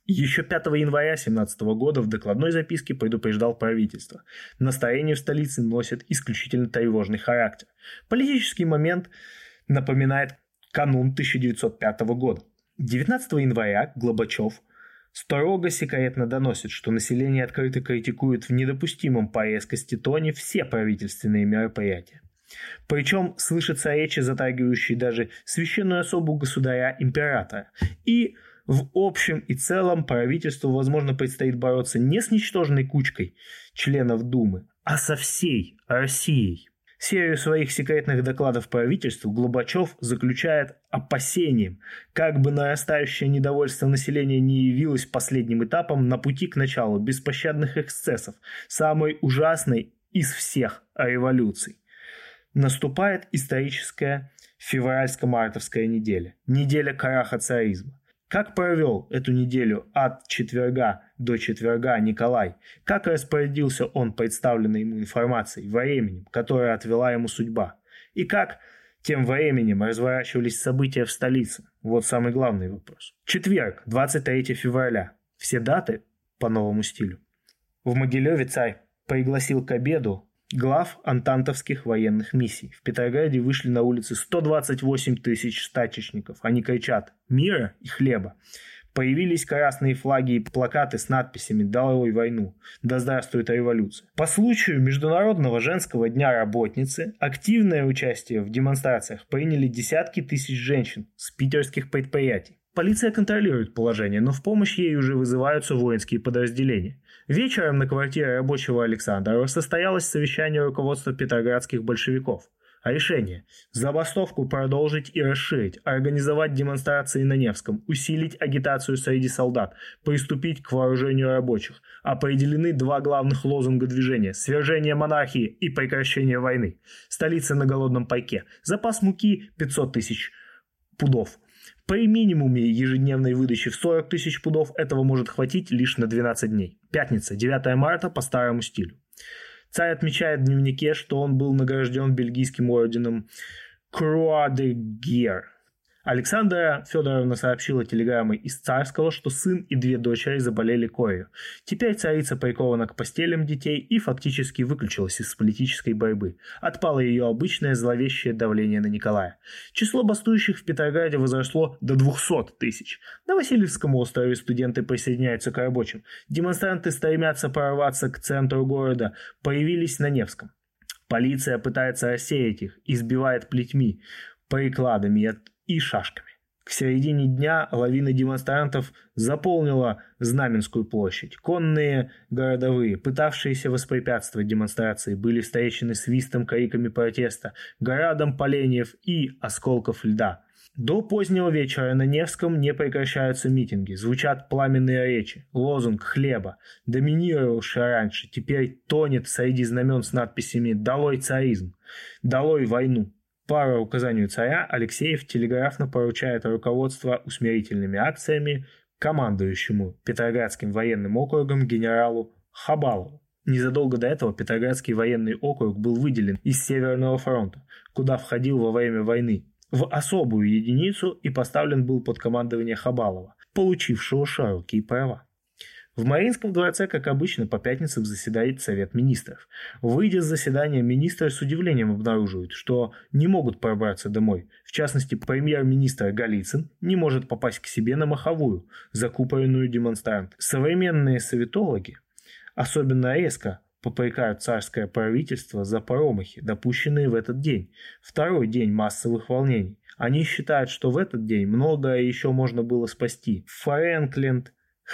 [SPEAKER 2] Еще пятого января две тысячи семнадцатого года в докладной записке предупреждал правительство. Настроение в столице носит исключительно тревожный характер. Политический момент напоминает канун тысяча девятьсот пятого года. девятнадцатого января Горбачев строго секретно доносит, что население открыто критикует в недопустимом по резкости тоне все правительственные мероприятия. Причем слышатся речи, затрагивающие даже священную особу государя-императора. И в общем и целом правительству, возможно, предстоит бороться не с ничтожной кучкой членов Думы, а со всей Россией. Серию своих секретных докладов правительству Горбачев заключает опасением, как бы нарастающее недовольство населения не явилось последним этапом на пути к началу беспощадных эксцессов, самой ужасной из всех революций. Наступает историческая февральско-мартовская неделя, неделя краха царизма. Как провел эту неделю от четверга до четверга Николай? Как распорядился он представленной ему информацией, временем, которое отвела ему судьба? И как тем временем разворачивались события в столице? Вот самый главный вопрос. Четверг, двадцать третьего февраля. Все даты по новому стилю. В Могилеве царь пригласил к обеду глав антантовских военных миссий. В Петрограде вышли на улицы сто двадцать восемь тысяч стачечников. Они кричат «Мира и хлеба». Появились красные флаги и плакаты с надписями «Долой войну», «Да здравствует революция». По случаю Международного женского дня работницы активное участие в демонстрациях приняли десятки тысяч женщин с питерских предприятий. Полиция контролирует положение, но в помощь ей уже вызываются воинские подразделения. Вечером на квартире рабочего Александрова состоялось совещание руководства петроградских большевиков. А решение – забастовку продолжить и расширить, организовать демонстрации на Невском, усилить агитацию среди солдат, приступить к вооружению рабочих. Определены два главных лозунга движения – свержение монархии и прекращение войны. Столица на голодном пайке. Запас муки – пятьсот тысяч пудов. При минимуме ежедневной выдачи в сорок тысяч пудов этого может хватить лишь на двенадцать дней. Пятница, девятого марта по старому стилю. Царь отмечает в дневнике, что он был награжден бельгийским орденом Croix de Guerre. Александра Федоровна сообщила телеграммой из Царского, что сын и две дочери заболели корью. Теперь царица прикована к постелям детей и фактически выключилась из политической борьбы. Отпало ее обычное зловещее давление на Николая. Число бастующих в Петрограде возросло до двухсот тысяч. На Васильевском острове студенты присоединяются к рабочим. Демонстранты стремятся прорваться к центру города, появились на Невском. Полиция пытается рассеять их, избивает плетьми, прикладами и шашками. К середине дня лавина демонстрантов заполнила Знаменскую площадь. Конные городовые, пытавшиеся воспрепятствовать демонстрации, были встречены свистом, криками протеста, градом поленьев и осколков льда. До позднего вечера на Невском не прекращаются митинги, звучат пламенные речи. Лозунг хлеба, доминировавший раньше, теперь тонет среди знамен с надписями «Долой царизм», «Долой войну». По указанию царя Алексеев телеграфно поручает руководство усмирительными акциями командующему Петроградским военным округом генералу Хабалову. Незадолго до этого Петроградский военный округ был выделен из Северного фронта, куда входил во время войны, в особую единицу и поставлен был под командование Хабалова, получившего широкие права. В Мариинском дворце, как обычно, по пятницам заседает Совет министров. Выйдя с заседания, министры с удивлением обнаруживают, что не могут пробраться домой. В частности, премьер-министр Голицын не может попасть к себе на Маховую, закупоренную демонстрант. Современные советологи особенно резко попрекают царское правительство за промахи, допущенные в этот день, второй день массовых волнений. Они считают, что в этот день многое еще можно было спасти. Фрэнклин,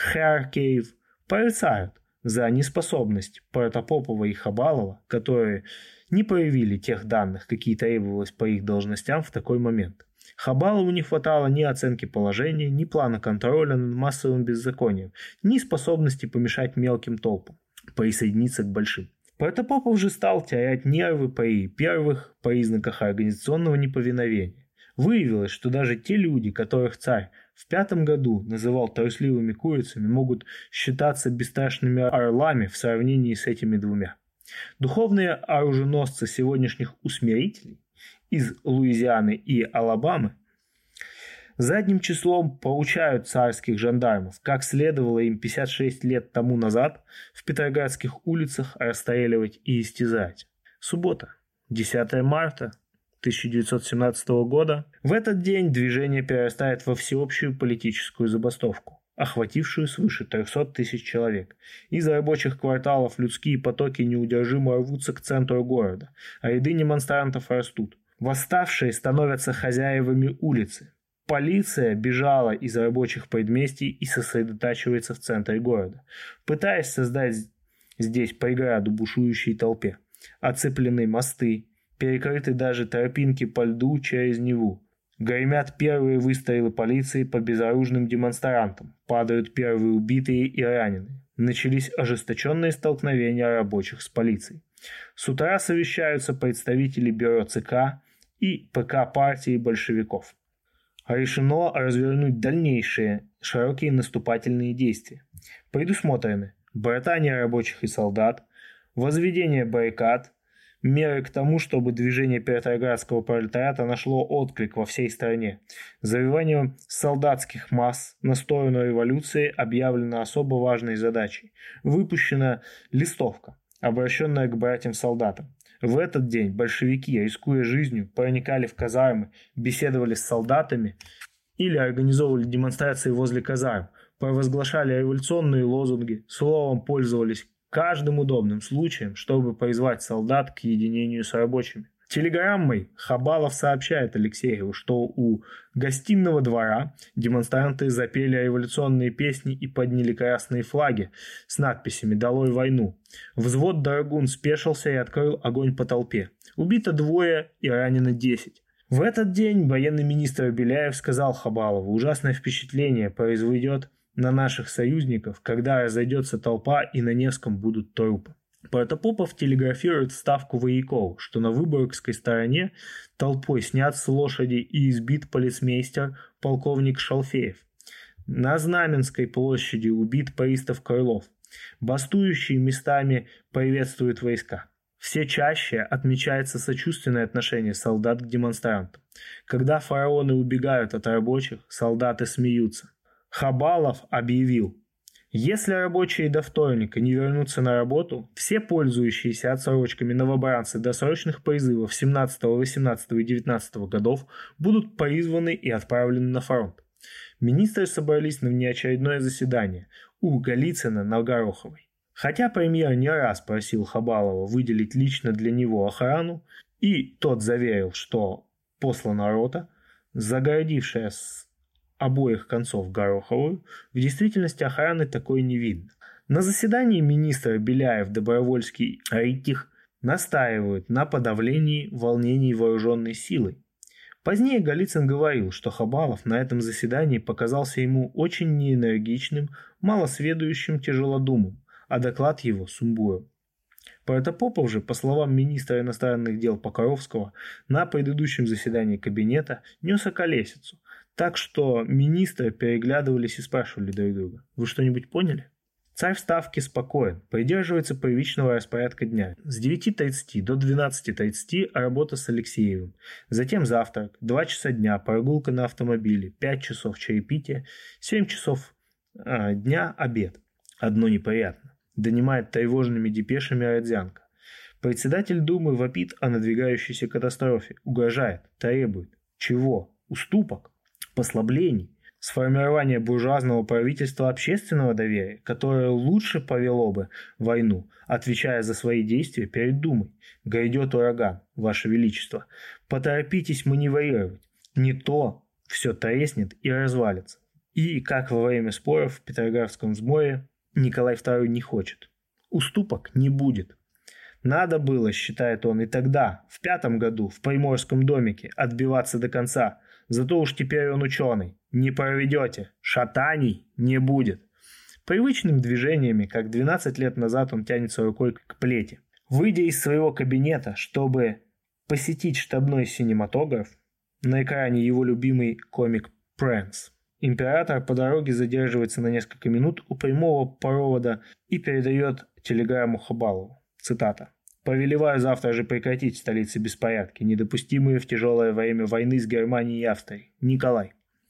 [SPEAKER 2] Харкеев порицают за неспособность Протопопова и Хабалова, которые не проявили тех данных, какие требовалось по их должностям в такой момент. Хабалову не хватало ни оценки положения, ни плана контроля над массовым беззаконием, ни способности помешать мелким толпам присоединиться к большим. Протопопов же стал терять нервы при первых признаках организационного неповиновения. Выявилось, что даже те люди, которых царь в пятом году называл трусливыми курицами, могут считаться бесстрашными орлами в сравнении с этими двумя. Духовные оруженосцы сегодняшних усмирителей из Луизианы и Алабамы Задним числом поучают царских жандармов, как следовало им пятьдесят шесть лет тому назад в петроградских улицах расстреливать и истязать. Суббота, десятое марта тысяча девятьсот семнадцатого года. В этот день движение перерастает во всеобщую политическую забастовку, охватившую свыше трехсот тысяч человек. Из рабочих кварталов людские потоки неудержимо рвутся к центру города, а ряды демонстрантов растут. Восставшие становятся хозяевами улицы. Полиция бежала из рабочих предместий и сосредотачивается в центре города, пытаясь создать здесь преграду бушующей толпе. Оцеплены мосты, перекрыты даже тропинки по льду через Неву. Гремят первые выстрелы полиции по безоружным демонстрантам, падают первые убитые и раненые. Начались ожесточенные столкновения рабочих с полицией. С утра совещаются представители бюро ЦК и ПК партии большевиков. Решено развернуть дальнейшие широкие наступательные действия. Предусмотрены братание рабочих и солдат, возведение баррикад, меры к тому, чтобы движение петроградского пролетариата нашло отклик во всей стране. Завоевание солдатских масс на сторону революции объявлено особо важной задачей. Выпущена листовка, обращенная к братьям-солдатам. В этот день большевики, рискуя жизнью, проникали в казармы, беседовали с солдатами или организовывали демонстрации возле казарм, провозглашали революционные лозунги, словом пользовались каждым удобным случаем, чтобы призвать солдат к единению с рабочими. Телеграммой Хабалов сообщает Алексееву, что у гостиного двора демонстранты запели революционные песни и подняли красные флаги с надписями «Долой войну». Взвод Драгун спешился и открыл огонь по толпе. Убито двое и ранено десять. В этот день военный министр Беляев сказал Хабалову: «Ужасное впечатление произведет на наших союзников, когда разойдется толпа и на Невском будут трупы». Протопопов телеграфирует в Ставку Воякову, что на Выборгской стороне толпой снят с лошади и избит полицмейстер полковник Шалфеев. На Знаменской площади убит пристав Крылов. Бастующие местами приветствуют войска. Все чаще отмечается сочувственное отношение солдат к демонстрантам. Когда фараоны убегают от рабочих, солдаты смеются. Хабалов объявил: если рабочие до вторника не вернутся на работу, все пользующиеся отсрочками новобранцы досрочных призывов семнадцатого, восемнадцатого и девятнадцатого годов будут призваны и отправлены на фронт. Министры собрались на внеочередное заседание у Голицына на Гороховой. Хотя премьер не раз просил Хабалова выделить лично для него охрану, и тот заверил, что послана рота, загородившая с обоих концов Гороховую, в действительности охраны такой не видно. На заседании министры Беляев, Добровольский, Ритих настаивают на подавлении волнений вооруженной силой. Позднее Голицын говорил, что Хабалов на этом заседании показался ему очень неэнергичным, малосведущим тяжелодумом, а доклад его сумбуром. Протопопов же, по словам министра иностранных дел Покровского, на предыдущем заседании кабинета нес околесицу, так что министры переглядывались и спрашивали друг друга: «Вы что-нибудь поняли?» Царь в Ставке спокоен, придерживается привычного распорядка дня. С девяти тридцати до двенадцати тридцати работа с Алексеевым. Затем завтрак, два часа дня, прогулка на автомобиле, пять часов чаепития, семь часов а, дня обед. Одно неприятно. Донимает тревожными депешами Родзянко. Председатель Думы вопит о надвигающейся катастрофе, угрожает, требует. Чего? Уступок? Послаблений? Сформирование буржуазного правительства общественного доверия, которое лучше повело бы войну, отвечая за свои действия перед Думой. Грядет ураган, Ваше Величество. Поторопитесь маневрировать. Не то все треснет и развалится. И, как во время споров в Петроградском взморье, Николай второй не хочет. Уступок не будет. Надо было, считает он, и тогда, в пятом году, в Приморском домике, отбиваться до конца. Зато уж теперь он ученый. Не проведете. Шатаний не будет. Привычными движениями, как двенадцать лет назад, он тянется рукой к плете. Выйдя из своего кабинета, чтобы посетить штабной синематограф, на экране его любимый комик «Прэнс», император по дороге задерживается на несколько минут у прямого провода и передает телеграмму Хабалову. Цитата. «Повелеваю завтра же прекратить в столице беспорядки, недопустимые в тяжелое время войны с Германией и Австрией. Николай».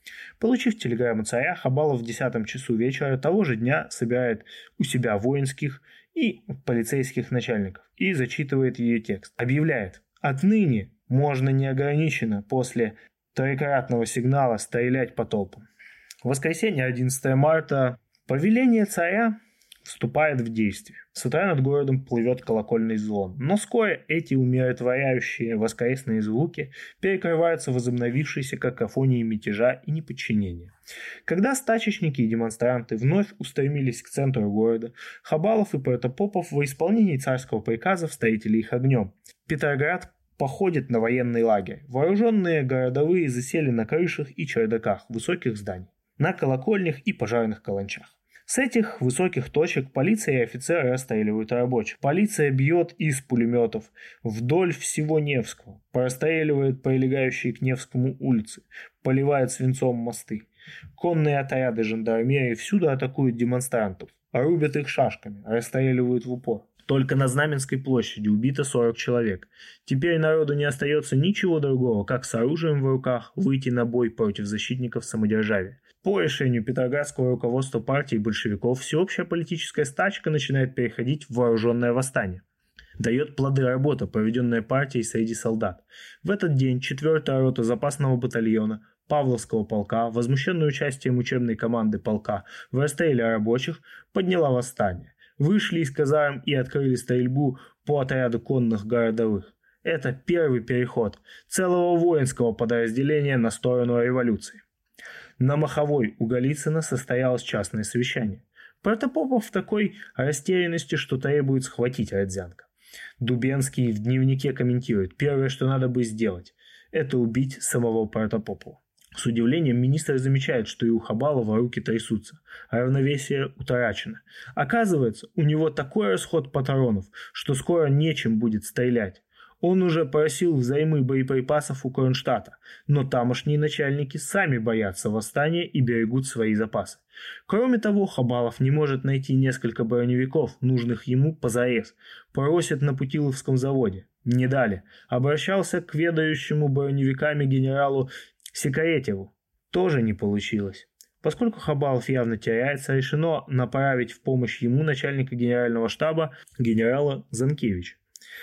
[SPEAKER 2] Получив телеграмму царя, Хабалов в десятом часу вечера того же дня собирает у себя воинских и полицейских начальников и зачитывает ее текст. Объявляет: отныне можно неограниченно после трикратного сигнала стрелять по толпам. В воскресенье, одиннадцатого марта, повеление царя вступает в действие. С утра над городом плывет колокольный звон, но скоро эти умиротворяющие воскресные звуки перекрываются возобновившейся какофонией мятежа и неподчинения. Когда стачечники и демонстранты вновь устремились к центру города, Хабалов и Протопопов во исполнении царского приказа встретили их огнем. Петроград походит на военный лагерь. Вооруженные городовые засели на крышах и чердаках высоких зданий, на колокольнях и пожарных каланчах. С этих высоких точек полиция и офицеры расстреливают рабочих. Полиция бьет из пулеметов вдоль всего Невского, простреливает прилегающие к Невскому улицы, поливает свинцом мосты. Конные отряды жандармерии всюду атакуют демонстрантов, рубят их шашками, расстреливают в упор. Только на Знаменской площади убито сорок человек. Теперь народу не остается ничего другого, как с оружием в руках выйти на бой против защитников самодержавия. По решению петроградского руководства партии большевиков всеобщая политическая стачка начинает переходить в вооруженное восстание. Дает плоды работа, проведенная партией среди солдат. В этот день четвёртая рота запасного батальона Павловского полка, возмущенная участием учебной команды полка в расстреле рабочих, подняла восстание. Вышли из казарм и открыли стрельбу по отряду конных городовых. Это первый переход целого воинского подразделения на сторону революции. На Маховой у Голицына состоялось частное совещание. Протопопов в такой растерянности, что требует схватить Родзянко. Дубенский в дневнике комментирует: первое, что надо бы сделать, это убить самого Протопопова. С удивлением министр замечает, что и у Хабалова руки трясутся, а равновесие утрачено. Оказывается, у него такой расход патронов, что скоро нечем будет стрелять. Он уже просил взаймы боеприпасов у Кронштадта, но тамошние начальники сами боятся восстания и берегут свои запасы. Кроме того, Хабалов не может найти несколько броневиков, нужных ему позарез. Просит на Путиловском заводе. Не дали. Обращался к ведающему броневиками генералу Секаретьеву. Тоже не получилось. Поскольку Хабалов явно теряется, решено направить в помощь ему начальника генерального штаба генерала Занкевича.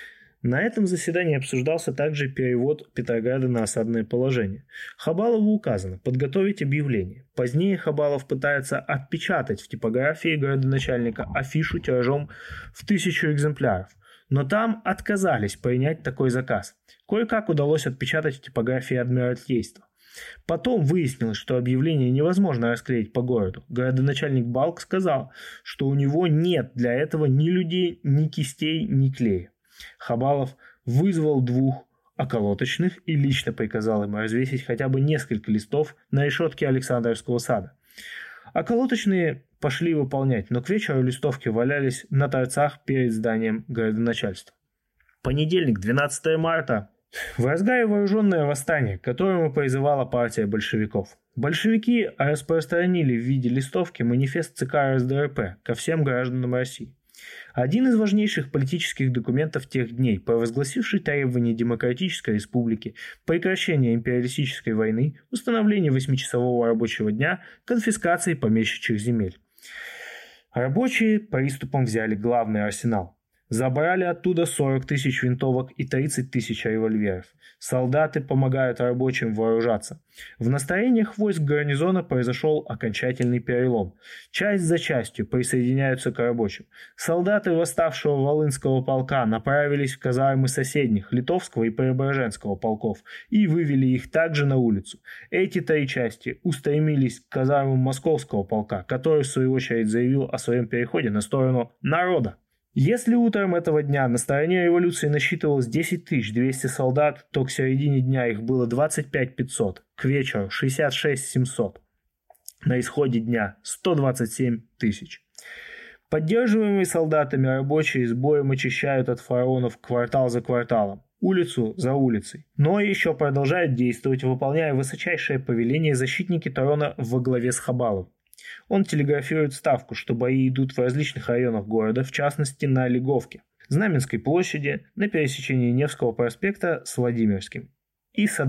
[SPEAKER 2] На этом заседании обсуждался также перевод Петрограда на осадное положение. Хабалову указано подготовить объявление. Позднее Хабалов пытается отпечатать в типографии градоначальника афишу тиражом в тысячу экземпляров, но там отказались принять такой заказ. Кое-как удалось отпечатать в типографии Адмиралтейства. Потом выяснилось, что объявление невозможно расклеить по городу. Городоначальник Балк сказал, что у него нет для этого ни людей, ни кистей, ни клея. Хабалов вызвал двух околоточных и лично приказал им развесить хотя бы несколько листов на решетке Александровского сада. Околоточные пошли выполнять, но к вечеру листовки валялись на торцах перед зданием городоначальства. Понедельник, двенадцатого марта. В разгаре вооруженное восстание, к которому призывала партия большевиков. Большевики распространили в виде листовки манифест ЦК РСДРП ко всем гражданам России. Один из важнейших политических документов тех дней, провозгласивший требования демократической республики, прекращение империалистической войны, установление восьмичасового рабочего дня, конфискации помещичьих земель. Рабочие приступом взяли главный арсенал. Забрали оттуда сорок тысяч винтовок и тридцать тысяч револьверов. Солдаты помогают рабочим вооружаться. В настроениях войск гарнизона произошел окончательный перелом. Часть за частью присоединяются к рабочим. Солдаты восставшего Волынского полка направились в казармы соседних Литовского и Преображенского полков и вывели их также на улицу. Эти три части устремились к казармам Московского полка, который в свою очередь заявил о своем переходе на сторону народа. Если утром этого дня на стороне революции насчитывалось десять тысяч двести солдат, то к середине дня их было двадцать пять тысяч пятьсот, к вечеру шестьдесят шесть тысяч семьсот, на исходе дня сто двадцать семь тысяч. Поддерживаемые солдатами рабочие с боем очищают от фараонов квартал за кварталом, улицу за улицей, но еще продолжают действовать, выполняя высочайшее повеление защитники трона во главе с Хабаловым. Он телеграфирует ставку, что бои идут в различных районах города, в частности на Лиговке, Знаменской площади, на пересечении Невского проспекта с Владимирским и Садовой.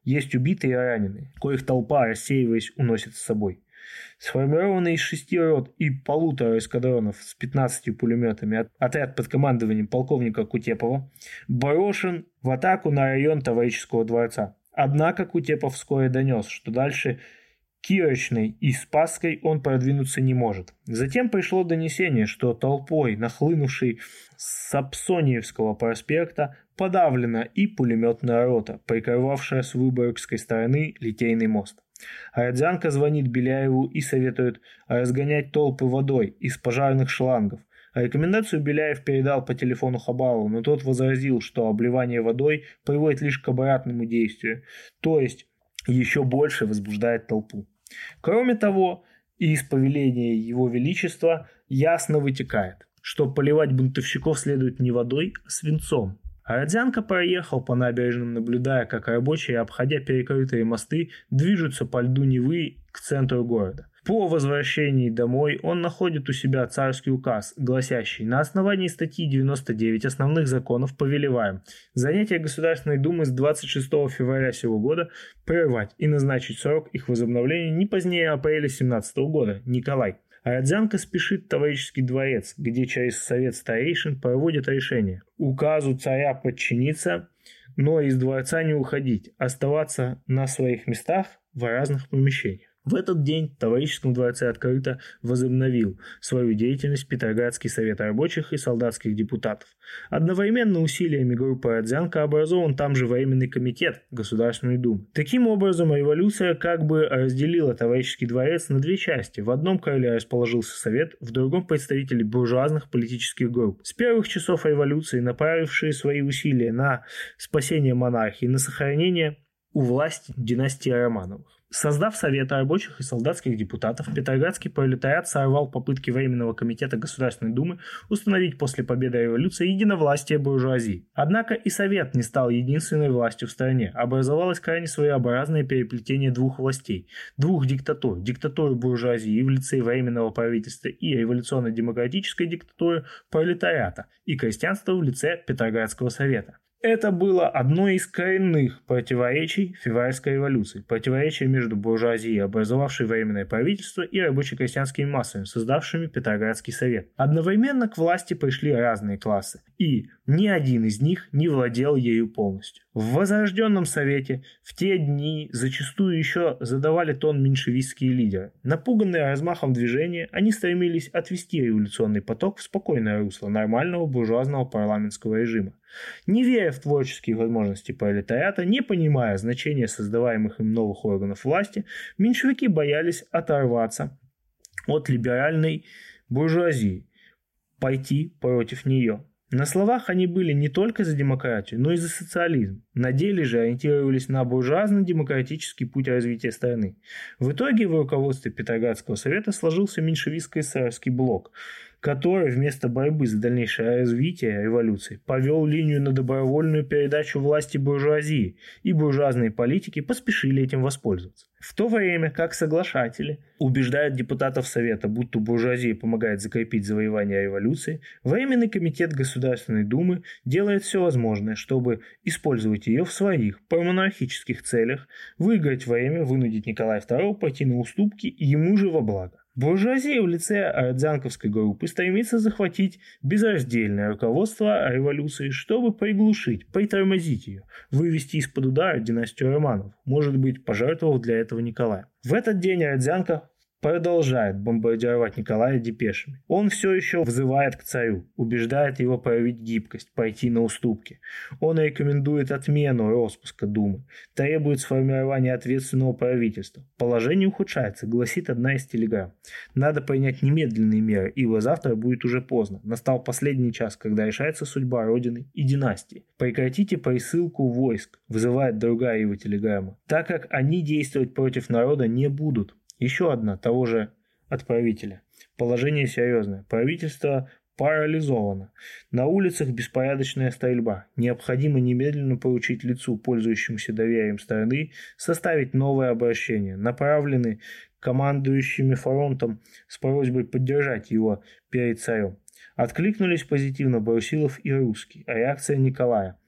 [SPEAKER 2] Есть убитые и раненые, коих толпа, рассеиваясь, уносит с собой. Сформированный из шести рот и полутора эскадронов с пятнадцатью пулеметами отряд под командованием полковника Кутепова брошен в атаку на район Таврического дворца. Однако Кутепов вскоре донес, что дальше Кирочной и Спасской он продвинуться не может. Затем пришло донесение, что толпой, нахлынувшей с Сапсониевского проспекта, подавлена и пулеметная рота, прикрывавшая с Выборгской стороны Литейный мост. Родзянко звонит Беляеву и советует разгонять толпы водой из пожарных шлангов. Рекомендацию Беляев передал по телефону Хабарову, но тот возразил, что обливание водой приводит лишь к обратному действию, то есть еще больше возбуждает толпу. Кроме того, из повеления Его Величества ясно вытекает, что поливать бунтовщиков следует не водой, а свинцом. А Родзянко проехал по набережным, наблюдая, как рабочие, обходя перекрытые мосты, движутся по льду Невы к центру города. По возвращении домой он находит у себя царский указ, гласящий: на основании статьи девяносто девять основных законов повелеваем занятия Государственной Думы с двадцать шестого февраля сего года прервать и назначить срок их возобновления не позднее апреля семнадцатого года. Николай. А Родзянко спешит в Таврический дворец, где через совет старейшин проводят решение: указу царя подчиниться, но из дворца не уходить, оставаться на своих местах в разных помещениях. В этот день в Таврическом дворце открыто возобновил свою деятельность Петроградский совет рабочих и солдатских депутатов. Одновременно усилиями группы Родзянко образован там же Временный комитет Государственной Думы. Таким образом, революция как бы разделила Таврический дворец на две части. В одном крыле расположился совет, в другом представители буржуазных политических групп. С первых часов революции, направившие свои усилия на спасение монархии, на сохранение у власти династии Романовых. Создав Совет рабочих и солдатских депутатов, Петроградский пролетариат сорвал попытки Временного комитета Государственной Думы установить после победы революции единовластие буржуазии. Однако и Совет не стал единственной властью в стране. Образовалось крайне своеобразное переплетение двух властей, двух диктатур: диктатуры буржуазии в лице Временного правительства и революционно-демократической диктатуры пролетариата и крестьянства в лице Петроградского Совета. Это было одно из коренных противоречий февральской революции. Противоречие между буржуазией, образовавшей Временное правительство, и рабоче-крестьянскими массами, создавшими Петроградский совет. Одновременно к власти пришли разные классы, и ни один из них не владел ею полностью. В Возрожденном совете в те дни зачастую еще задавали тон меньшевистские лидеры. Напуганные размахом движения, они стремились отвести революционный поток в спокойное русло нормального буржуазного парламентского режима. Не веря в творческие возможности пролетариата, не понимая значения создаваемых им новых органов власти, меньшевики боялись оторваться от либеральной буржуазии, пойти против нее. На словах они были не только за демократию, но и за социализм. На деле же ориентировались на буржуазно-демократический путь развития страны. В итоге в руководстве Петроградского совета сложился меньшевистско-эсеровский блок, который вместо борьбы за дальнейшее развитие революции повел линию на добровольную передачу власти буржуазии, и буржуазные политики поспешили этим воспользоваться. В то время как соглашатели убеждают депутатов Совета, будто буржуазия помогает закрепить завоевание революции, Временный комитет Государственной Думы делает все возможное, чтобы использовать ее в своих промонархических целях, выиграть время, вынудить Николая второго пойти на уступки ему же во благо. Буржуазия в лице Родзянковской группы стремится захватить безраздельное руководство революции, чтобы приглушить, притормозить ее, вывести из-под удара династию Романовых, может быть, пожертвовав для этого Николая. В этот день Родзянко продолжает бомбардировать Николая депешами. Он все еще взывает к царю, убеждает его проявить гибкость, пойти на уступки. Он рекомендует отмену распуска Думы, требует сформирования ответственного правительства. Положение ухудшается, гласит одна из телеграмм. Надо принять немедленные меры, ибо завтра будет уже поздно. Настал последний час, когда решается судьба Родины и династии. Прекратите присылку войск, вызывает другая его телеграмма, так как они действовать против народа не будут. Еще одна, того же отправителя. Положение серьезное. Правительство парализовано. На улицах беспорядочная стрельба. Необходимо немедленно поручить лицу, пользующемуся доверием страны, составить новое обращение. Направлены командующими фронтом с просьбой поддержать его перед царем. Откликнулись позитивно Брусилов и Русский. А реакция Николая.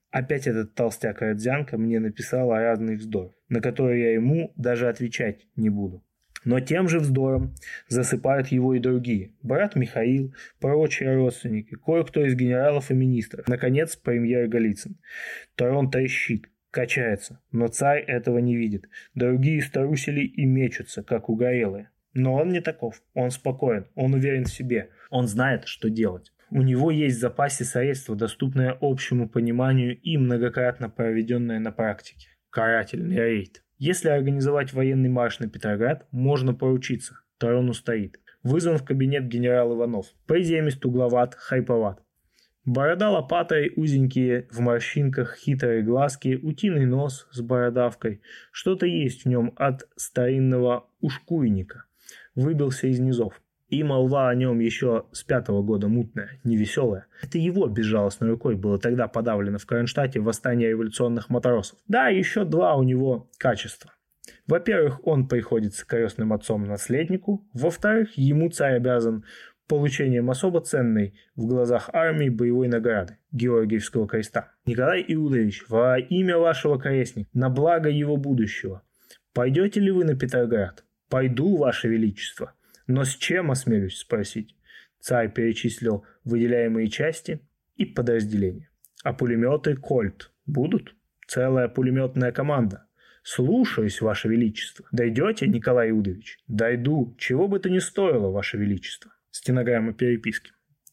[SPEAKER 2] Опять этот толстяк-родзянка мне написал разный вздор, на который я ему даже отвечать не буду. Но тем же вздором засыпают его и другие. Брат Михаил, прочие родственники, кое-кто из генералов и министров. Наконец, премьер Голицын. Трон трещит, качается, но царь этого не видит. Другие струсили и мечутся, как угорелые. Но он не таков, он спокоен, он уверен в себе, он знает, что делать. У него есть в запасе средства, доступные общему пониманию и многократно проведенные на практике. Карательный рейд. Если организовать военный марш на Петроград, можно поручиться. Трон устоит. Вызван в кабинет генерал Иванов. Приземист, угловат, хайповат. Борода лопатой, узенькие в морщинках, хитрые глазки, утиный нос с бородавкой. Что-то есть в нем от старинного ушкуйника. Выбился из низов. И молва о нем еще с пятого года мутная, невеселая. Это его безжалостной рукой было тогда подавлено в Кронштадте восстание революционных матросов. Да, еще два у него качества. Во-первых, он приходится крестным отцом наследнику. Во-вторых, ему царь обязан получением особо ценной в глазах армии боевой награды Георгиевского креста. Николай Иудович, во имя вашего крестника, на благо его будущего, пойдете ли вы на Петроград? Пойду, ваше величество. Но с чем, осмелюсь спросить? Царь перечислил выделяемые части и подразделения. А пулеметы «Кольт» будут? Целая пулеметная команда. Слушаюсь, ваше величество. Дойдете, Николай Иудович? Дойду. Чего бы то ни стоило, ваше величество. Стенограмма переписки.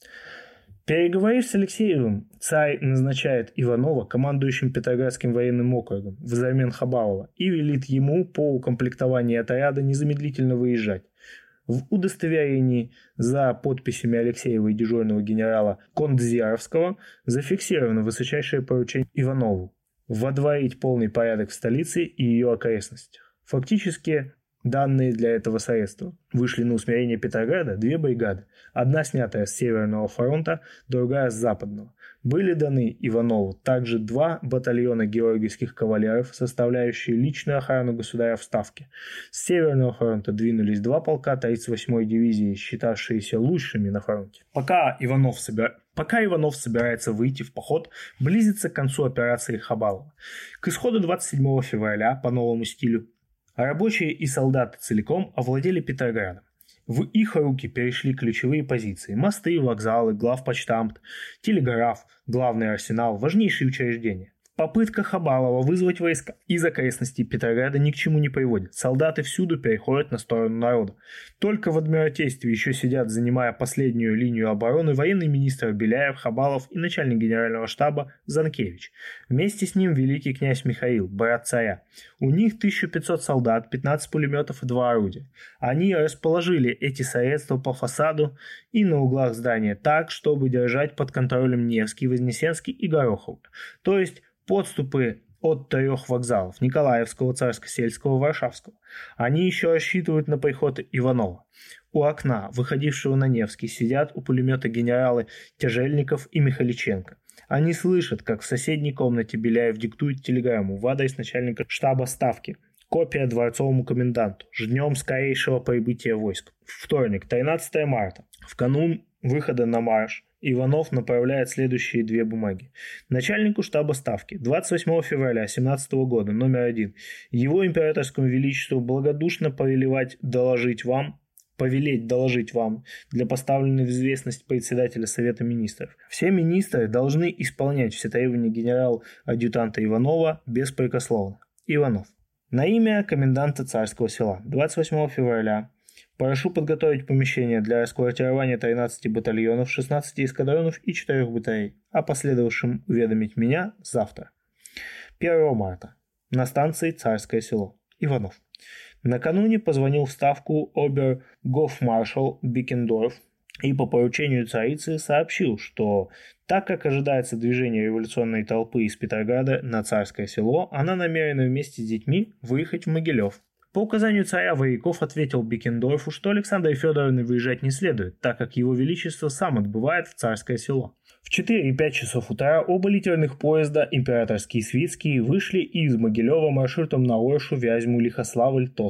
[SPEAKER 2] Переговорив с Алексеевым, царь назначает Иванова командующим Петроградским военным округом взамен Хабалова и велит ему по укомплектованию отряда незамедлительно выезжать. В удостоверении за подписями Алексеева и дежурного генерала Кондзяровского зафиксировано высочайшее поручение Иванову водворить полный порядок в столице и ее окрестностях. Фактически, данные для этого средства вышли на усмирение Петрограда две бригады, одна снятая с Северного фронта, другая с Западного. Были даны Иванову также два батальона георгиевских кавалеров, составляющие личную охрану государя в Ставке. С Северного фронта двинулись два полка тридцать восьмой дивизии, считавшиеся лучшими на фронте. Пока Иванов, собира... Пока Иванов собирается выйти в поход, близится к концу операции Хабалова. К исходу двадцать седьмого февраля по новому стилю рабочие и солдаты целиком овладели Петроградом. В их руки перешли ключевые позиции – мосты, вокзалы, главпочтамт, телеграф, главный арсенал, важнейшие учреждения. Попытка Хабалова вызвать войска из окрестностей Петрограда ни к чему не приводит. Солдаты всюду переходят на сторону народа. Только в Адмиралтействе еще сидят, занимая последнюю линию обороны, военный министр Беляев, Хабалов и начальник генерального штаба Занкевич. Вместе с ним великий князь Михаил, брат царя. У них тысяча пятьсот солдат, пятнадцать пулеметов и два орудия. Они расположили эти средства по фасаду и на углах здания так, чтобы держать под контролем Невский, Вознесенский и Горохов. То есть подступы от трех вокзалов – Николаевского, Царско-сельского, Варшавского. Они еще рассчитывают на приход Иванова. У окна, выходившего на Невский, сидят у пулемета генералы Тяжельников и Михаличенко. Они слышат, как в соседней комнате Беляев диктует телеграмму в адрес начальника штаба Ставки. Копия дворцовому коменданту. Ждем скорейшего прибытия войск. Вторник, тринадцатого марта. В канун выхода на марш Иванов направляет следующие две бумаги. Начальнику штаба Ставки. двадцать восьмого февраля семнадцатого года, номер один. Его императорскому величеству благодушно повелевать доложить вам, повелеть доложить вам для поставленной в известность председателя Совета министров. Все министры должны исполнять все требования генерал-адъютанта Иванова беспрекословно. Иванов. На имя коменданта Царского села. двадцать восьмого февраля. Прошу подготовить помещение для расквартирования тринадцати батальонов, шестнадцати эскадронов и четырёх батарей, а последовавшим уведомить меня завтра. первого марта. На станции Царское село. Иванов. Накануне позвонил в Ставку обер-гофмаршал Бекендорф и по поручению царицы сообщил, что так как ожидается движение революционной толпы из Петрограда на Царское село, она намерена вместе с детьми выехать в Могилев. По указанию царя Вояков ответил Бекендорфу, что Александре Федоровне выезжать не следует, так как его величество сам отбывает в Царское село. В четыре и пять часов утра оба литерных поезда, императорский и Свитский, вышли из Могилева маршрутом на Оршу, Вязьму, Лихославль, Тосно.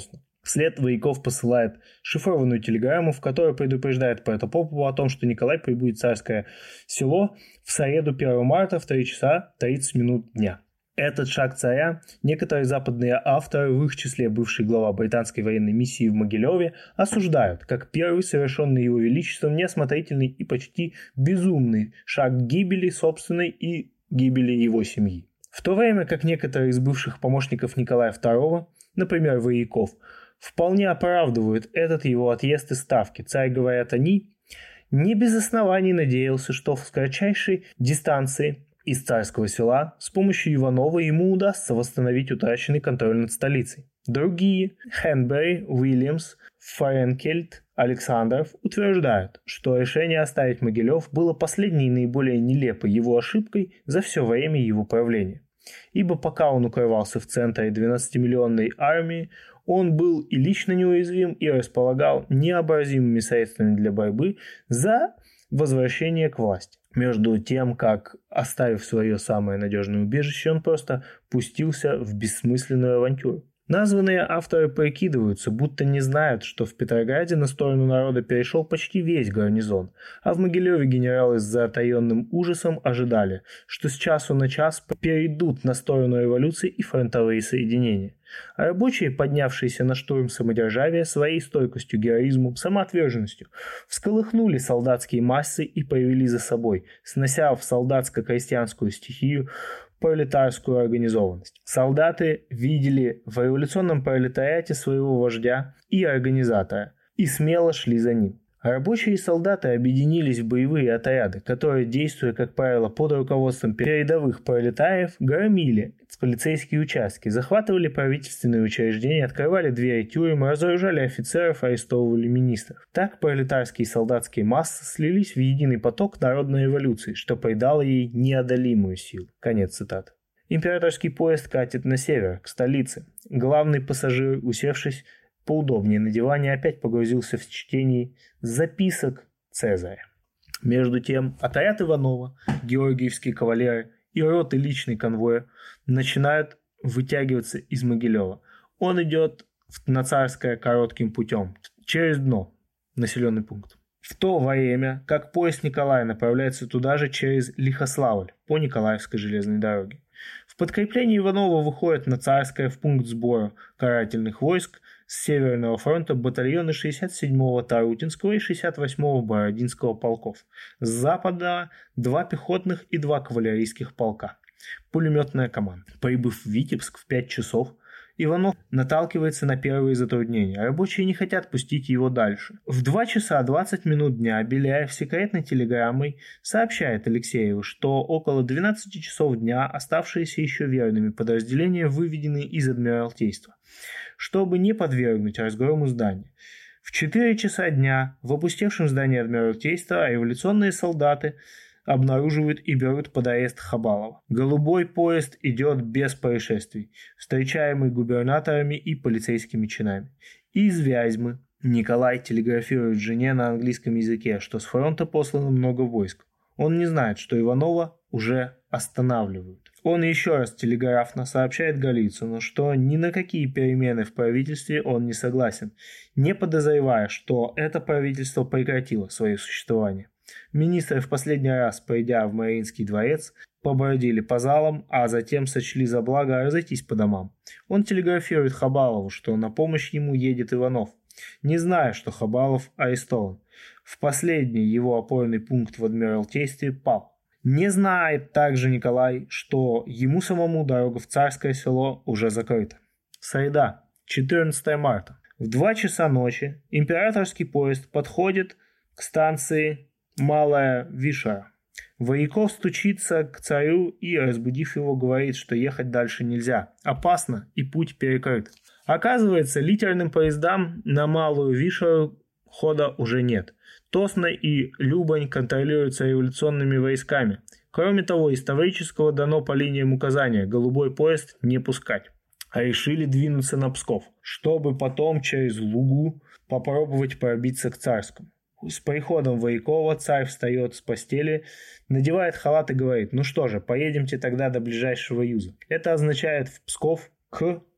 [SPEAKER 2] Вслед Вояков посылает шифрованную телеграмму, в которой предупреждает Протопопову о том, что Николай прибудет в Царское Село в среду первого марта в три часа тридцать минут дня. Этот шаг царя некоторые западные авторы, в их числе бывший глава британской военной миссии в Могилеве, осуждают как первый совершенный его величеством неосмотрительный и почти безумный шаг к гибели собственной и гибели его семьи. В то время как некоторые из бывших помощников Николая второго, например, Вояков, вполне оправдывают этот его отъезд из Ставки. Царь, говорят они, не без оснований надеялся, что в кратчайшей дистанции из Царского Села с помощью Иванова ему удастся восстановить утраченный контроль над столицей. Другие – Хенбери, Уильямс, Френкельд, Александров – утверждают, что решение оставить Могилев было последней и наиболее нелепой его ошибкой за все время его правления. Ибо пока он укрывался в центре двенадцатимиллионной армии, он был и лично неуязвим, и располагал необразимыми средствами для борьбы за возвращение к власти. Между тем, как, оставив свое самое надежное убежище, он просто пустился в бессмысленную авантюру. Названные авторы прикидываются, будто не знают, что в Петрограде на сторону народа перешел почти весь гарнизон, а в Могилеве генералы с затаенным ужасом ожидали, что с часу на час перейдут на сторону революции и фронтовые соединения. А рабочие, поднявшиеся на штурм самодержавия, своей стойкостью, героизмом, самоотверженностью, всколыхнули солдатские массы и повели за собой, снося в солдатско-крестьянскую стихию пролетарскую организованность. Солдаты видели в революционном пролетариате своего вождя и организатора и смело шли за ним. Рабочие и солдаты объединились в боевые отряды, которые, действуя, как правило, под руководством передовых пролетариев, громили полицейские участки, захватывали правительственные учреждения, открывали двери тюрем, разоружали офицеров, арестовывали министров. Так пролетарские и солдатские массы слились в единый поток народной революции, что придало ей неодолимую силу. Конец цитаты. Императорский поезд катит на север, к столице. Главный пассажир, усевшись поудобнее на диване, опять погрузился в чтение записок Цезаря. Между тем, отряд Иванова, георгиевские кавалеры и роты личный конвой начинают вытягиваться из Могилева. Он идет на Царское коротким путем, через дно, населенный пункт. В то время, как поезд Николая направляется туда же через Лихославль по Николаевской железной дороге. В подкреплении Иванова выходят на Царское в пункт сбора карательных войск с Северного фронта батальоны шестьдесят седьмого Тарутинского и шестьдесят восьмого Бородинского полков. С запада два пехотных и два кавалерийских полка. Пулеметная команда. Прибыв в Витебск в пять часов, Иванов наталкивается на первые затруднения. Рабочие не хотят пустить его дальше. В два часа двадцать минут дня Беляев секретной телеграммой сообщает Алексееву, что около двенадцати часов дня оставшиеся еще верными подразделения выведены из Адмиралтейства, чтобы не подвергнуть разгрому здания. В четыре часа дня в опустевшем здании Адмиралтейства революционные солдаты обнаруживают и берут под арест Хабалова. Голубой поезд идет без происшествий, встречаемый губернаторами и полицейскими чинами. Из Вязьмы Николай телеграфирует жене на английском языке, что с фронта послано много войск. Он не знает, что Иванова уже останавливают. Он еще раз телеграфно сообщает Голицыну, что ни на какие перемены в правительстве он не согласен, не подозревая, что это правительство прекратило свое существование. Министры в последний раз, придя в Мариинский дворец, побродили по залам, а затем сочли за благо разойтись по домам. Он телеграфирует Хабалову, что на помощь ему едет Иванов, не зная, что Хабалов арестован. В последний его опорный пункт в Адмиралтействе пал. Не знает также Николай, что ему самому дорога в Царское Село уже закрыта. Среда, четырнадцатого марта. В два часа ночи императорский поезд подходит к станции Малая Вишера. Вояков стучится к царю и, разбудив его, говорит, что ехать дальше нельзя. Опасно и путь перекрыт. Оказывается, литерным поездам на Малую Вишеру хода уже нет. Тосно и Любань контролируются революционными войсками. Кроме того, из Таврического дано по линиям указания голубой поезд не пускать. А решили двинуться на Псков, чтобы потом через Лугу попробовать пробиться к Царскому. С приходом Воякова царь встает с постели, надевает халат и говорит: ну что же, поедемте тогда до ближайшего юза. Это означает в Псков к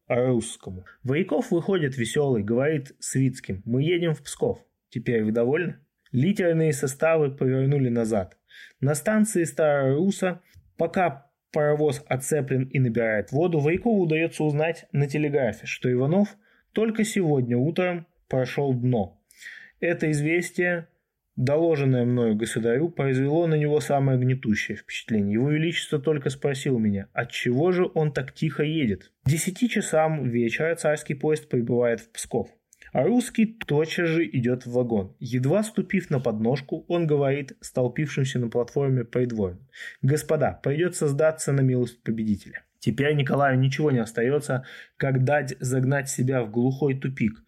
[SPEAKER 2] Русскому. Вояков выходит веселый, говорит Свицким: «Мы едем в Псков. Теперь вы довольны?» Литерные составы повернули назад. На станции Старая Руса, пока паровоз отцеплен и набирает воду, Воякову удается узнать на телеграфе, что Иванов только сегодня утром прошел дно. Это известие, доложенное мною государю, произвело на него самое гнетущее впечатление. Его Величество только спросил меня, отчего же он так тихо едет. К десяти часам вечера царский поезд прибывает в Псков, а русский тотчас же идет в вагон. Едва ступив на подножку, он говорит столпившимся на платформе придворным: «Господа, придется сдаться на милость победителя». Теперь Николаю ничего не остается, как дать загнать себя в глухой тупик,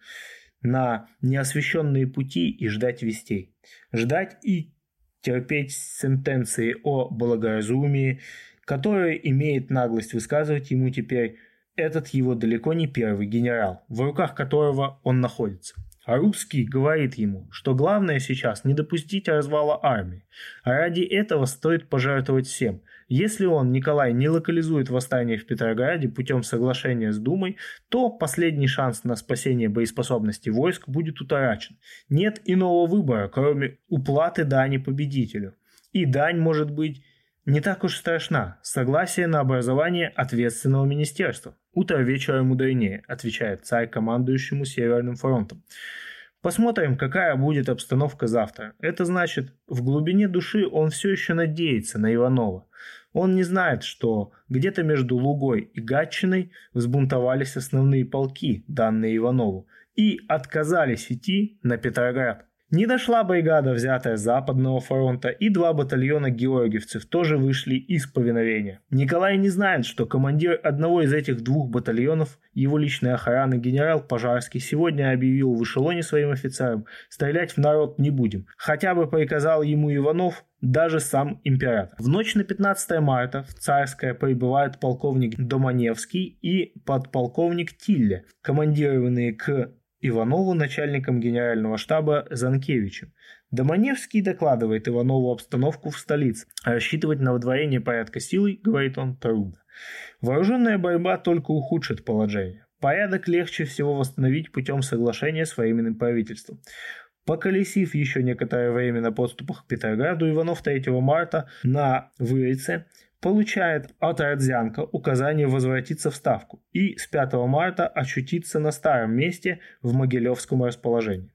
[SPEAKER 2] на неосвещенные пути и ждать вестей. Ждать и терпеть сентенции о благоразумии, которые имеет наглость высказывать ему теперь этот его далеко не первый генерал, в руках которого он находится. А русский говорит ему, что главное сейчас не допустить развала армии, а ради этого стоит пожертвовать всем. Если он, Николай, не локализует восстание в Петрограде путем соглашения с Думой, то последний шанс на спасение боеспособности войск будет утрачен. Нет иного выбора, кроме уплаты дани победителю. И дань может быть не так уж страшна. Согласие на образование ответственного министерства. «Утро вечера мудренее», отвечает царь командующему Северным фронтом. Посмотрим, какая будет обстановка завтра. Это значит, в глубине души он все еще надеется на Иванова. Он не знает, что где-то между Лугой и Гатчиной взбунтовались основные полки, данные Иванову, и отказались идти на Петроград. Не дошла бригада, взятая с Западного фронта, и два батальона георгиевцев тоже вышли из повиновения. Николай не знает, что командир одного из этих двух батальонов, его личной охраны генерал Пожарский, сегодня объявил в эшелоне своим офицерам: «Стрелять в народ не будем». Хотя бы приказал ему Иванов, даже сам император. В ночь на пятнадцатое марта в Царское прибывают полковник Доманевский и подполковник Тилле, командированные к Иванову начальником генерального штаба Занкевичем. Доманевский докладывает Иванову обстановку в столице. Рассчитывать на выдворение порядка силой, говорит он, трудно. Вооруженная борьба только ухудшит положение. Порядок легче всего восстановить путем соглашения с временным правительством. Поколесив еще некоторое время на подступах к Петрограду, Иванов третьего марта на Вырице получает от Родзянко указание возвратиться в Ставку и с пятого марта очутиться на старом месте в Могилевском расположении.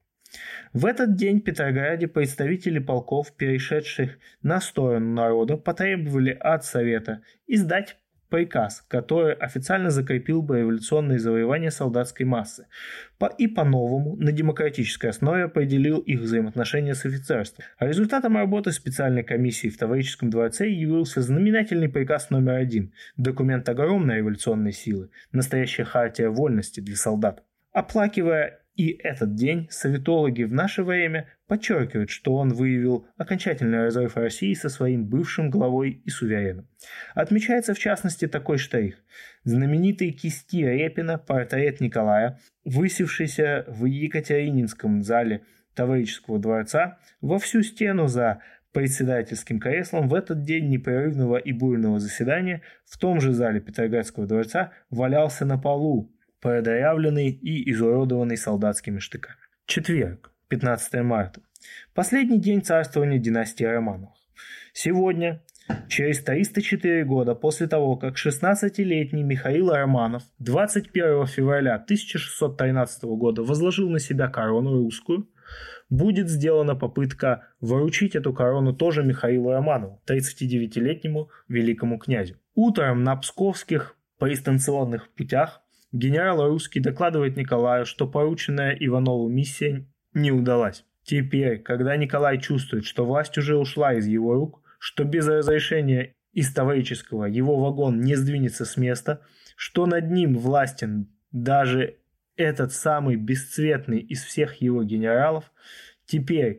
[SPEAKER 2] В этот день в Петрограде представители полков, перешедших на сторону народа, потребовали от Совета издать приказ, который официально закрепил бы революционные завоевания солдатской массы и по-новому на демократической основе определил их взаимоотношения с офицерством. А результатом работы специальной комиссии в Таврическом дворце явился знаменательный приказ номер один, документ огромной революционной силы, настоящая хартия вольности для солдат. Оплакивая и этот день, советологи в наше время подчеркивают, что он выявил окончательный разрыв России со своим бывшим главой и сувереном. Отмечается в частности такой штрих. Знаменитый кисти Репина портрет Николая, высевшийся в Екатерининском зале Таврического дворца, во всю стену за председательским креслом в этот день непрерывного и бурного заседания в том же зале Петроградского дворца валялся на полу, продырявленный и изуродованный солдатскими штыками. Четверг, пятнадцатое марта. Последний день царствования династии Романовых. Сегодня, через триста четыре года после того, как шестнадцатилетний Михаил Романов двадцать первого февраля тысяча шестьсот тринадцатого года возложил на себя корону русскую, будет сделана попытка вручить эту корону тоже Михаилу Романову, тридцатидевятилетнему великому князю. Утром на псковских пристанционных путях генерал Русский докладывает Николаю, что порученная Иванову миссия не удалась. Теперь, когда Николай чувствует, что власть уже ушла из его рук, что без разрешения из Таврического его вагон не сдвинется с места, что над ним властен даже этот самый бесцветный из всех его генералов, теперь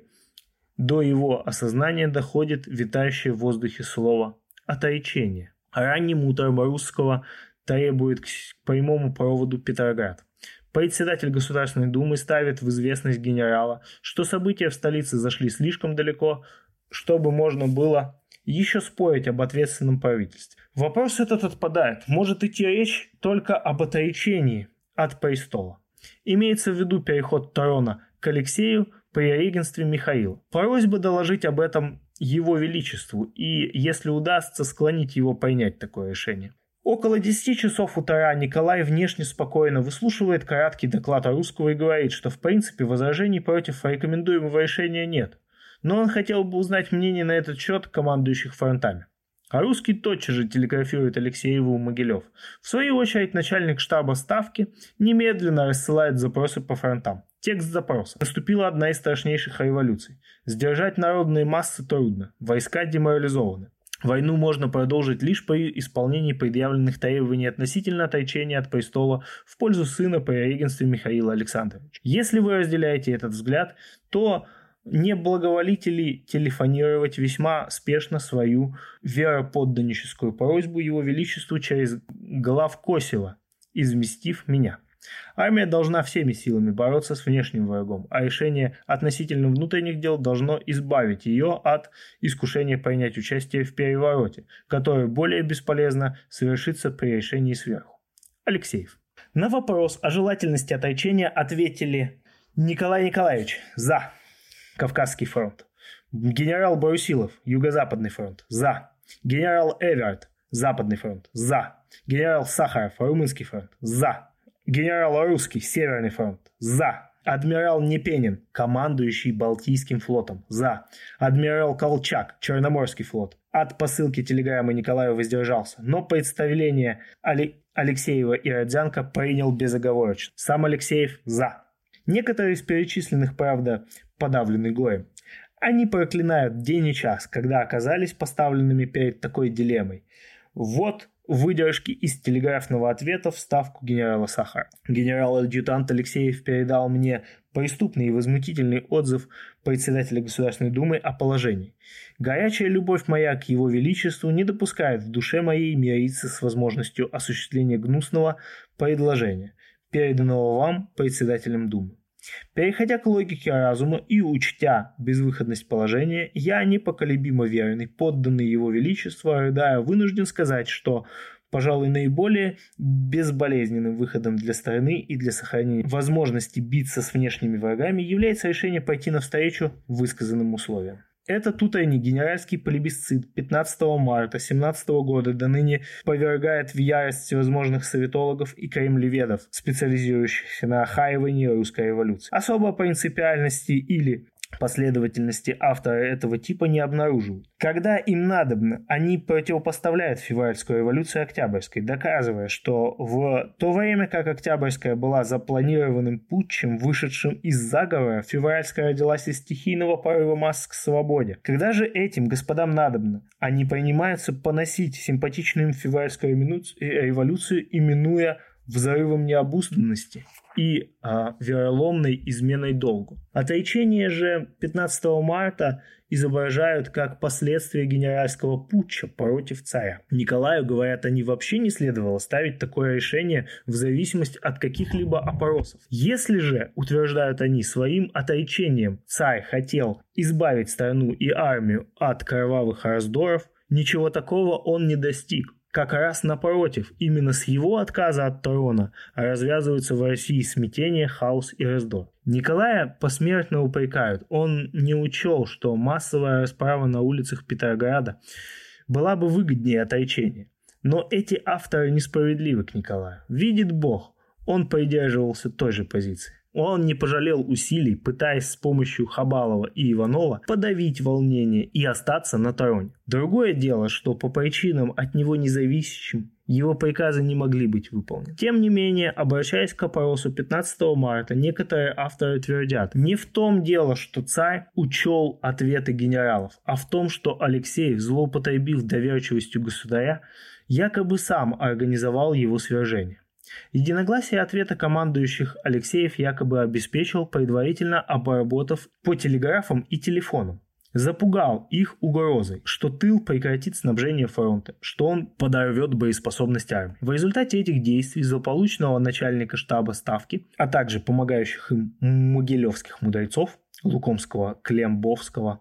[SPEAKER 2] до его осознания доходит витающее в воздухе слово «отречение». Ранним утром Русского требует к прямому проводу Петроград. Председатель Государственной Думы ставит в известность генерала, что события в столице зашли слишком далеко, чтобы можно было еще спорить об ответственном правительстве. Вопрос этот отпадает. Может идти речь только об отречении от престола. Имеется в виду переход трона к Алексею при регенстве Михаила. Просьба доложить об этом его величеству и, если удастся, склонить его принять такое решение. Около десяти часов утра Николай внешне спокойно выслушивает краткий доклад русского и говорит, что в принципе возражений против рекомендуемого решения нет, но он хотел бы узнать мнение на этот счет командующих фронтами. А русский тотчас же телеграфирует Алексееву в Могилев. В свою очередь начальник штаба Ставки немедленно рассылает запросы по фронтам. Текст запроса. Наступила одна из страшнейших революций. Сдержать народные массы трудно, войска деморализованы. Войну можно продолжить лишь при исполнении предъявленных требований относительно отречения от престола в пользу сына при регенстве Михаила Александровича. Если вы разделяете этот взгляд, то не благоволите ли телефонировать весьма спешно свою вероподданническую просьбу его величеству через глав Косева, известив меня? Армия должна всеми силами бороться с внешним врагом, а решение относительно внутренних дел должно избавить ее от искушения принять участие в перевороте, которое более бесполезно совершится при решении сверху. Алексеев. На вопрос о желательности отречения ответили: Николай Николаевич, за. Кавказский фронт. Генерал Брусилов, Юго-Западный фронт, за. Генерал Эверт, Западный фронт, за. Генерал Сахаров, Румынский фронт, за. Генерал Русский, Северный фронт, за. Адмирал Непенин, командующий Балтийским флотом, за. Адмирал Колчак, Черноморский флот. От посылки телеграммы Николаю воздержался, но представление Али... Алексеева и Родзянко принял безоговорочно. Сам Алексеев за. Некоторые из перечисленных, правда, подавлены горем. Они проклинают день и час, когда оказались поставленными перед такой дилеммой. Вот выдержки из телеграфного ответа в ставку генерала Сахара. Генерал-адъютант Алексеев передал мне преступный и возмутительный отзыв председателя Государственной Думы о положении. Горячая любовь моя к его величеству не допускает в душе моей мириться с возможностью осуществления гнусного предложения, переданного вам председателем Думы. Переходя к логике разума и учтя безвыходность положения, я, непоколебимо верный, подданный его величеству, рыдая, вынужден сказать, что, пожалуй, наиболее безболезненным выходом для страны и для сохранения возможности биться с внешними врагами является решение пойти навстречу высказанным условиям. Этот утренний генеральский плебисцит пятнадцатого марта семнадцатого года до ныне повергает в ярость всевозможных советологов и кремлеведов, специализирующихся на охаивании русской революции. Особо принципиальности или последовательности автора этого типа не обнаруживают. Когда им надобно, они противопоставляют февральскую революцию Октябрьской, доказывая, что в то время как Октябрьская была запланированным путчем, вышедшим из заговора, февральская родилась из стихийного порыва масс к свободе. Когда же этим господам надобно, они принимаются поносить симпатичную им февральскую революцию, именуя взрывом необузданности и а, вероломной изменой долгу. Отречение же пятнадцатого марта изображают как последствия генеральского путча против царя. Николаю, говорят они, вообще не следовало ставить такое решение в зависимости от каких-либо опросов. Если же, утверждают они, своим отречением царь хотел избавить страну и армию от кровавых раздоров, ничего такого он не достиг. Как раз напротив, именно с его отказа от трона развязываются в России смятение, хаос и раздор. Николая посмертно упрекают. Он не учел, что массовая расправа на улицах Петрограда была бы выгоднее отречения. Но эти авторы несправедливы к Николаю. Видит Бог, он придерживался той же позиции. Он не пожалел усилий, пытаясь с помощью Хабалова и Иванова подавить волнение и остаться на троне. Другое дело, что по причинам от него независящим его приказы не могли быть выполнены. Тем не менее, обращаясь к опросу пятнадцатого марта, некоторые авторы твердят: не в том дело, что царь учел ответы генералов, а в том, что Алексей, злоупотребив доверчивостью государя, якобы сам организовал его свержение. Единогласие ответа командующих Алексеев якобы обеспечил, предварительно обработав по телеграфам и телефонам. Запугал их угрозой, что тыл прекратит снабжение фронта, что он подорвет боеспособность армии. В результате этих действий злополучного начальника штаба Ставки, а также помогающих им могилевских мудрецов Лукомского, Клембовского,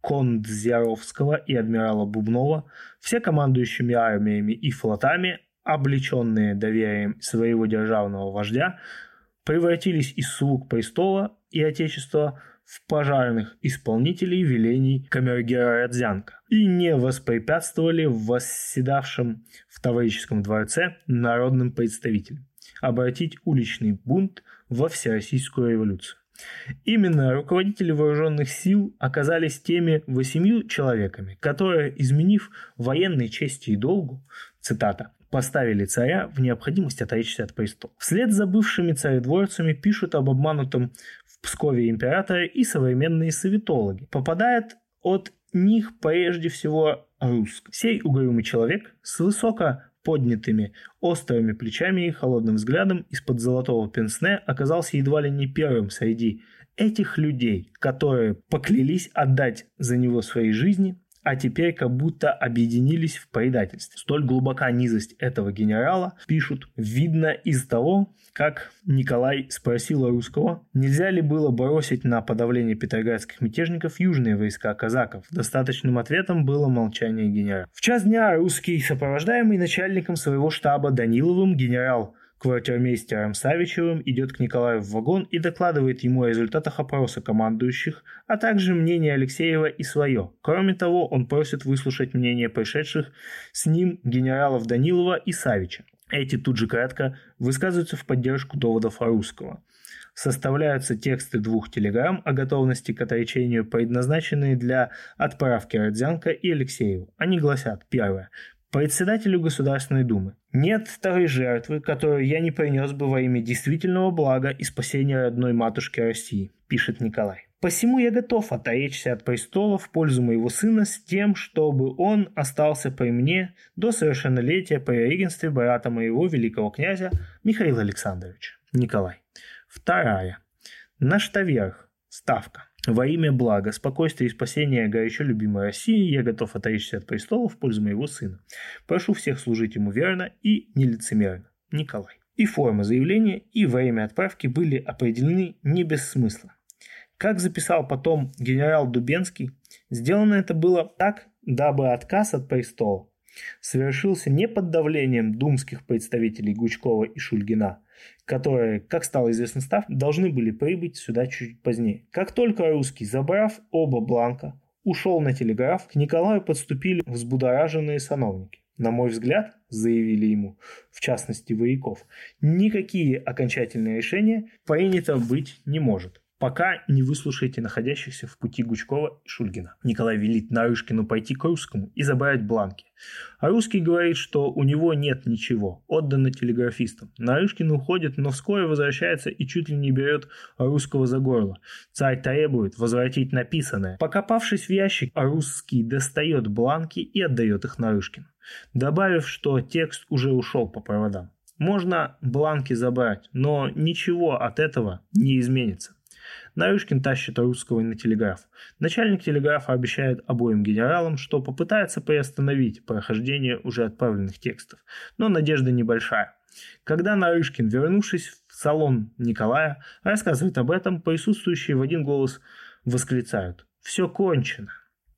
[SPEAKER 2] Кондзяровского и адмирала Бубнова, все командующими армиями и флотами, облеченные доверием своего державного вождя, превратились из слуг престола и отечества в пожарных исполнителей велений камергера Родзянко и не воспрепятствовали восседавшим в Таврическом дворце народным представителям обратить уличный бунт во всероссийскую революцию. Именно руководители вооруженных сил оказались теми восемью человеками, которые, изменив военной чести и долгу, цитата, поставили царя в необходимость отречься от престола. Вслед за бывшими царедворцами пишут об обманутом в Пскове императоре и современные советологи. Попадает от них прежде всего Руск. Сей угрюмый человек с высоко поднятыми острыми плечами и холодным взглядом из-под золотого пенсне оказался едва ли не первым среди этих людей, которые поклялись отдать за него свои жизни, а теперь как будто объединились в предательстве. Столь глубока низость этого генерала, пишут, видно из того, как Николай спросил Русского, нельзя ли было бросить на подавление петроградских мятежников южные войска казаков. Достаточным ответом было молчание генерала. В час дня Русский, сопровождаемый начальником своего штаба Даниловым, генерал квартирмейстером Савичевым, идет к Николаю в вагон и докладывает ему о результатах опроса командующих, а также мнение Алексеева и свое. Кроме того, он просит выслушать мнение пришедших с ним генералов Данилова и Савича. Эти тут же кратко высказываются в поддержку доводов Русского. Составляются тексты двух телеграмм о готовности к отречению, предназначенные для отправки Родзянко и Алексееву. Они гласят, первое. Председателю Государственной Думы. Нет второй жертвы, которую я не принес бы во имя действительного блага и спасения родной матушки России, пишет Николай. Посему я готов отречься от престола в пользу моего сына с тем, чтобы он остался при мне до совершеннолетия при регенстве брата моего великого князя Михаила Александровича. Николай. Вторая. На штаверх. Ставка. Во имя блага, спокойствия и спасения горячо любимой России я готов отречься от престола в пользу моего сына. Прошу всех служить ему верно и нелицемерно. Николай. И форма заявления, и время отправки были определены не без смысла. Как записал потом генерал Дубенский, сделано это было так, дабы отказ от престола совершился не под давлением думских представителей Гучкова и Шульгина, которые, как стало известно став, должны были прибыть сюда чуть позднее. Как только Русский, забрав оба бланка, ушел на телеграф, к Николаю подступили взбудораженные сановники. На мой взгляд, заявили ему, в частности Вояков, никакие окончательные решения принято быть не может, пока не выслушаете находящихся в пути Гучкова и Шульгина. Николай велит Нарышкину пойти к Русскому и забрать бланки. А Русский говорит, что у него нет ничего, отдано телеграфистам. Нарышкин уходит, но вскоре возвращается и чуть ли не берет Русского за горло. Царь требует возвратить написанное. Покопавшись в ящик, Русский достает бланки и отдает их Нарышкину, добавив, что текст уже ушел по проводам. Можно бланки забрать, но ничего от этого не изменится. Нарышкин тащит Русского на телеграф. Начальник телеграфа обещает обоим генералам, что попытается приостановить прохождение уже отправленных текстов, но надежда небольшая. Когда Нарышкин, вернувшись в салон Николая, рассказывает об этом, присутствующие в один голос восклицают: «Все кончено».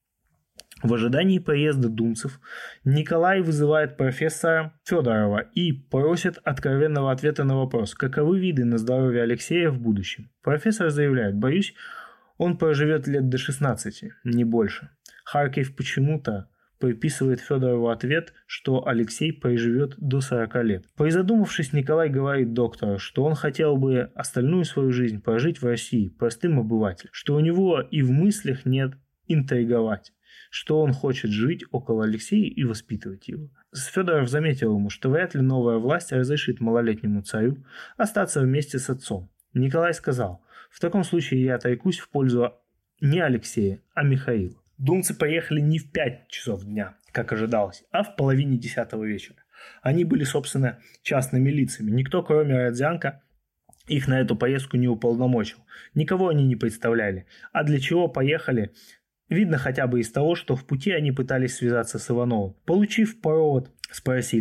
[SPEAKER 2] В ожидании приезда думцев Николай вызывает профессора Федорова и просит откровенного ответа на вопрос, каковы виды на здоровье Алексея в будущем. Профессор заявляет: боюсь, он проживет лет до шестнадцати, не больше. Харьков почему-то приписывает Федорову ответ, что Алексей проживет до сорока лет. Призадумавшись, Николай говорит доктору, что он хотел бы остальную свою жизнь прожить в России простым обывателем, что у него и в мыслях нет интриговать, что он хочет жить около Алексея и воспитывать его. Федоров заметил ему, что вряд ли новая власть разрешит малолетнему царю остаться вместе с отцом. Николай сказал: в таком случае я отрекусь в пользу не Алексея, а Михаила. Думцы поехали не в пять часов дня, как ожидалось, а в половине десятого вечера. Они были, собственно, частными лицами. Никто, кроме Родзянко, их на эту поездку не уполномочил. Никого они не представляли. А для чего поехали, видно хотя бы из того, что в пути они пытались связаться с Ивановым. Получив провод, спросили: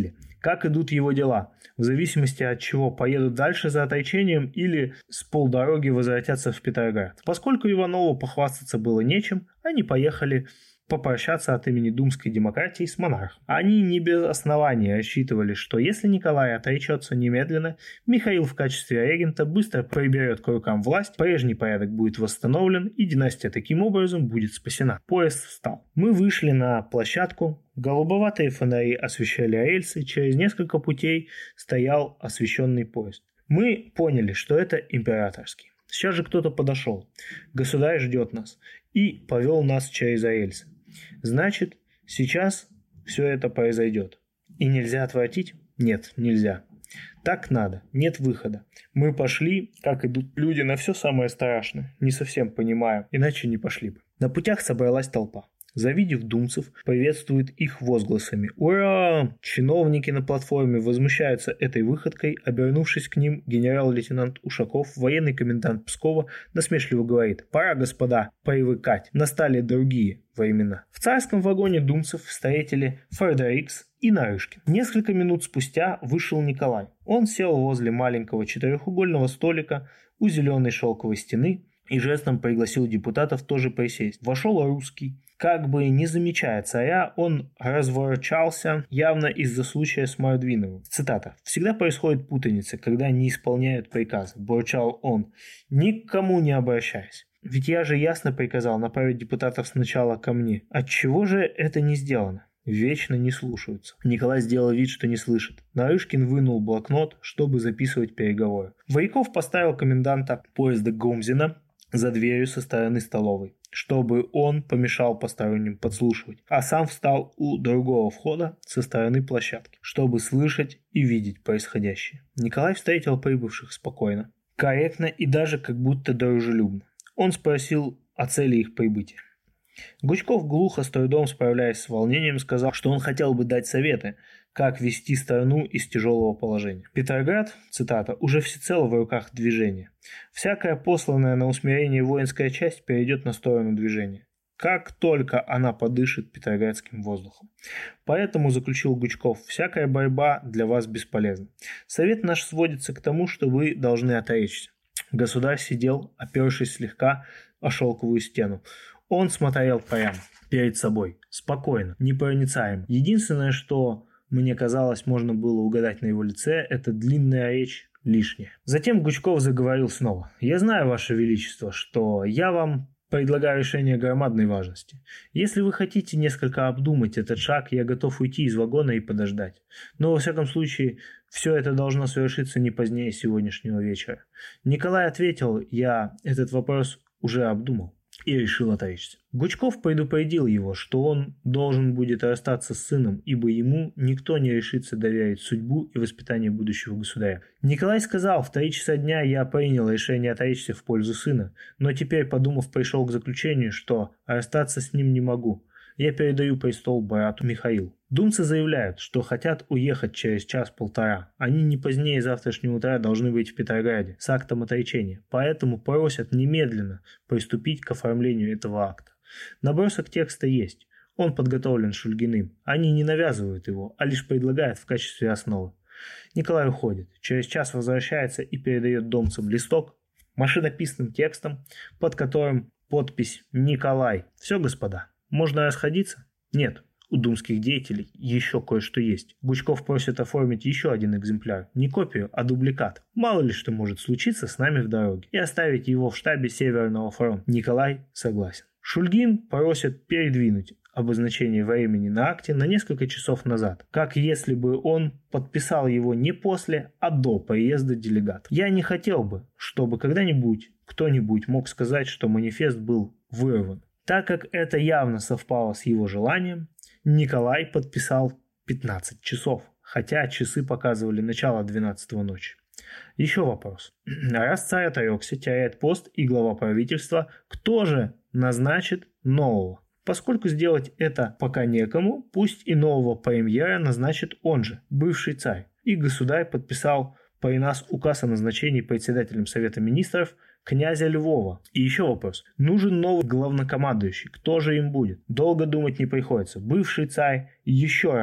[SPEAKER 2] как идут его дела, в зависимости от чего поедут дальше за отречением или с полдороги возвратятся в Петроград. Поскольку Иванову похвастаться было нечем, они поехали попрощаться от имени думской демократии с монархом. Они не без основания рассчитывали, что если Николай отречется немедленно, Михаил в качестве регента быстро приберет к рукам власть, прежний порядок будет восстановлен и династия таким образом будет спасена. Поезд встал. Мы вышли на площадку, голубоватые фонари освещали рельсы, через несколько путей стоял освещенный поезд. Мы поняли, что это императорский. Сейчас же кто-то подошел. Государь ждет нас и повел нас через рельсы. Значит, сейчас все это произойдет. И нельзя отвратить? Нет, нельзя. Так надо, нет выхода. Мы пошли, как идут люди, на все самое страшное. Не совсем понимаю, иначе не пошли бы. На путях собралась толпа. Завидев думцев, приветствует их возгласами «Ура!». Чиновники на платформе возмущаются этой выходкой. Обернувшись к ним, генерал-лейтенант Ушаков, военный комендант Пскова, насмешливо говорит «Пора, господа, привыкать, настали другие времена». В царском вагоне думцев встретили Фредерикс и Нарышкин. Несколько минут спустя вышел Николай. Он сел возле маленького четырехугольного столика у зеленой шелковой стены и жестом пригласил депутатов тоже присесть. Вошел русский. Как бы не замечая царя, он разворчался явно из-за случая с Мордвиновым. Цитата. «Всегда происходит путаница, когда не исполняют приказы», – бурчал он, никому не обращаясь. «Ведь я же ясно приказал направить депутатов сначала ко мне. Отчего же это не сделано?» Вечно не слушаются. Николай сделал вид, что не слышит. Нарышкин вынул блокнот, чтобы записывать переговоры. Вояков поставил коменданта поезда Гомзина за дверью со стороны столовой, чтобы он помешал посторонним подслушивать, а сам встал у другого входа со стороны площадки, чтобы слышать и видеть происходящее. Николай встретил прибывших спокойно, корректно и даже как будто дружелюбно. Он спросил о цели их прибытия. Гучков, глухо, с трудом справляясь с волнением, сказал, что он хотел бы дать советы, как вести страну из тяжелого положения. Петроград, цитата, уже всецело в руках движения. Всякая посланная на усмирение воинская часть перейдет на сторону движения, как только она подышит петроградским воздухом. Поэтому, заключил Гучков, всякая борьба для вас бесполезна. Совет наш сводится к тому, что вы должны отречься. Государь сидел, опершись слегка о шелковую стену. Он смотрел прямо перед собой, спокойно, непроницаемо. Единственное, что мне казалось, можно было угадать на его лице, это длинная речь лишняя. Затем Гучков заговорил снова. «Я знаю, Ваше Величество, что я вам предлагаю решение громадной важности. Если вы хотите несколько обдумать этот шаг, я готов уйти из вагона и подождать. Но, во всяком случае, все это должно совершиться не позднее сегодняшнего вечера». Николай ответил, я этот вопрос уже обдумал и решил отречься. Гучков предупредил его, что он должен будет расстаться с сыном, ибо ему никто не решится доверить судьбу и воспитание будущего государя. Николай сказал, в три часа дня я принял решение отречься в пользу сына, но теперь, подумав, пришел к заключению, что расстаться с ним не могу. Я передаю престол брату Михаилу. Думцы заявляют, что хотят уехать через час-полтора. Они не позднее завтрашнего утра должны быть в Петрограде с актом отречения, поэтому просят немедленно приступить к оформлению этого акта. Набросок текста есть. Он подготовлен Шульгиным. Они не навязывают его, а лишь предлагают в качестве основы. Николай уходит. Через час возвращается и передает думцам листок машинописным текстом, под которым подпись «Николай». Все, господа. Можно расходиться? Нет, у думских деятелей еще кое-что есть. Гучков просит оформить еще один экземпляр. Не копию, а дубликат. Мало ли что может случиться с нами в дороге. И оставить его в штабе Северного фронта. Николай согласен. Шульгин просит передвинуть обозначение времени на акте на несколько часов назад, как если бы он подписал его не после, а до приезда делегата. Я не хотел бы, чтобы когда-нибудь кто-нибудь мог сказать, что манифест был вырван. Так как это явно совпало с его желанием, Николай подписал пятнадцать часов, хотя часы показывали начало двенадцатого ночи. Еще вопрос. Раз царь отрекся, теряет пост и глава правительства, кто же назначит нового? Поскольку сделать это пока некому, пусть и нового премьера назначит он же, бывший царь. И государь подписал при нас указ о назначении председателем Совета Министров князя Львова. И еще вопрос. Нужен новый главнокомандующий. Кто же им будет? Долго думать не приходится. Бывший царь еще раз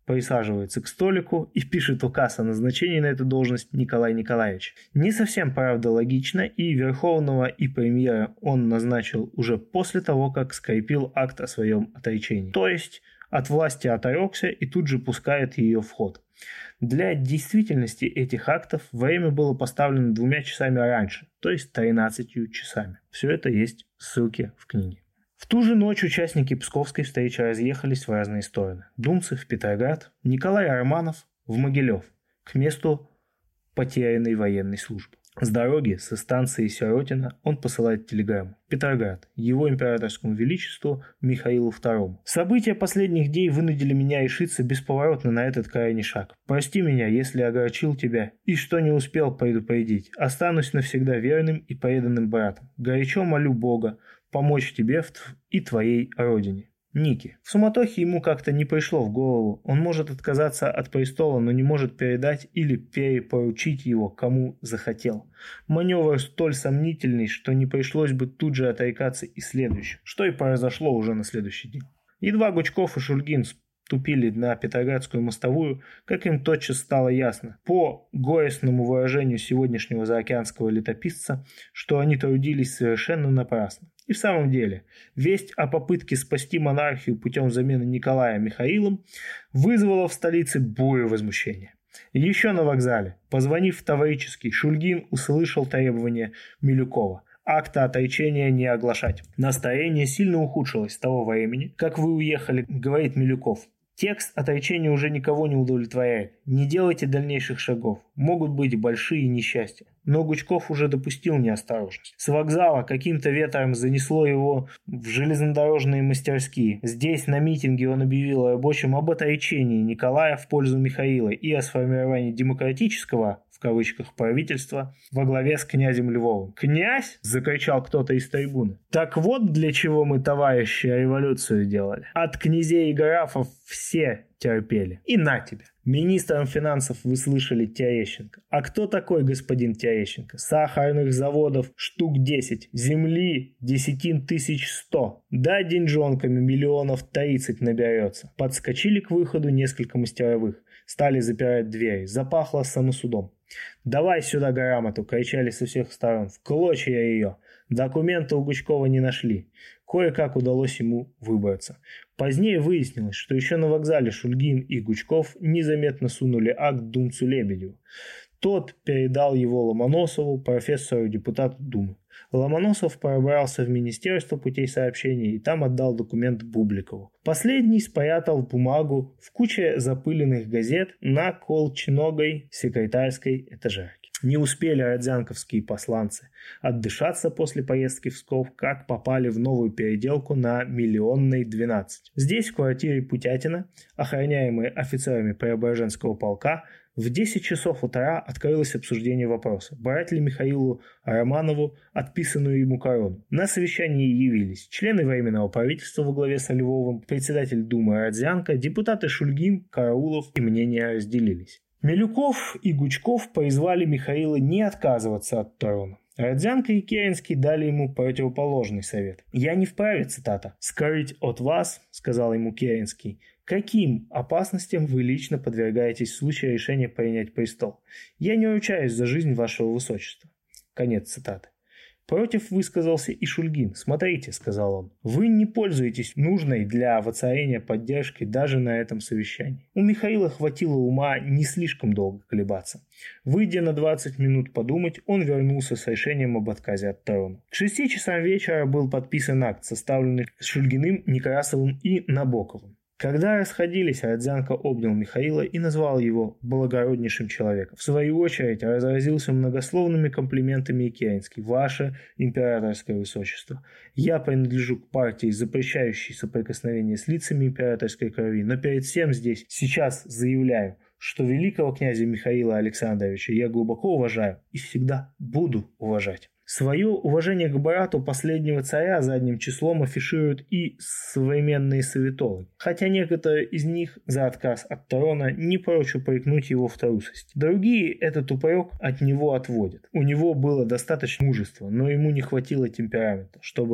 [SPEAKER 2] присаживается к столику и пишет указ о назначении на эту должность Николая Николаевича. Не совсем, правда, логично, и Верховного, и премьера он назначил уже после того, как скрепил акт о своем отречении. То есть от власти отрекся и тут же пускает ее в ход. Для действительности этих актов время было поставлено двумя часами раньше, то есть тринадцатью часами. Все это есть ссылки в книге. В ту же ночь участники Псковской встречи разъехались в разные стороны. Думцев в Петроград, Николай Романов в Могилев, к месту потерянной военной службы. С дороги, со станции Сиротина, он посылает телеграмму. Петроград, его императорскому величеству Михаилу второму. События последних дней вынудили меня решиться бесповоротно на этот крайний шаг. Прости меня, если огорчил тебя и что не успел предупредить. Останусь навсегда верным и преданным братом. Горячо молю Бога помочь тебе и твоей родине. Ники. В суматохе ему как-то не пришло в голову. Он может отказаться от престола, но не может передать или перепоручить его, кому захотел. Маневр столь сомнительный, что не пришлось бы тут же отрекаться и следующим, что и произошло уже на следующий день. Едва Гучков и Шульгин ступили на Петроградскую мостовую, как им тотчас стало ясно, по горестному выражению сегодняшнего заокеанского летописца, что они трудились совершенно напрасно. И в самом деле, весть о попытке спасти монархию путем замены Николая Михаилом вызвала в столице бурю возмущения. Еще на вокзале, позвонив в Таврический, Шульгин услышал требование Милюкова акта отречения не оглашать. Настроение сильно ухудшилось с того времени, как вы уехали, говорит Милюков. Текст отречения уже никого не удовлетворяет. Не делайте дальнейших шагов. Могут быть большие несчастья. Но Гучков уже допустил неосторожность. С вокзала каким-то ветром занесло его в железнодорожные мастерские. Здесь на митинге он объявил рабочим об отречении Николая в пользу Михаила и о сформировании демократического, в кавычках, правительства во главе с князем Львовым. «Князь?» – закричал кто-то из трибуны. «Так вот для чего мы, товарищи, революцию делали. От князей и графов все терпели. И на тебе». Министром финансов вы слышали Терещенко. А кто такой господин Терещенко? Сахарных заводов штук десять, земли десятин тысяч сто. Да, деньжонками миллионов тридцать наберется. Подскочили к выходу несколько мастеровых. Стали запирать двери. Запахло самосудом. «Давай сюда грамоту!» – кричали со всех сторон. «В клочья ее!» Документы у Гучкова не нашли. Кое-как удалось ему выбраться. Позднее выяснилось, что еще на вокзале Шульгин и Гучков незаметно сунули акт Думцу Лебедеву. Тот передал его Ломоносову, профессору-депутату Думы. Ломоносов пробрался в Министерство путей сообщения и там отдал документ Бубликову. Последний спрятал бумагу в куче запыленных газет на колченогой секретарской этажерке. Не успели родзянковские посланцы отдышаться после поездки в Псков, как попали в новую переделку на Миллионной двенадцать. Здесь, в квартире Путятина, охраняемой офицерами Преображенского полка, в десять часов утра открылось обсуждение вопроса, брать ли Михаилу Романову отписанную ему корону. На совещании явились члены Временного правительства во главе со Львовым, председатель Думы Родзянко, депутаты Шульгин, Караулов, и мнения разделились. Милюков и Гучков призвали Михаила не отказываться от трона. Родзянко и Керенский дали ему противоположный совет. «Я не вправе, цитата, скрыть от вас, — сказал ему Керенский, — каким опасностям вы лично подвергаетесь в случае решения принять престол. Я не ручаюсь за жизнь вашего высочества». Конец цитаты. Против высказался и Шульгин. «Смотрите, — сказал он, — вы не пользуетесь нужной для воцарения поддержкой даже на этом совещании». У Михаила хватило ума не слишком долго колебаться. Выйдя на двадцать минут подумать, он вернулся с решением об отказе от трона. К шести часам вечера был подписан акт, составленный Шульгиным, Некрасовым и Набоковым. Когда расходились, Родзянко обнял Михаила и назвал его благороднейшим человеком. В свою очередь разразился многословными комплиментами и Керенский. «Ваше императорское высочество, я принадлежу к партии, запрещающей соприкосновение с лицами императорской крови, но перед всем здесь сейчас заявляю, что великого князя Михаила Александровича я глубоко уважаю и всегда буду уважать». Свое уважение к брату последнего царя задним числом афишируют и современные советологи, хотя некоторые из них за отказ от трона не прочь упрекнуть его в трусости. Другие этот упрек от него отводят. У него было достаточно мужества, но ему не хватило темперамента, чтобы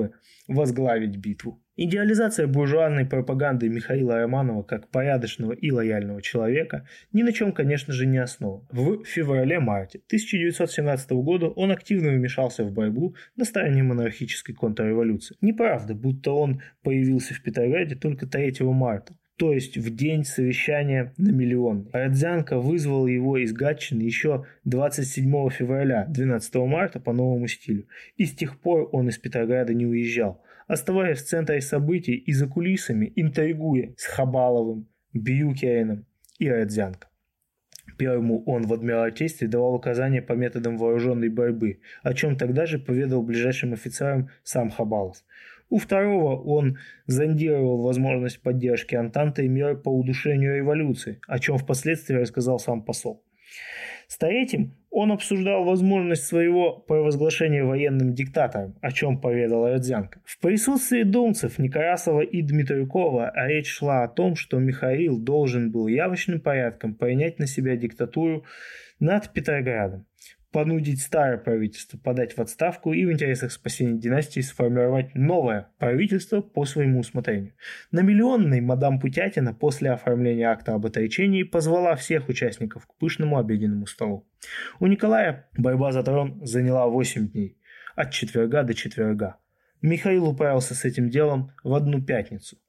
[SPEAKER 2] возглавить битву. Идеализация буржуазной пропаганды Михаила Романова как порядочного и лояльного человека ни на чем, конечно же, не основана. В феврале-марте тысяча девятьсот семнадцатого года он активно вмешался в борьбу на стороне монархической контрреволюции. Неправда, будто он появился в Петрограде только третьего марта. То есть в день совещания на Миллионной. Родзянко вызвал его из Гатчины еще двадцать седьмого февраля, двенадцатого марта по новому стилю. И с тех пор он из Петрограда не уезжал, оставаясь в центре событий и за кулисами, интригуя с Хабаловым, Бьюкериным и Родзянко. Первому он в Адмиралтействе давал указания по методам вооруженной борьбы, о чем тогда же поведал ближайшим офицерам сам Хабалов. У второго он зондировал возможность поддержки Антанты и мер по удушению революции, о чем впоследствии рассказал сам посол. С третьим он обсуждал возможность своего провозглашения военным диктатором, о чем поведал Родзянко. В присутствии думцев Некрасова и Дмитрюкова речь шла о том, что Михаил должен был явочным порядком принять на себя диктатуру над Петроградом, понудить старое правительство подать в отставку и в интересах спасения династии сформировать новое правительство по своему усмотрению. На Миллионной мадам Путятина после оформления акта об отречении позвала всех участников к пышному обеденному столу. У Николая борьба за трон заняла восемь дней, от четверга до четверга. Михаил управился с этим делом в одну пятницу.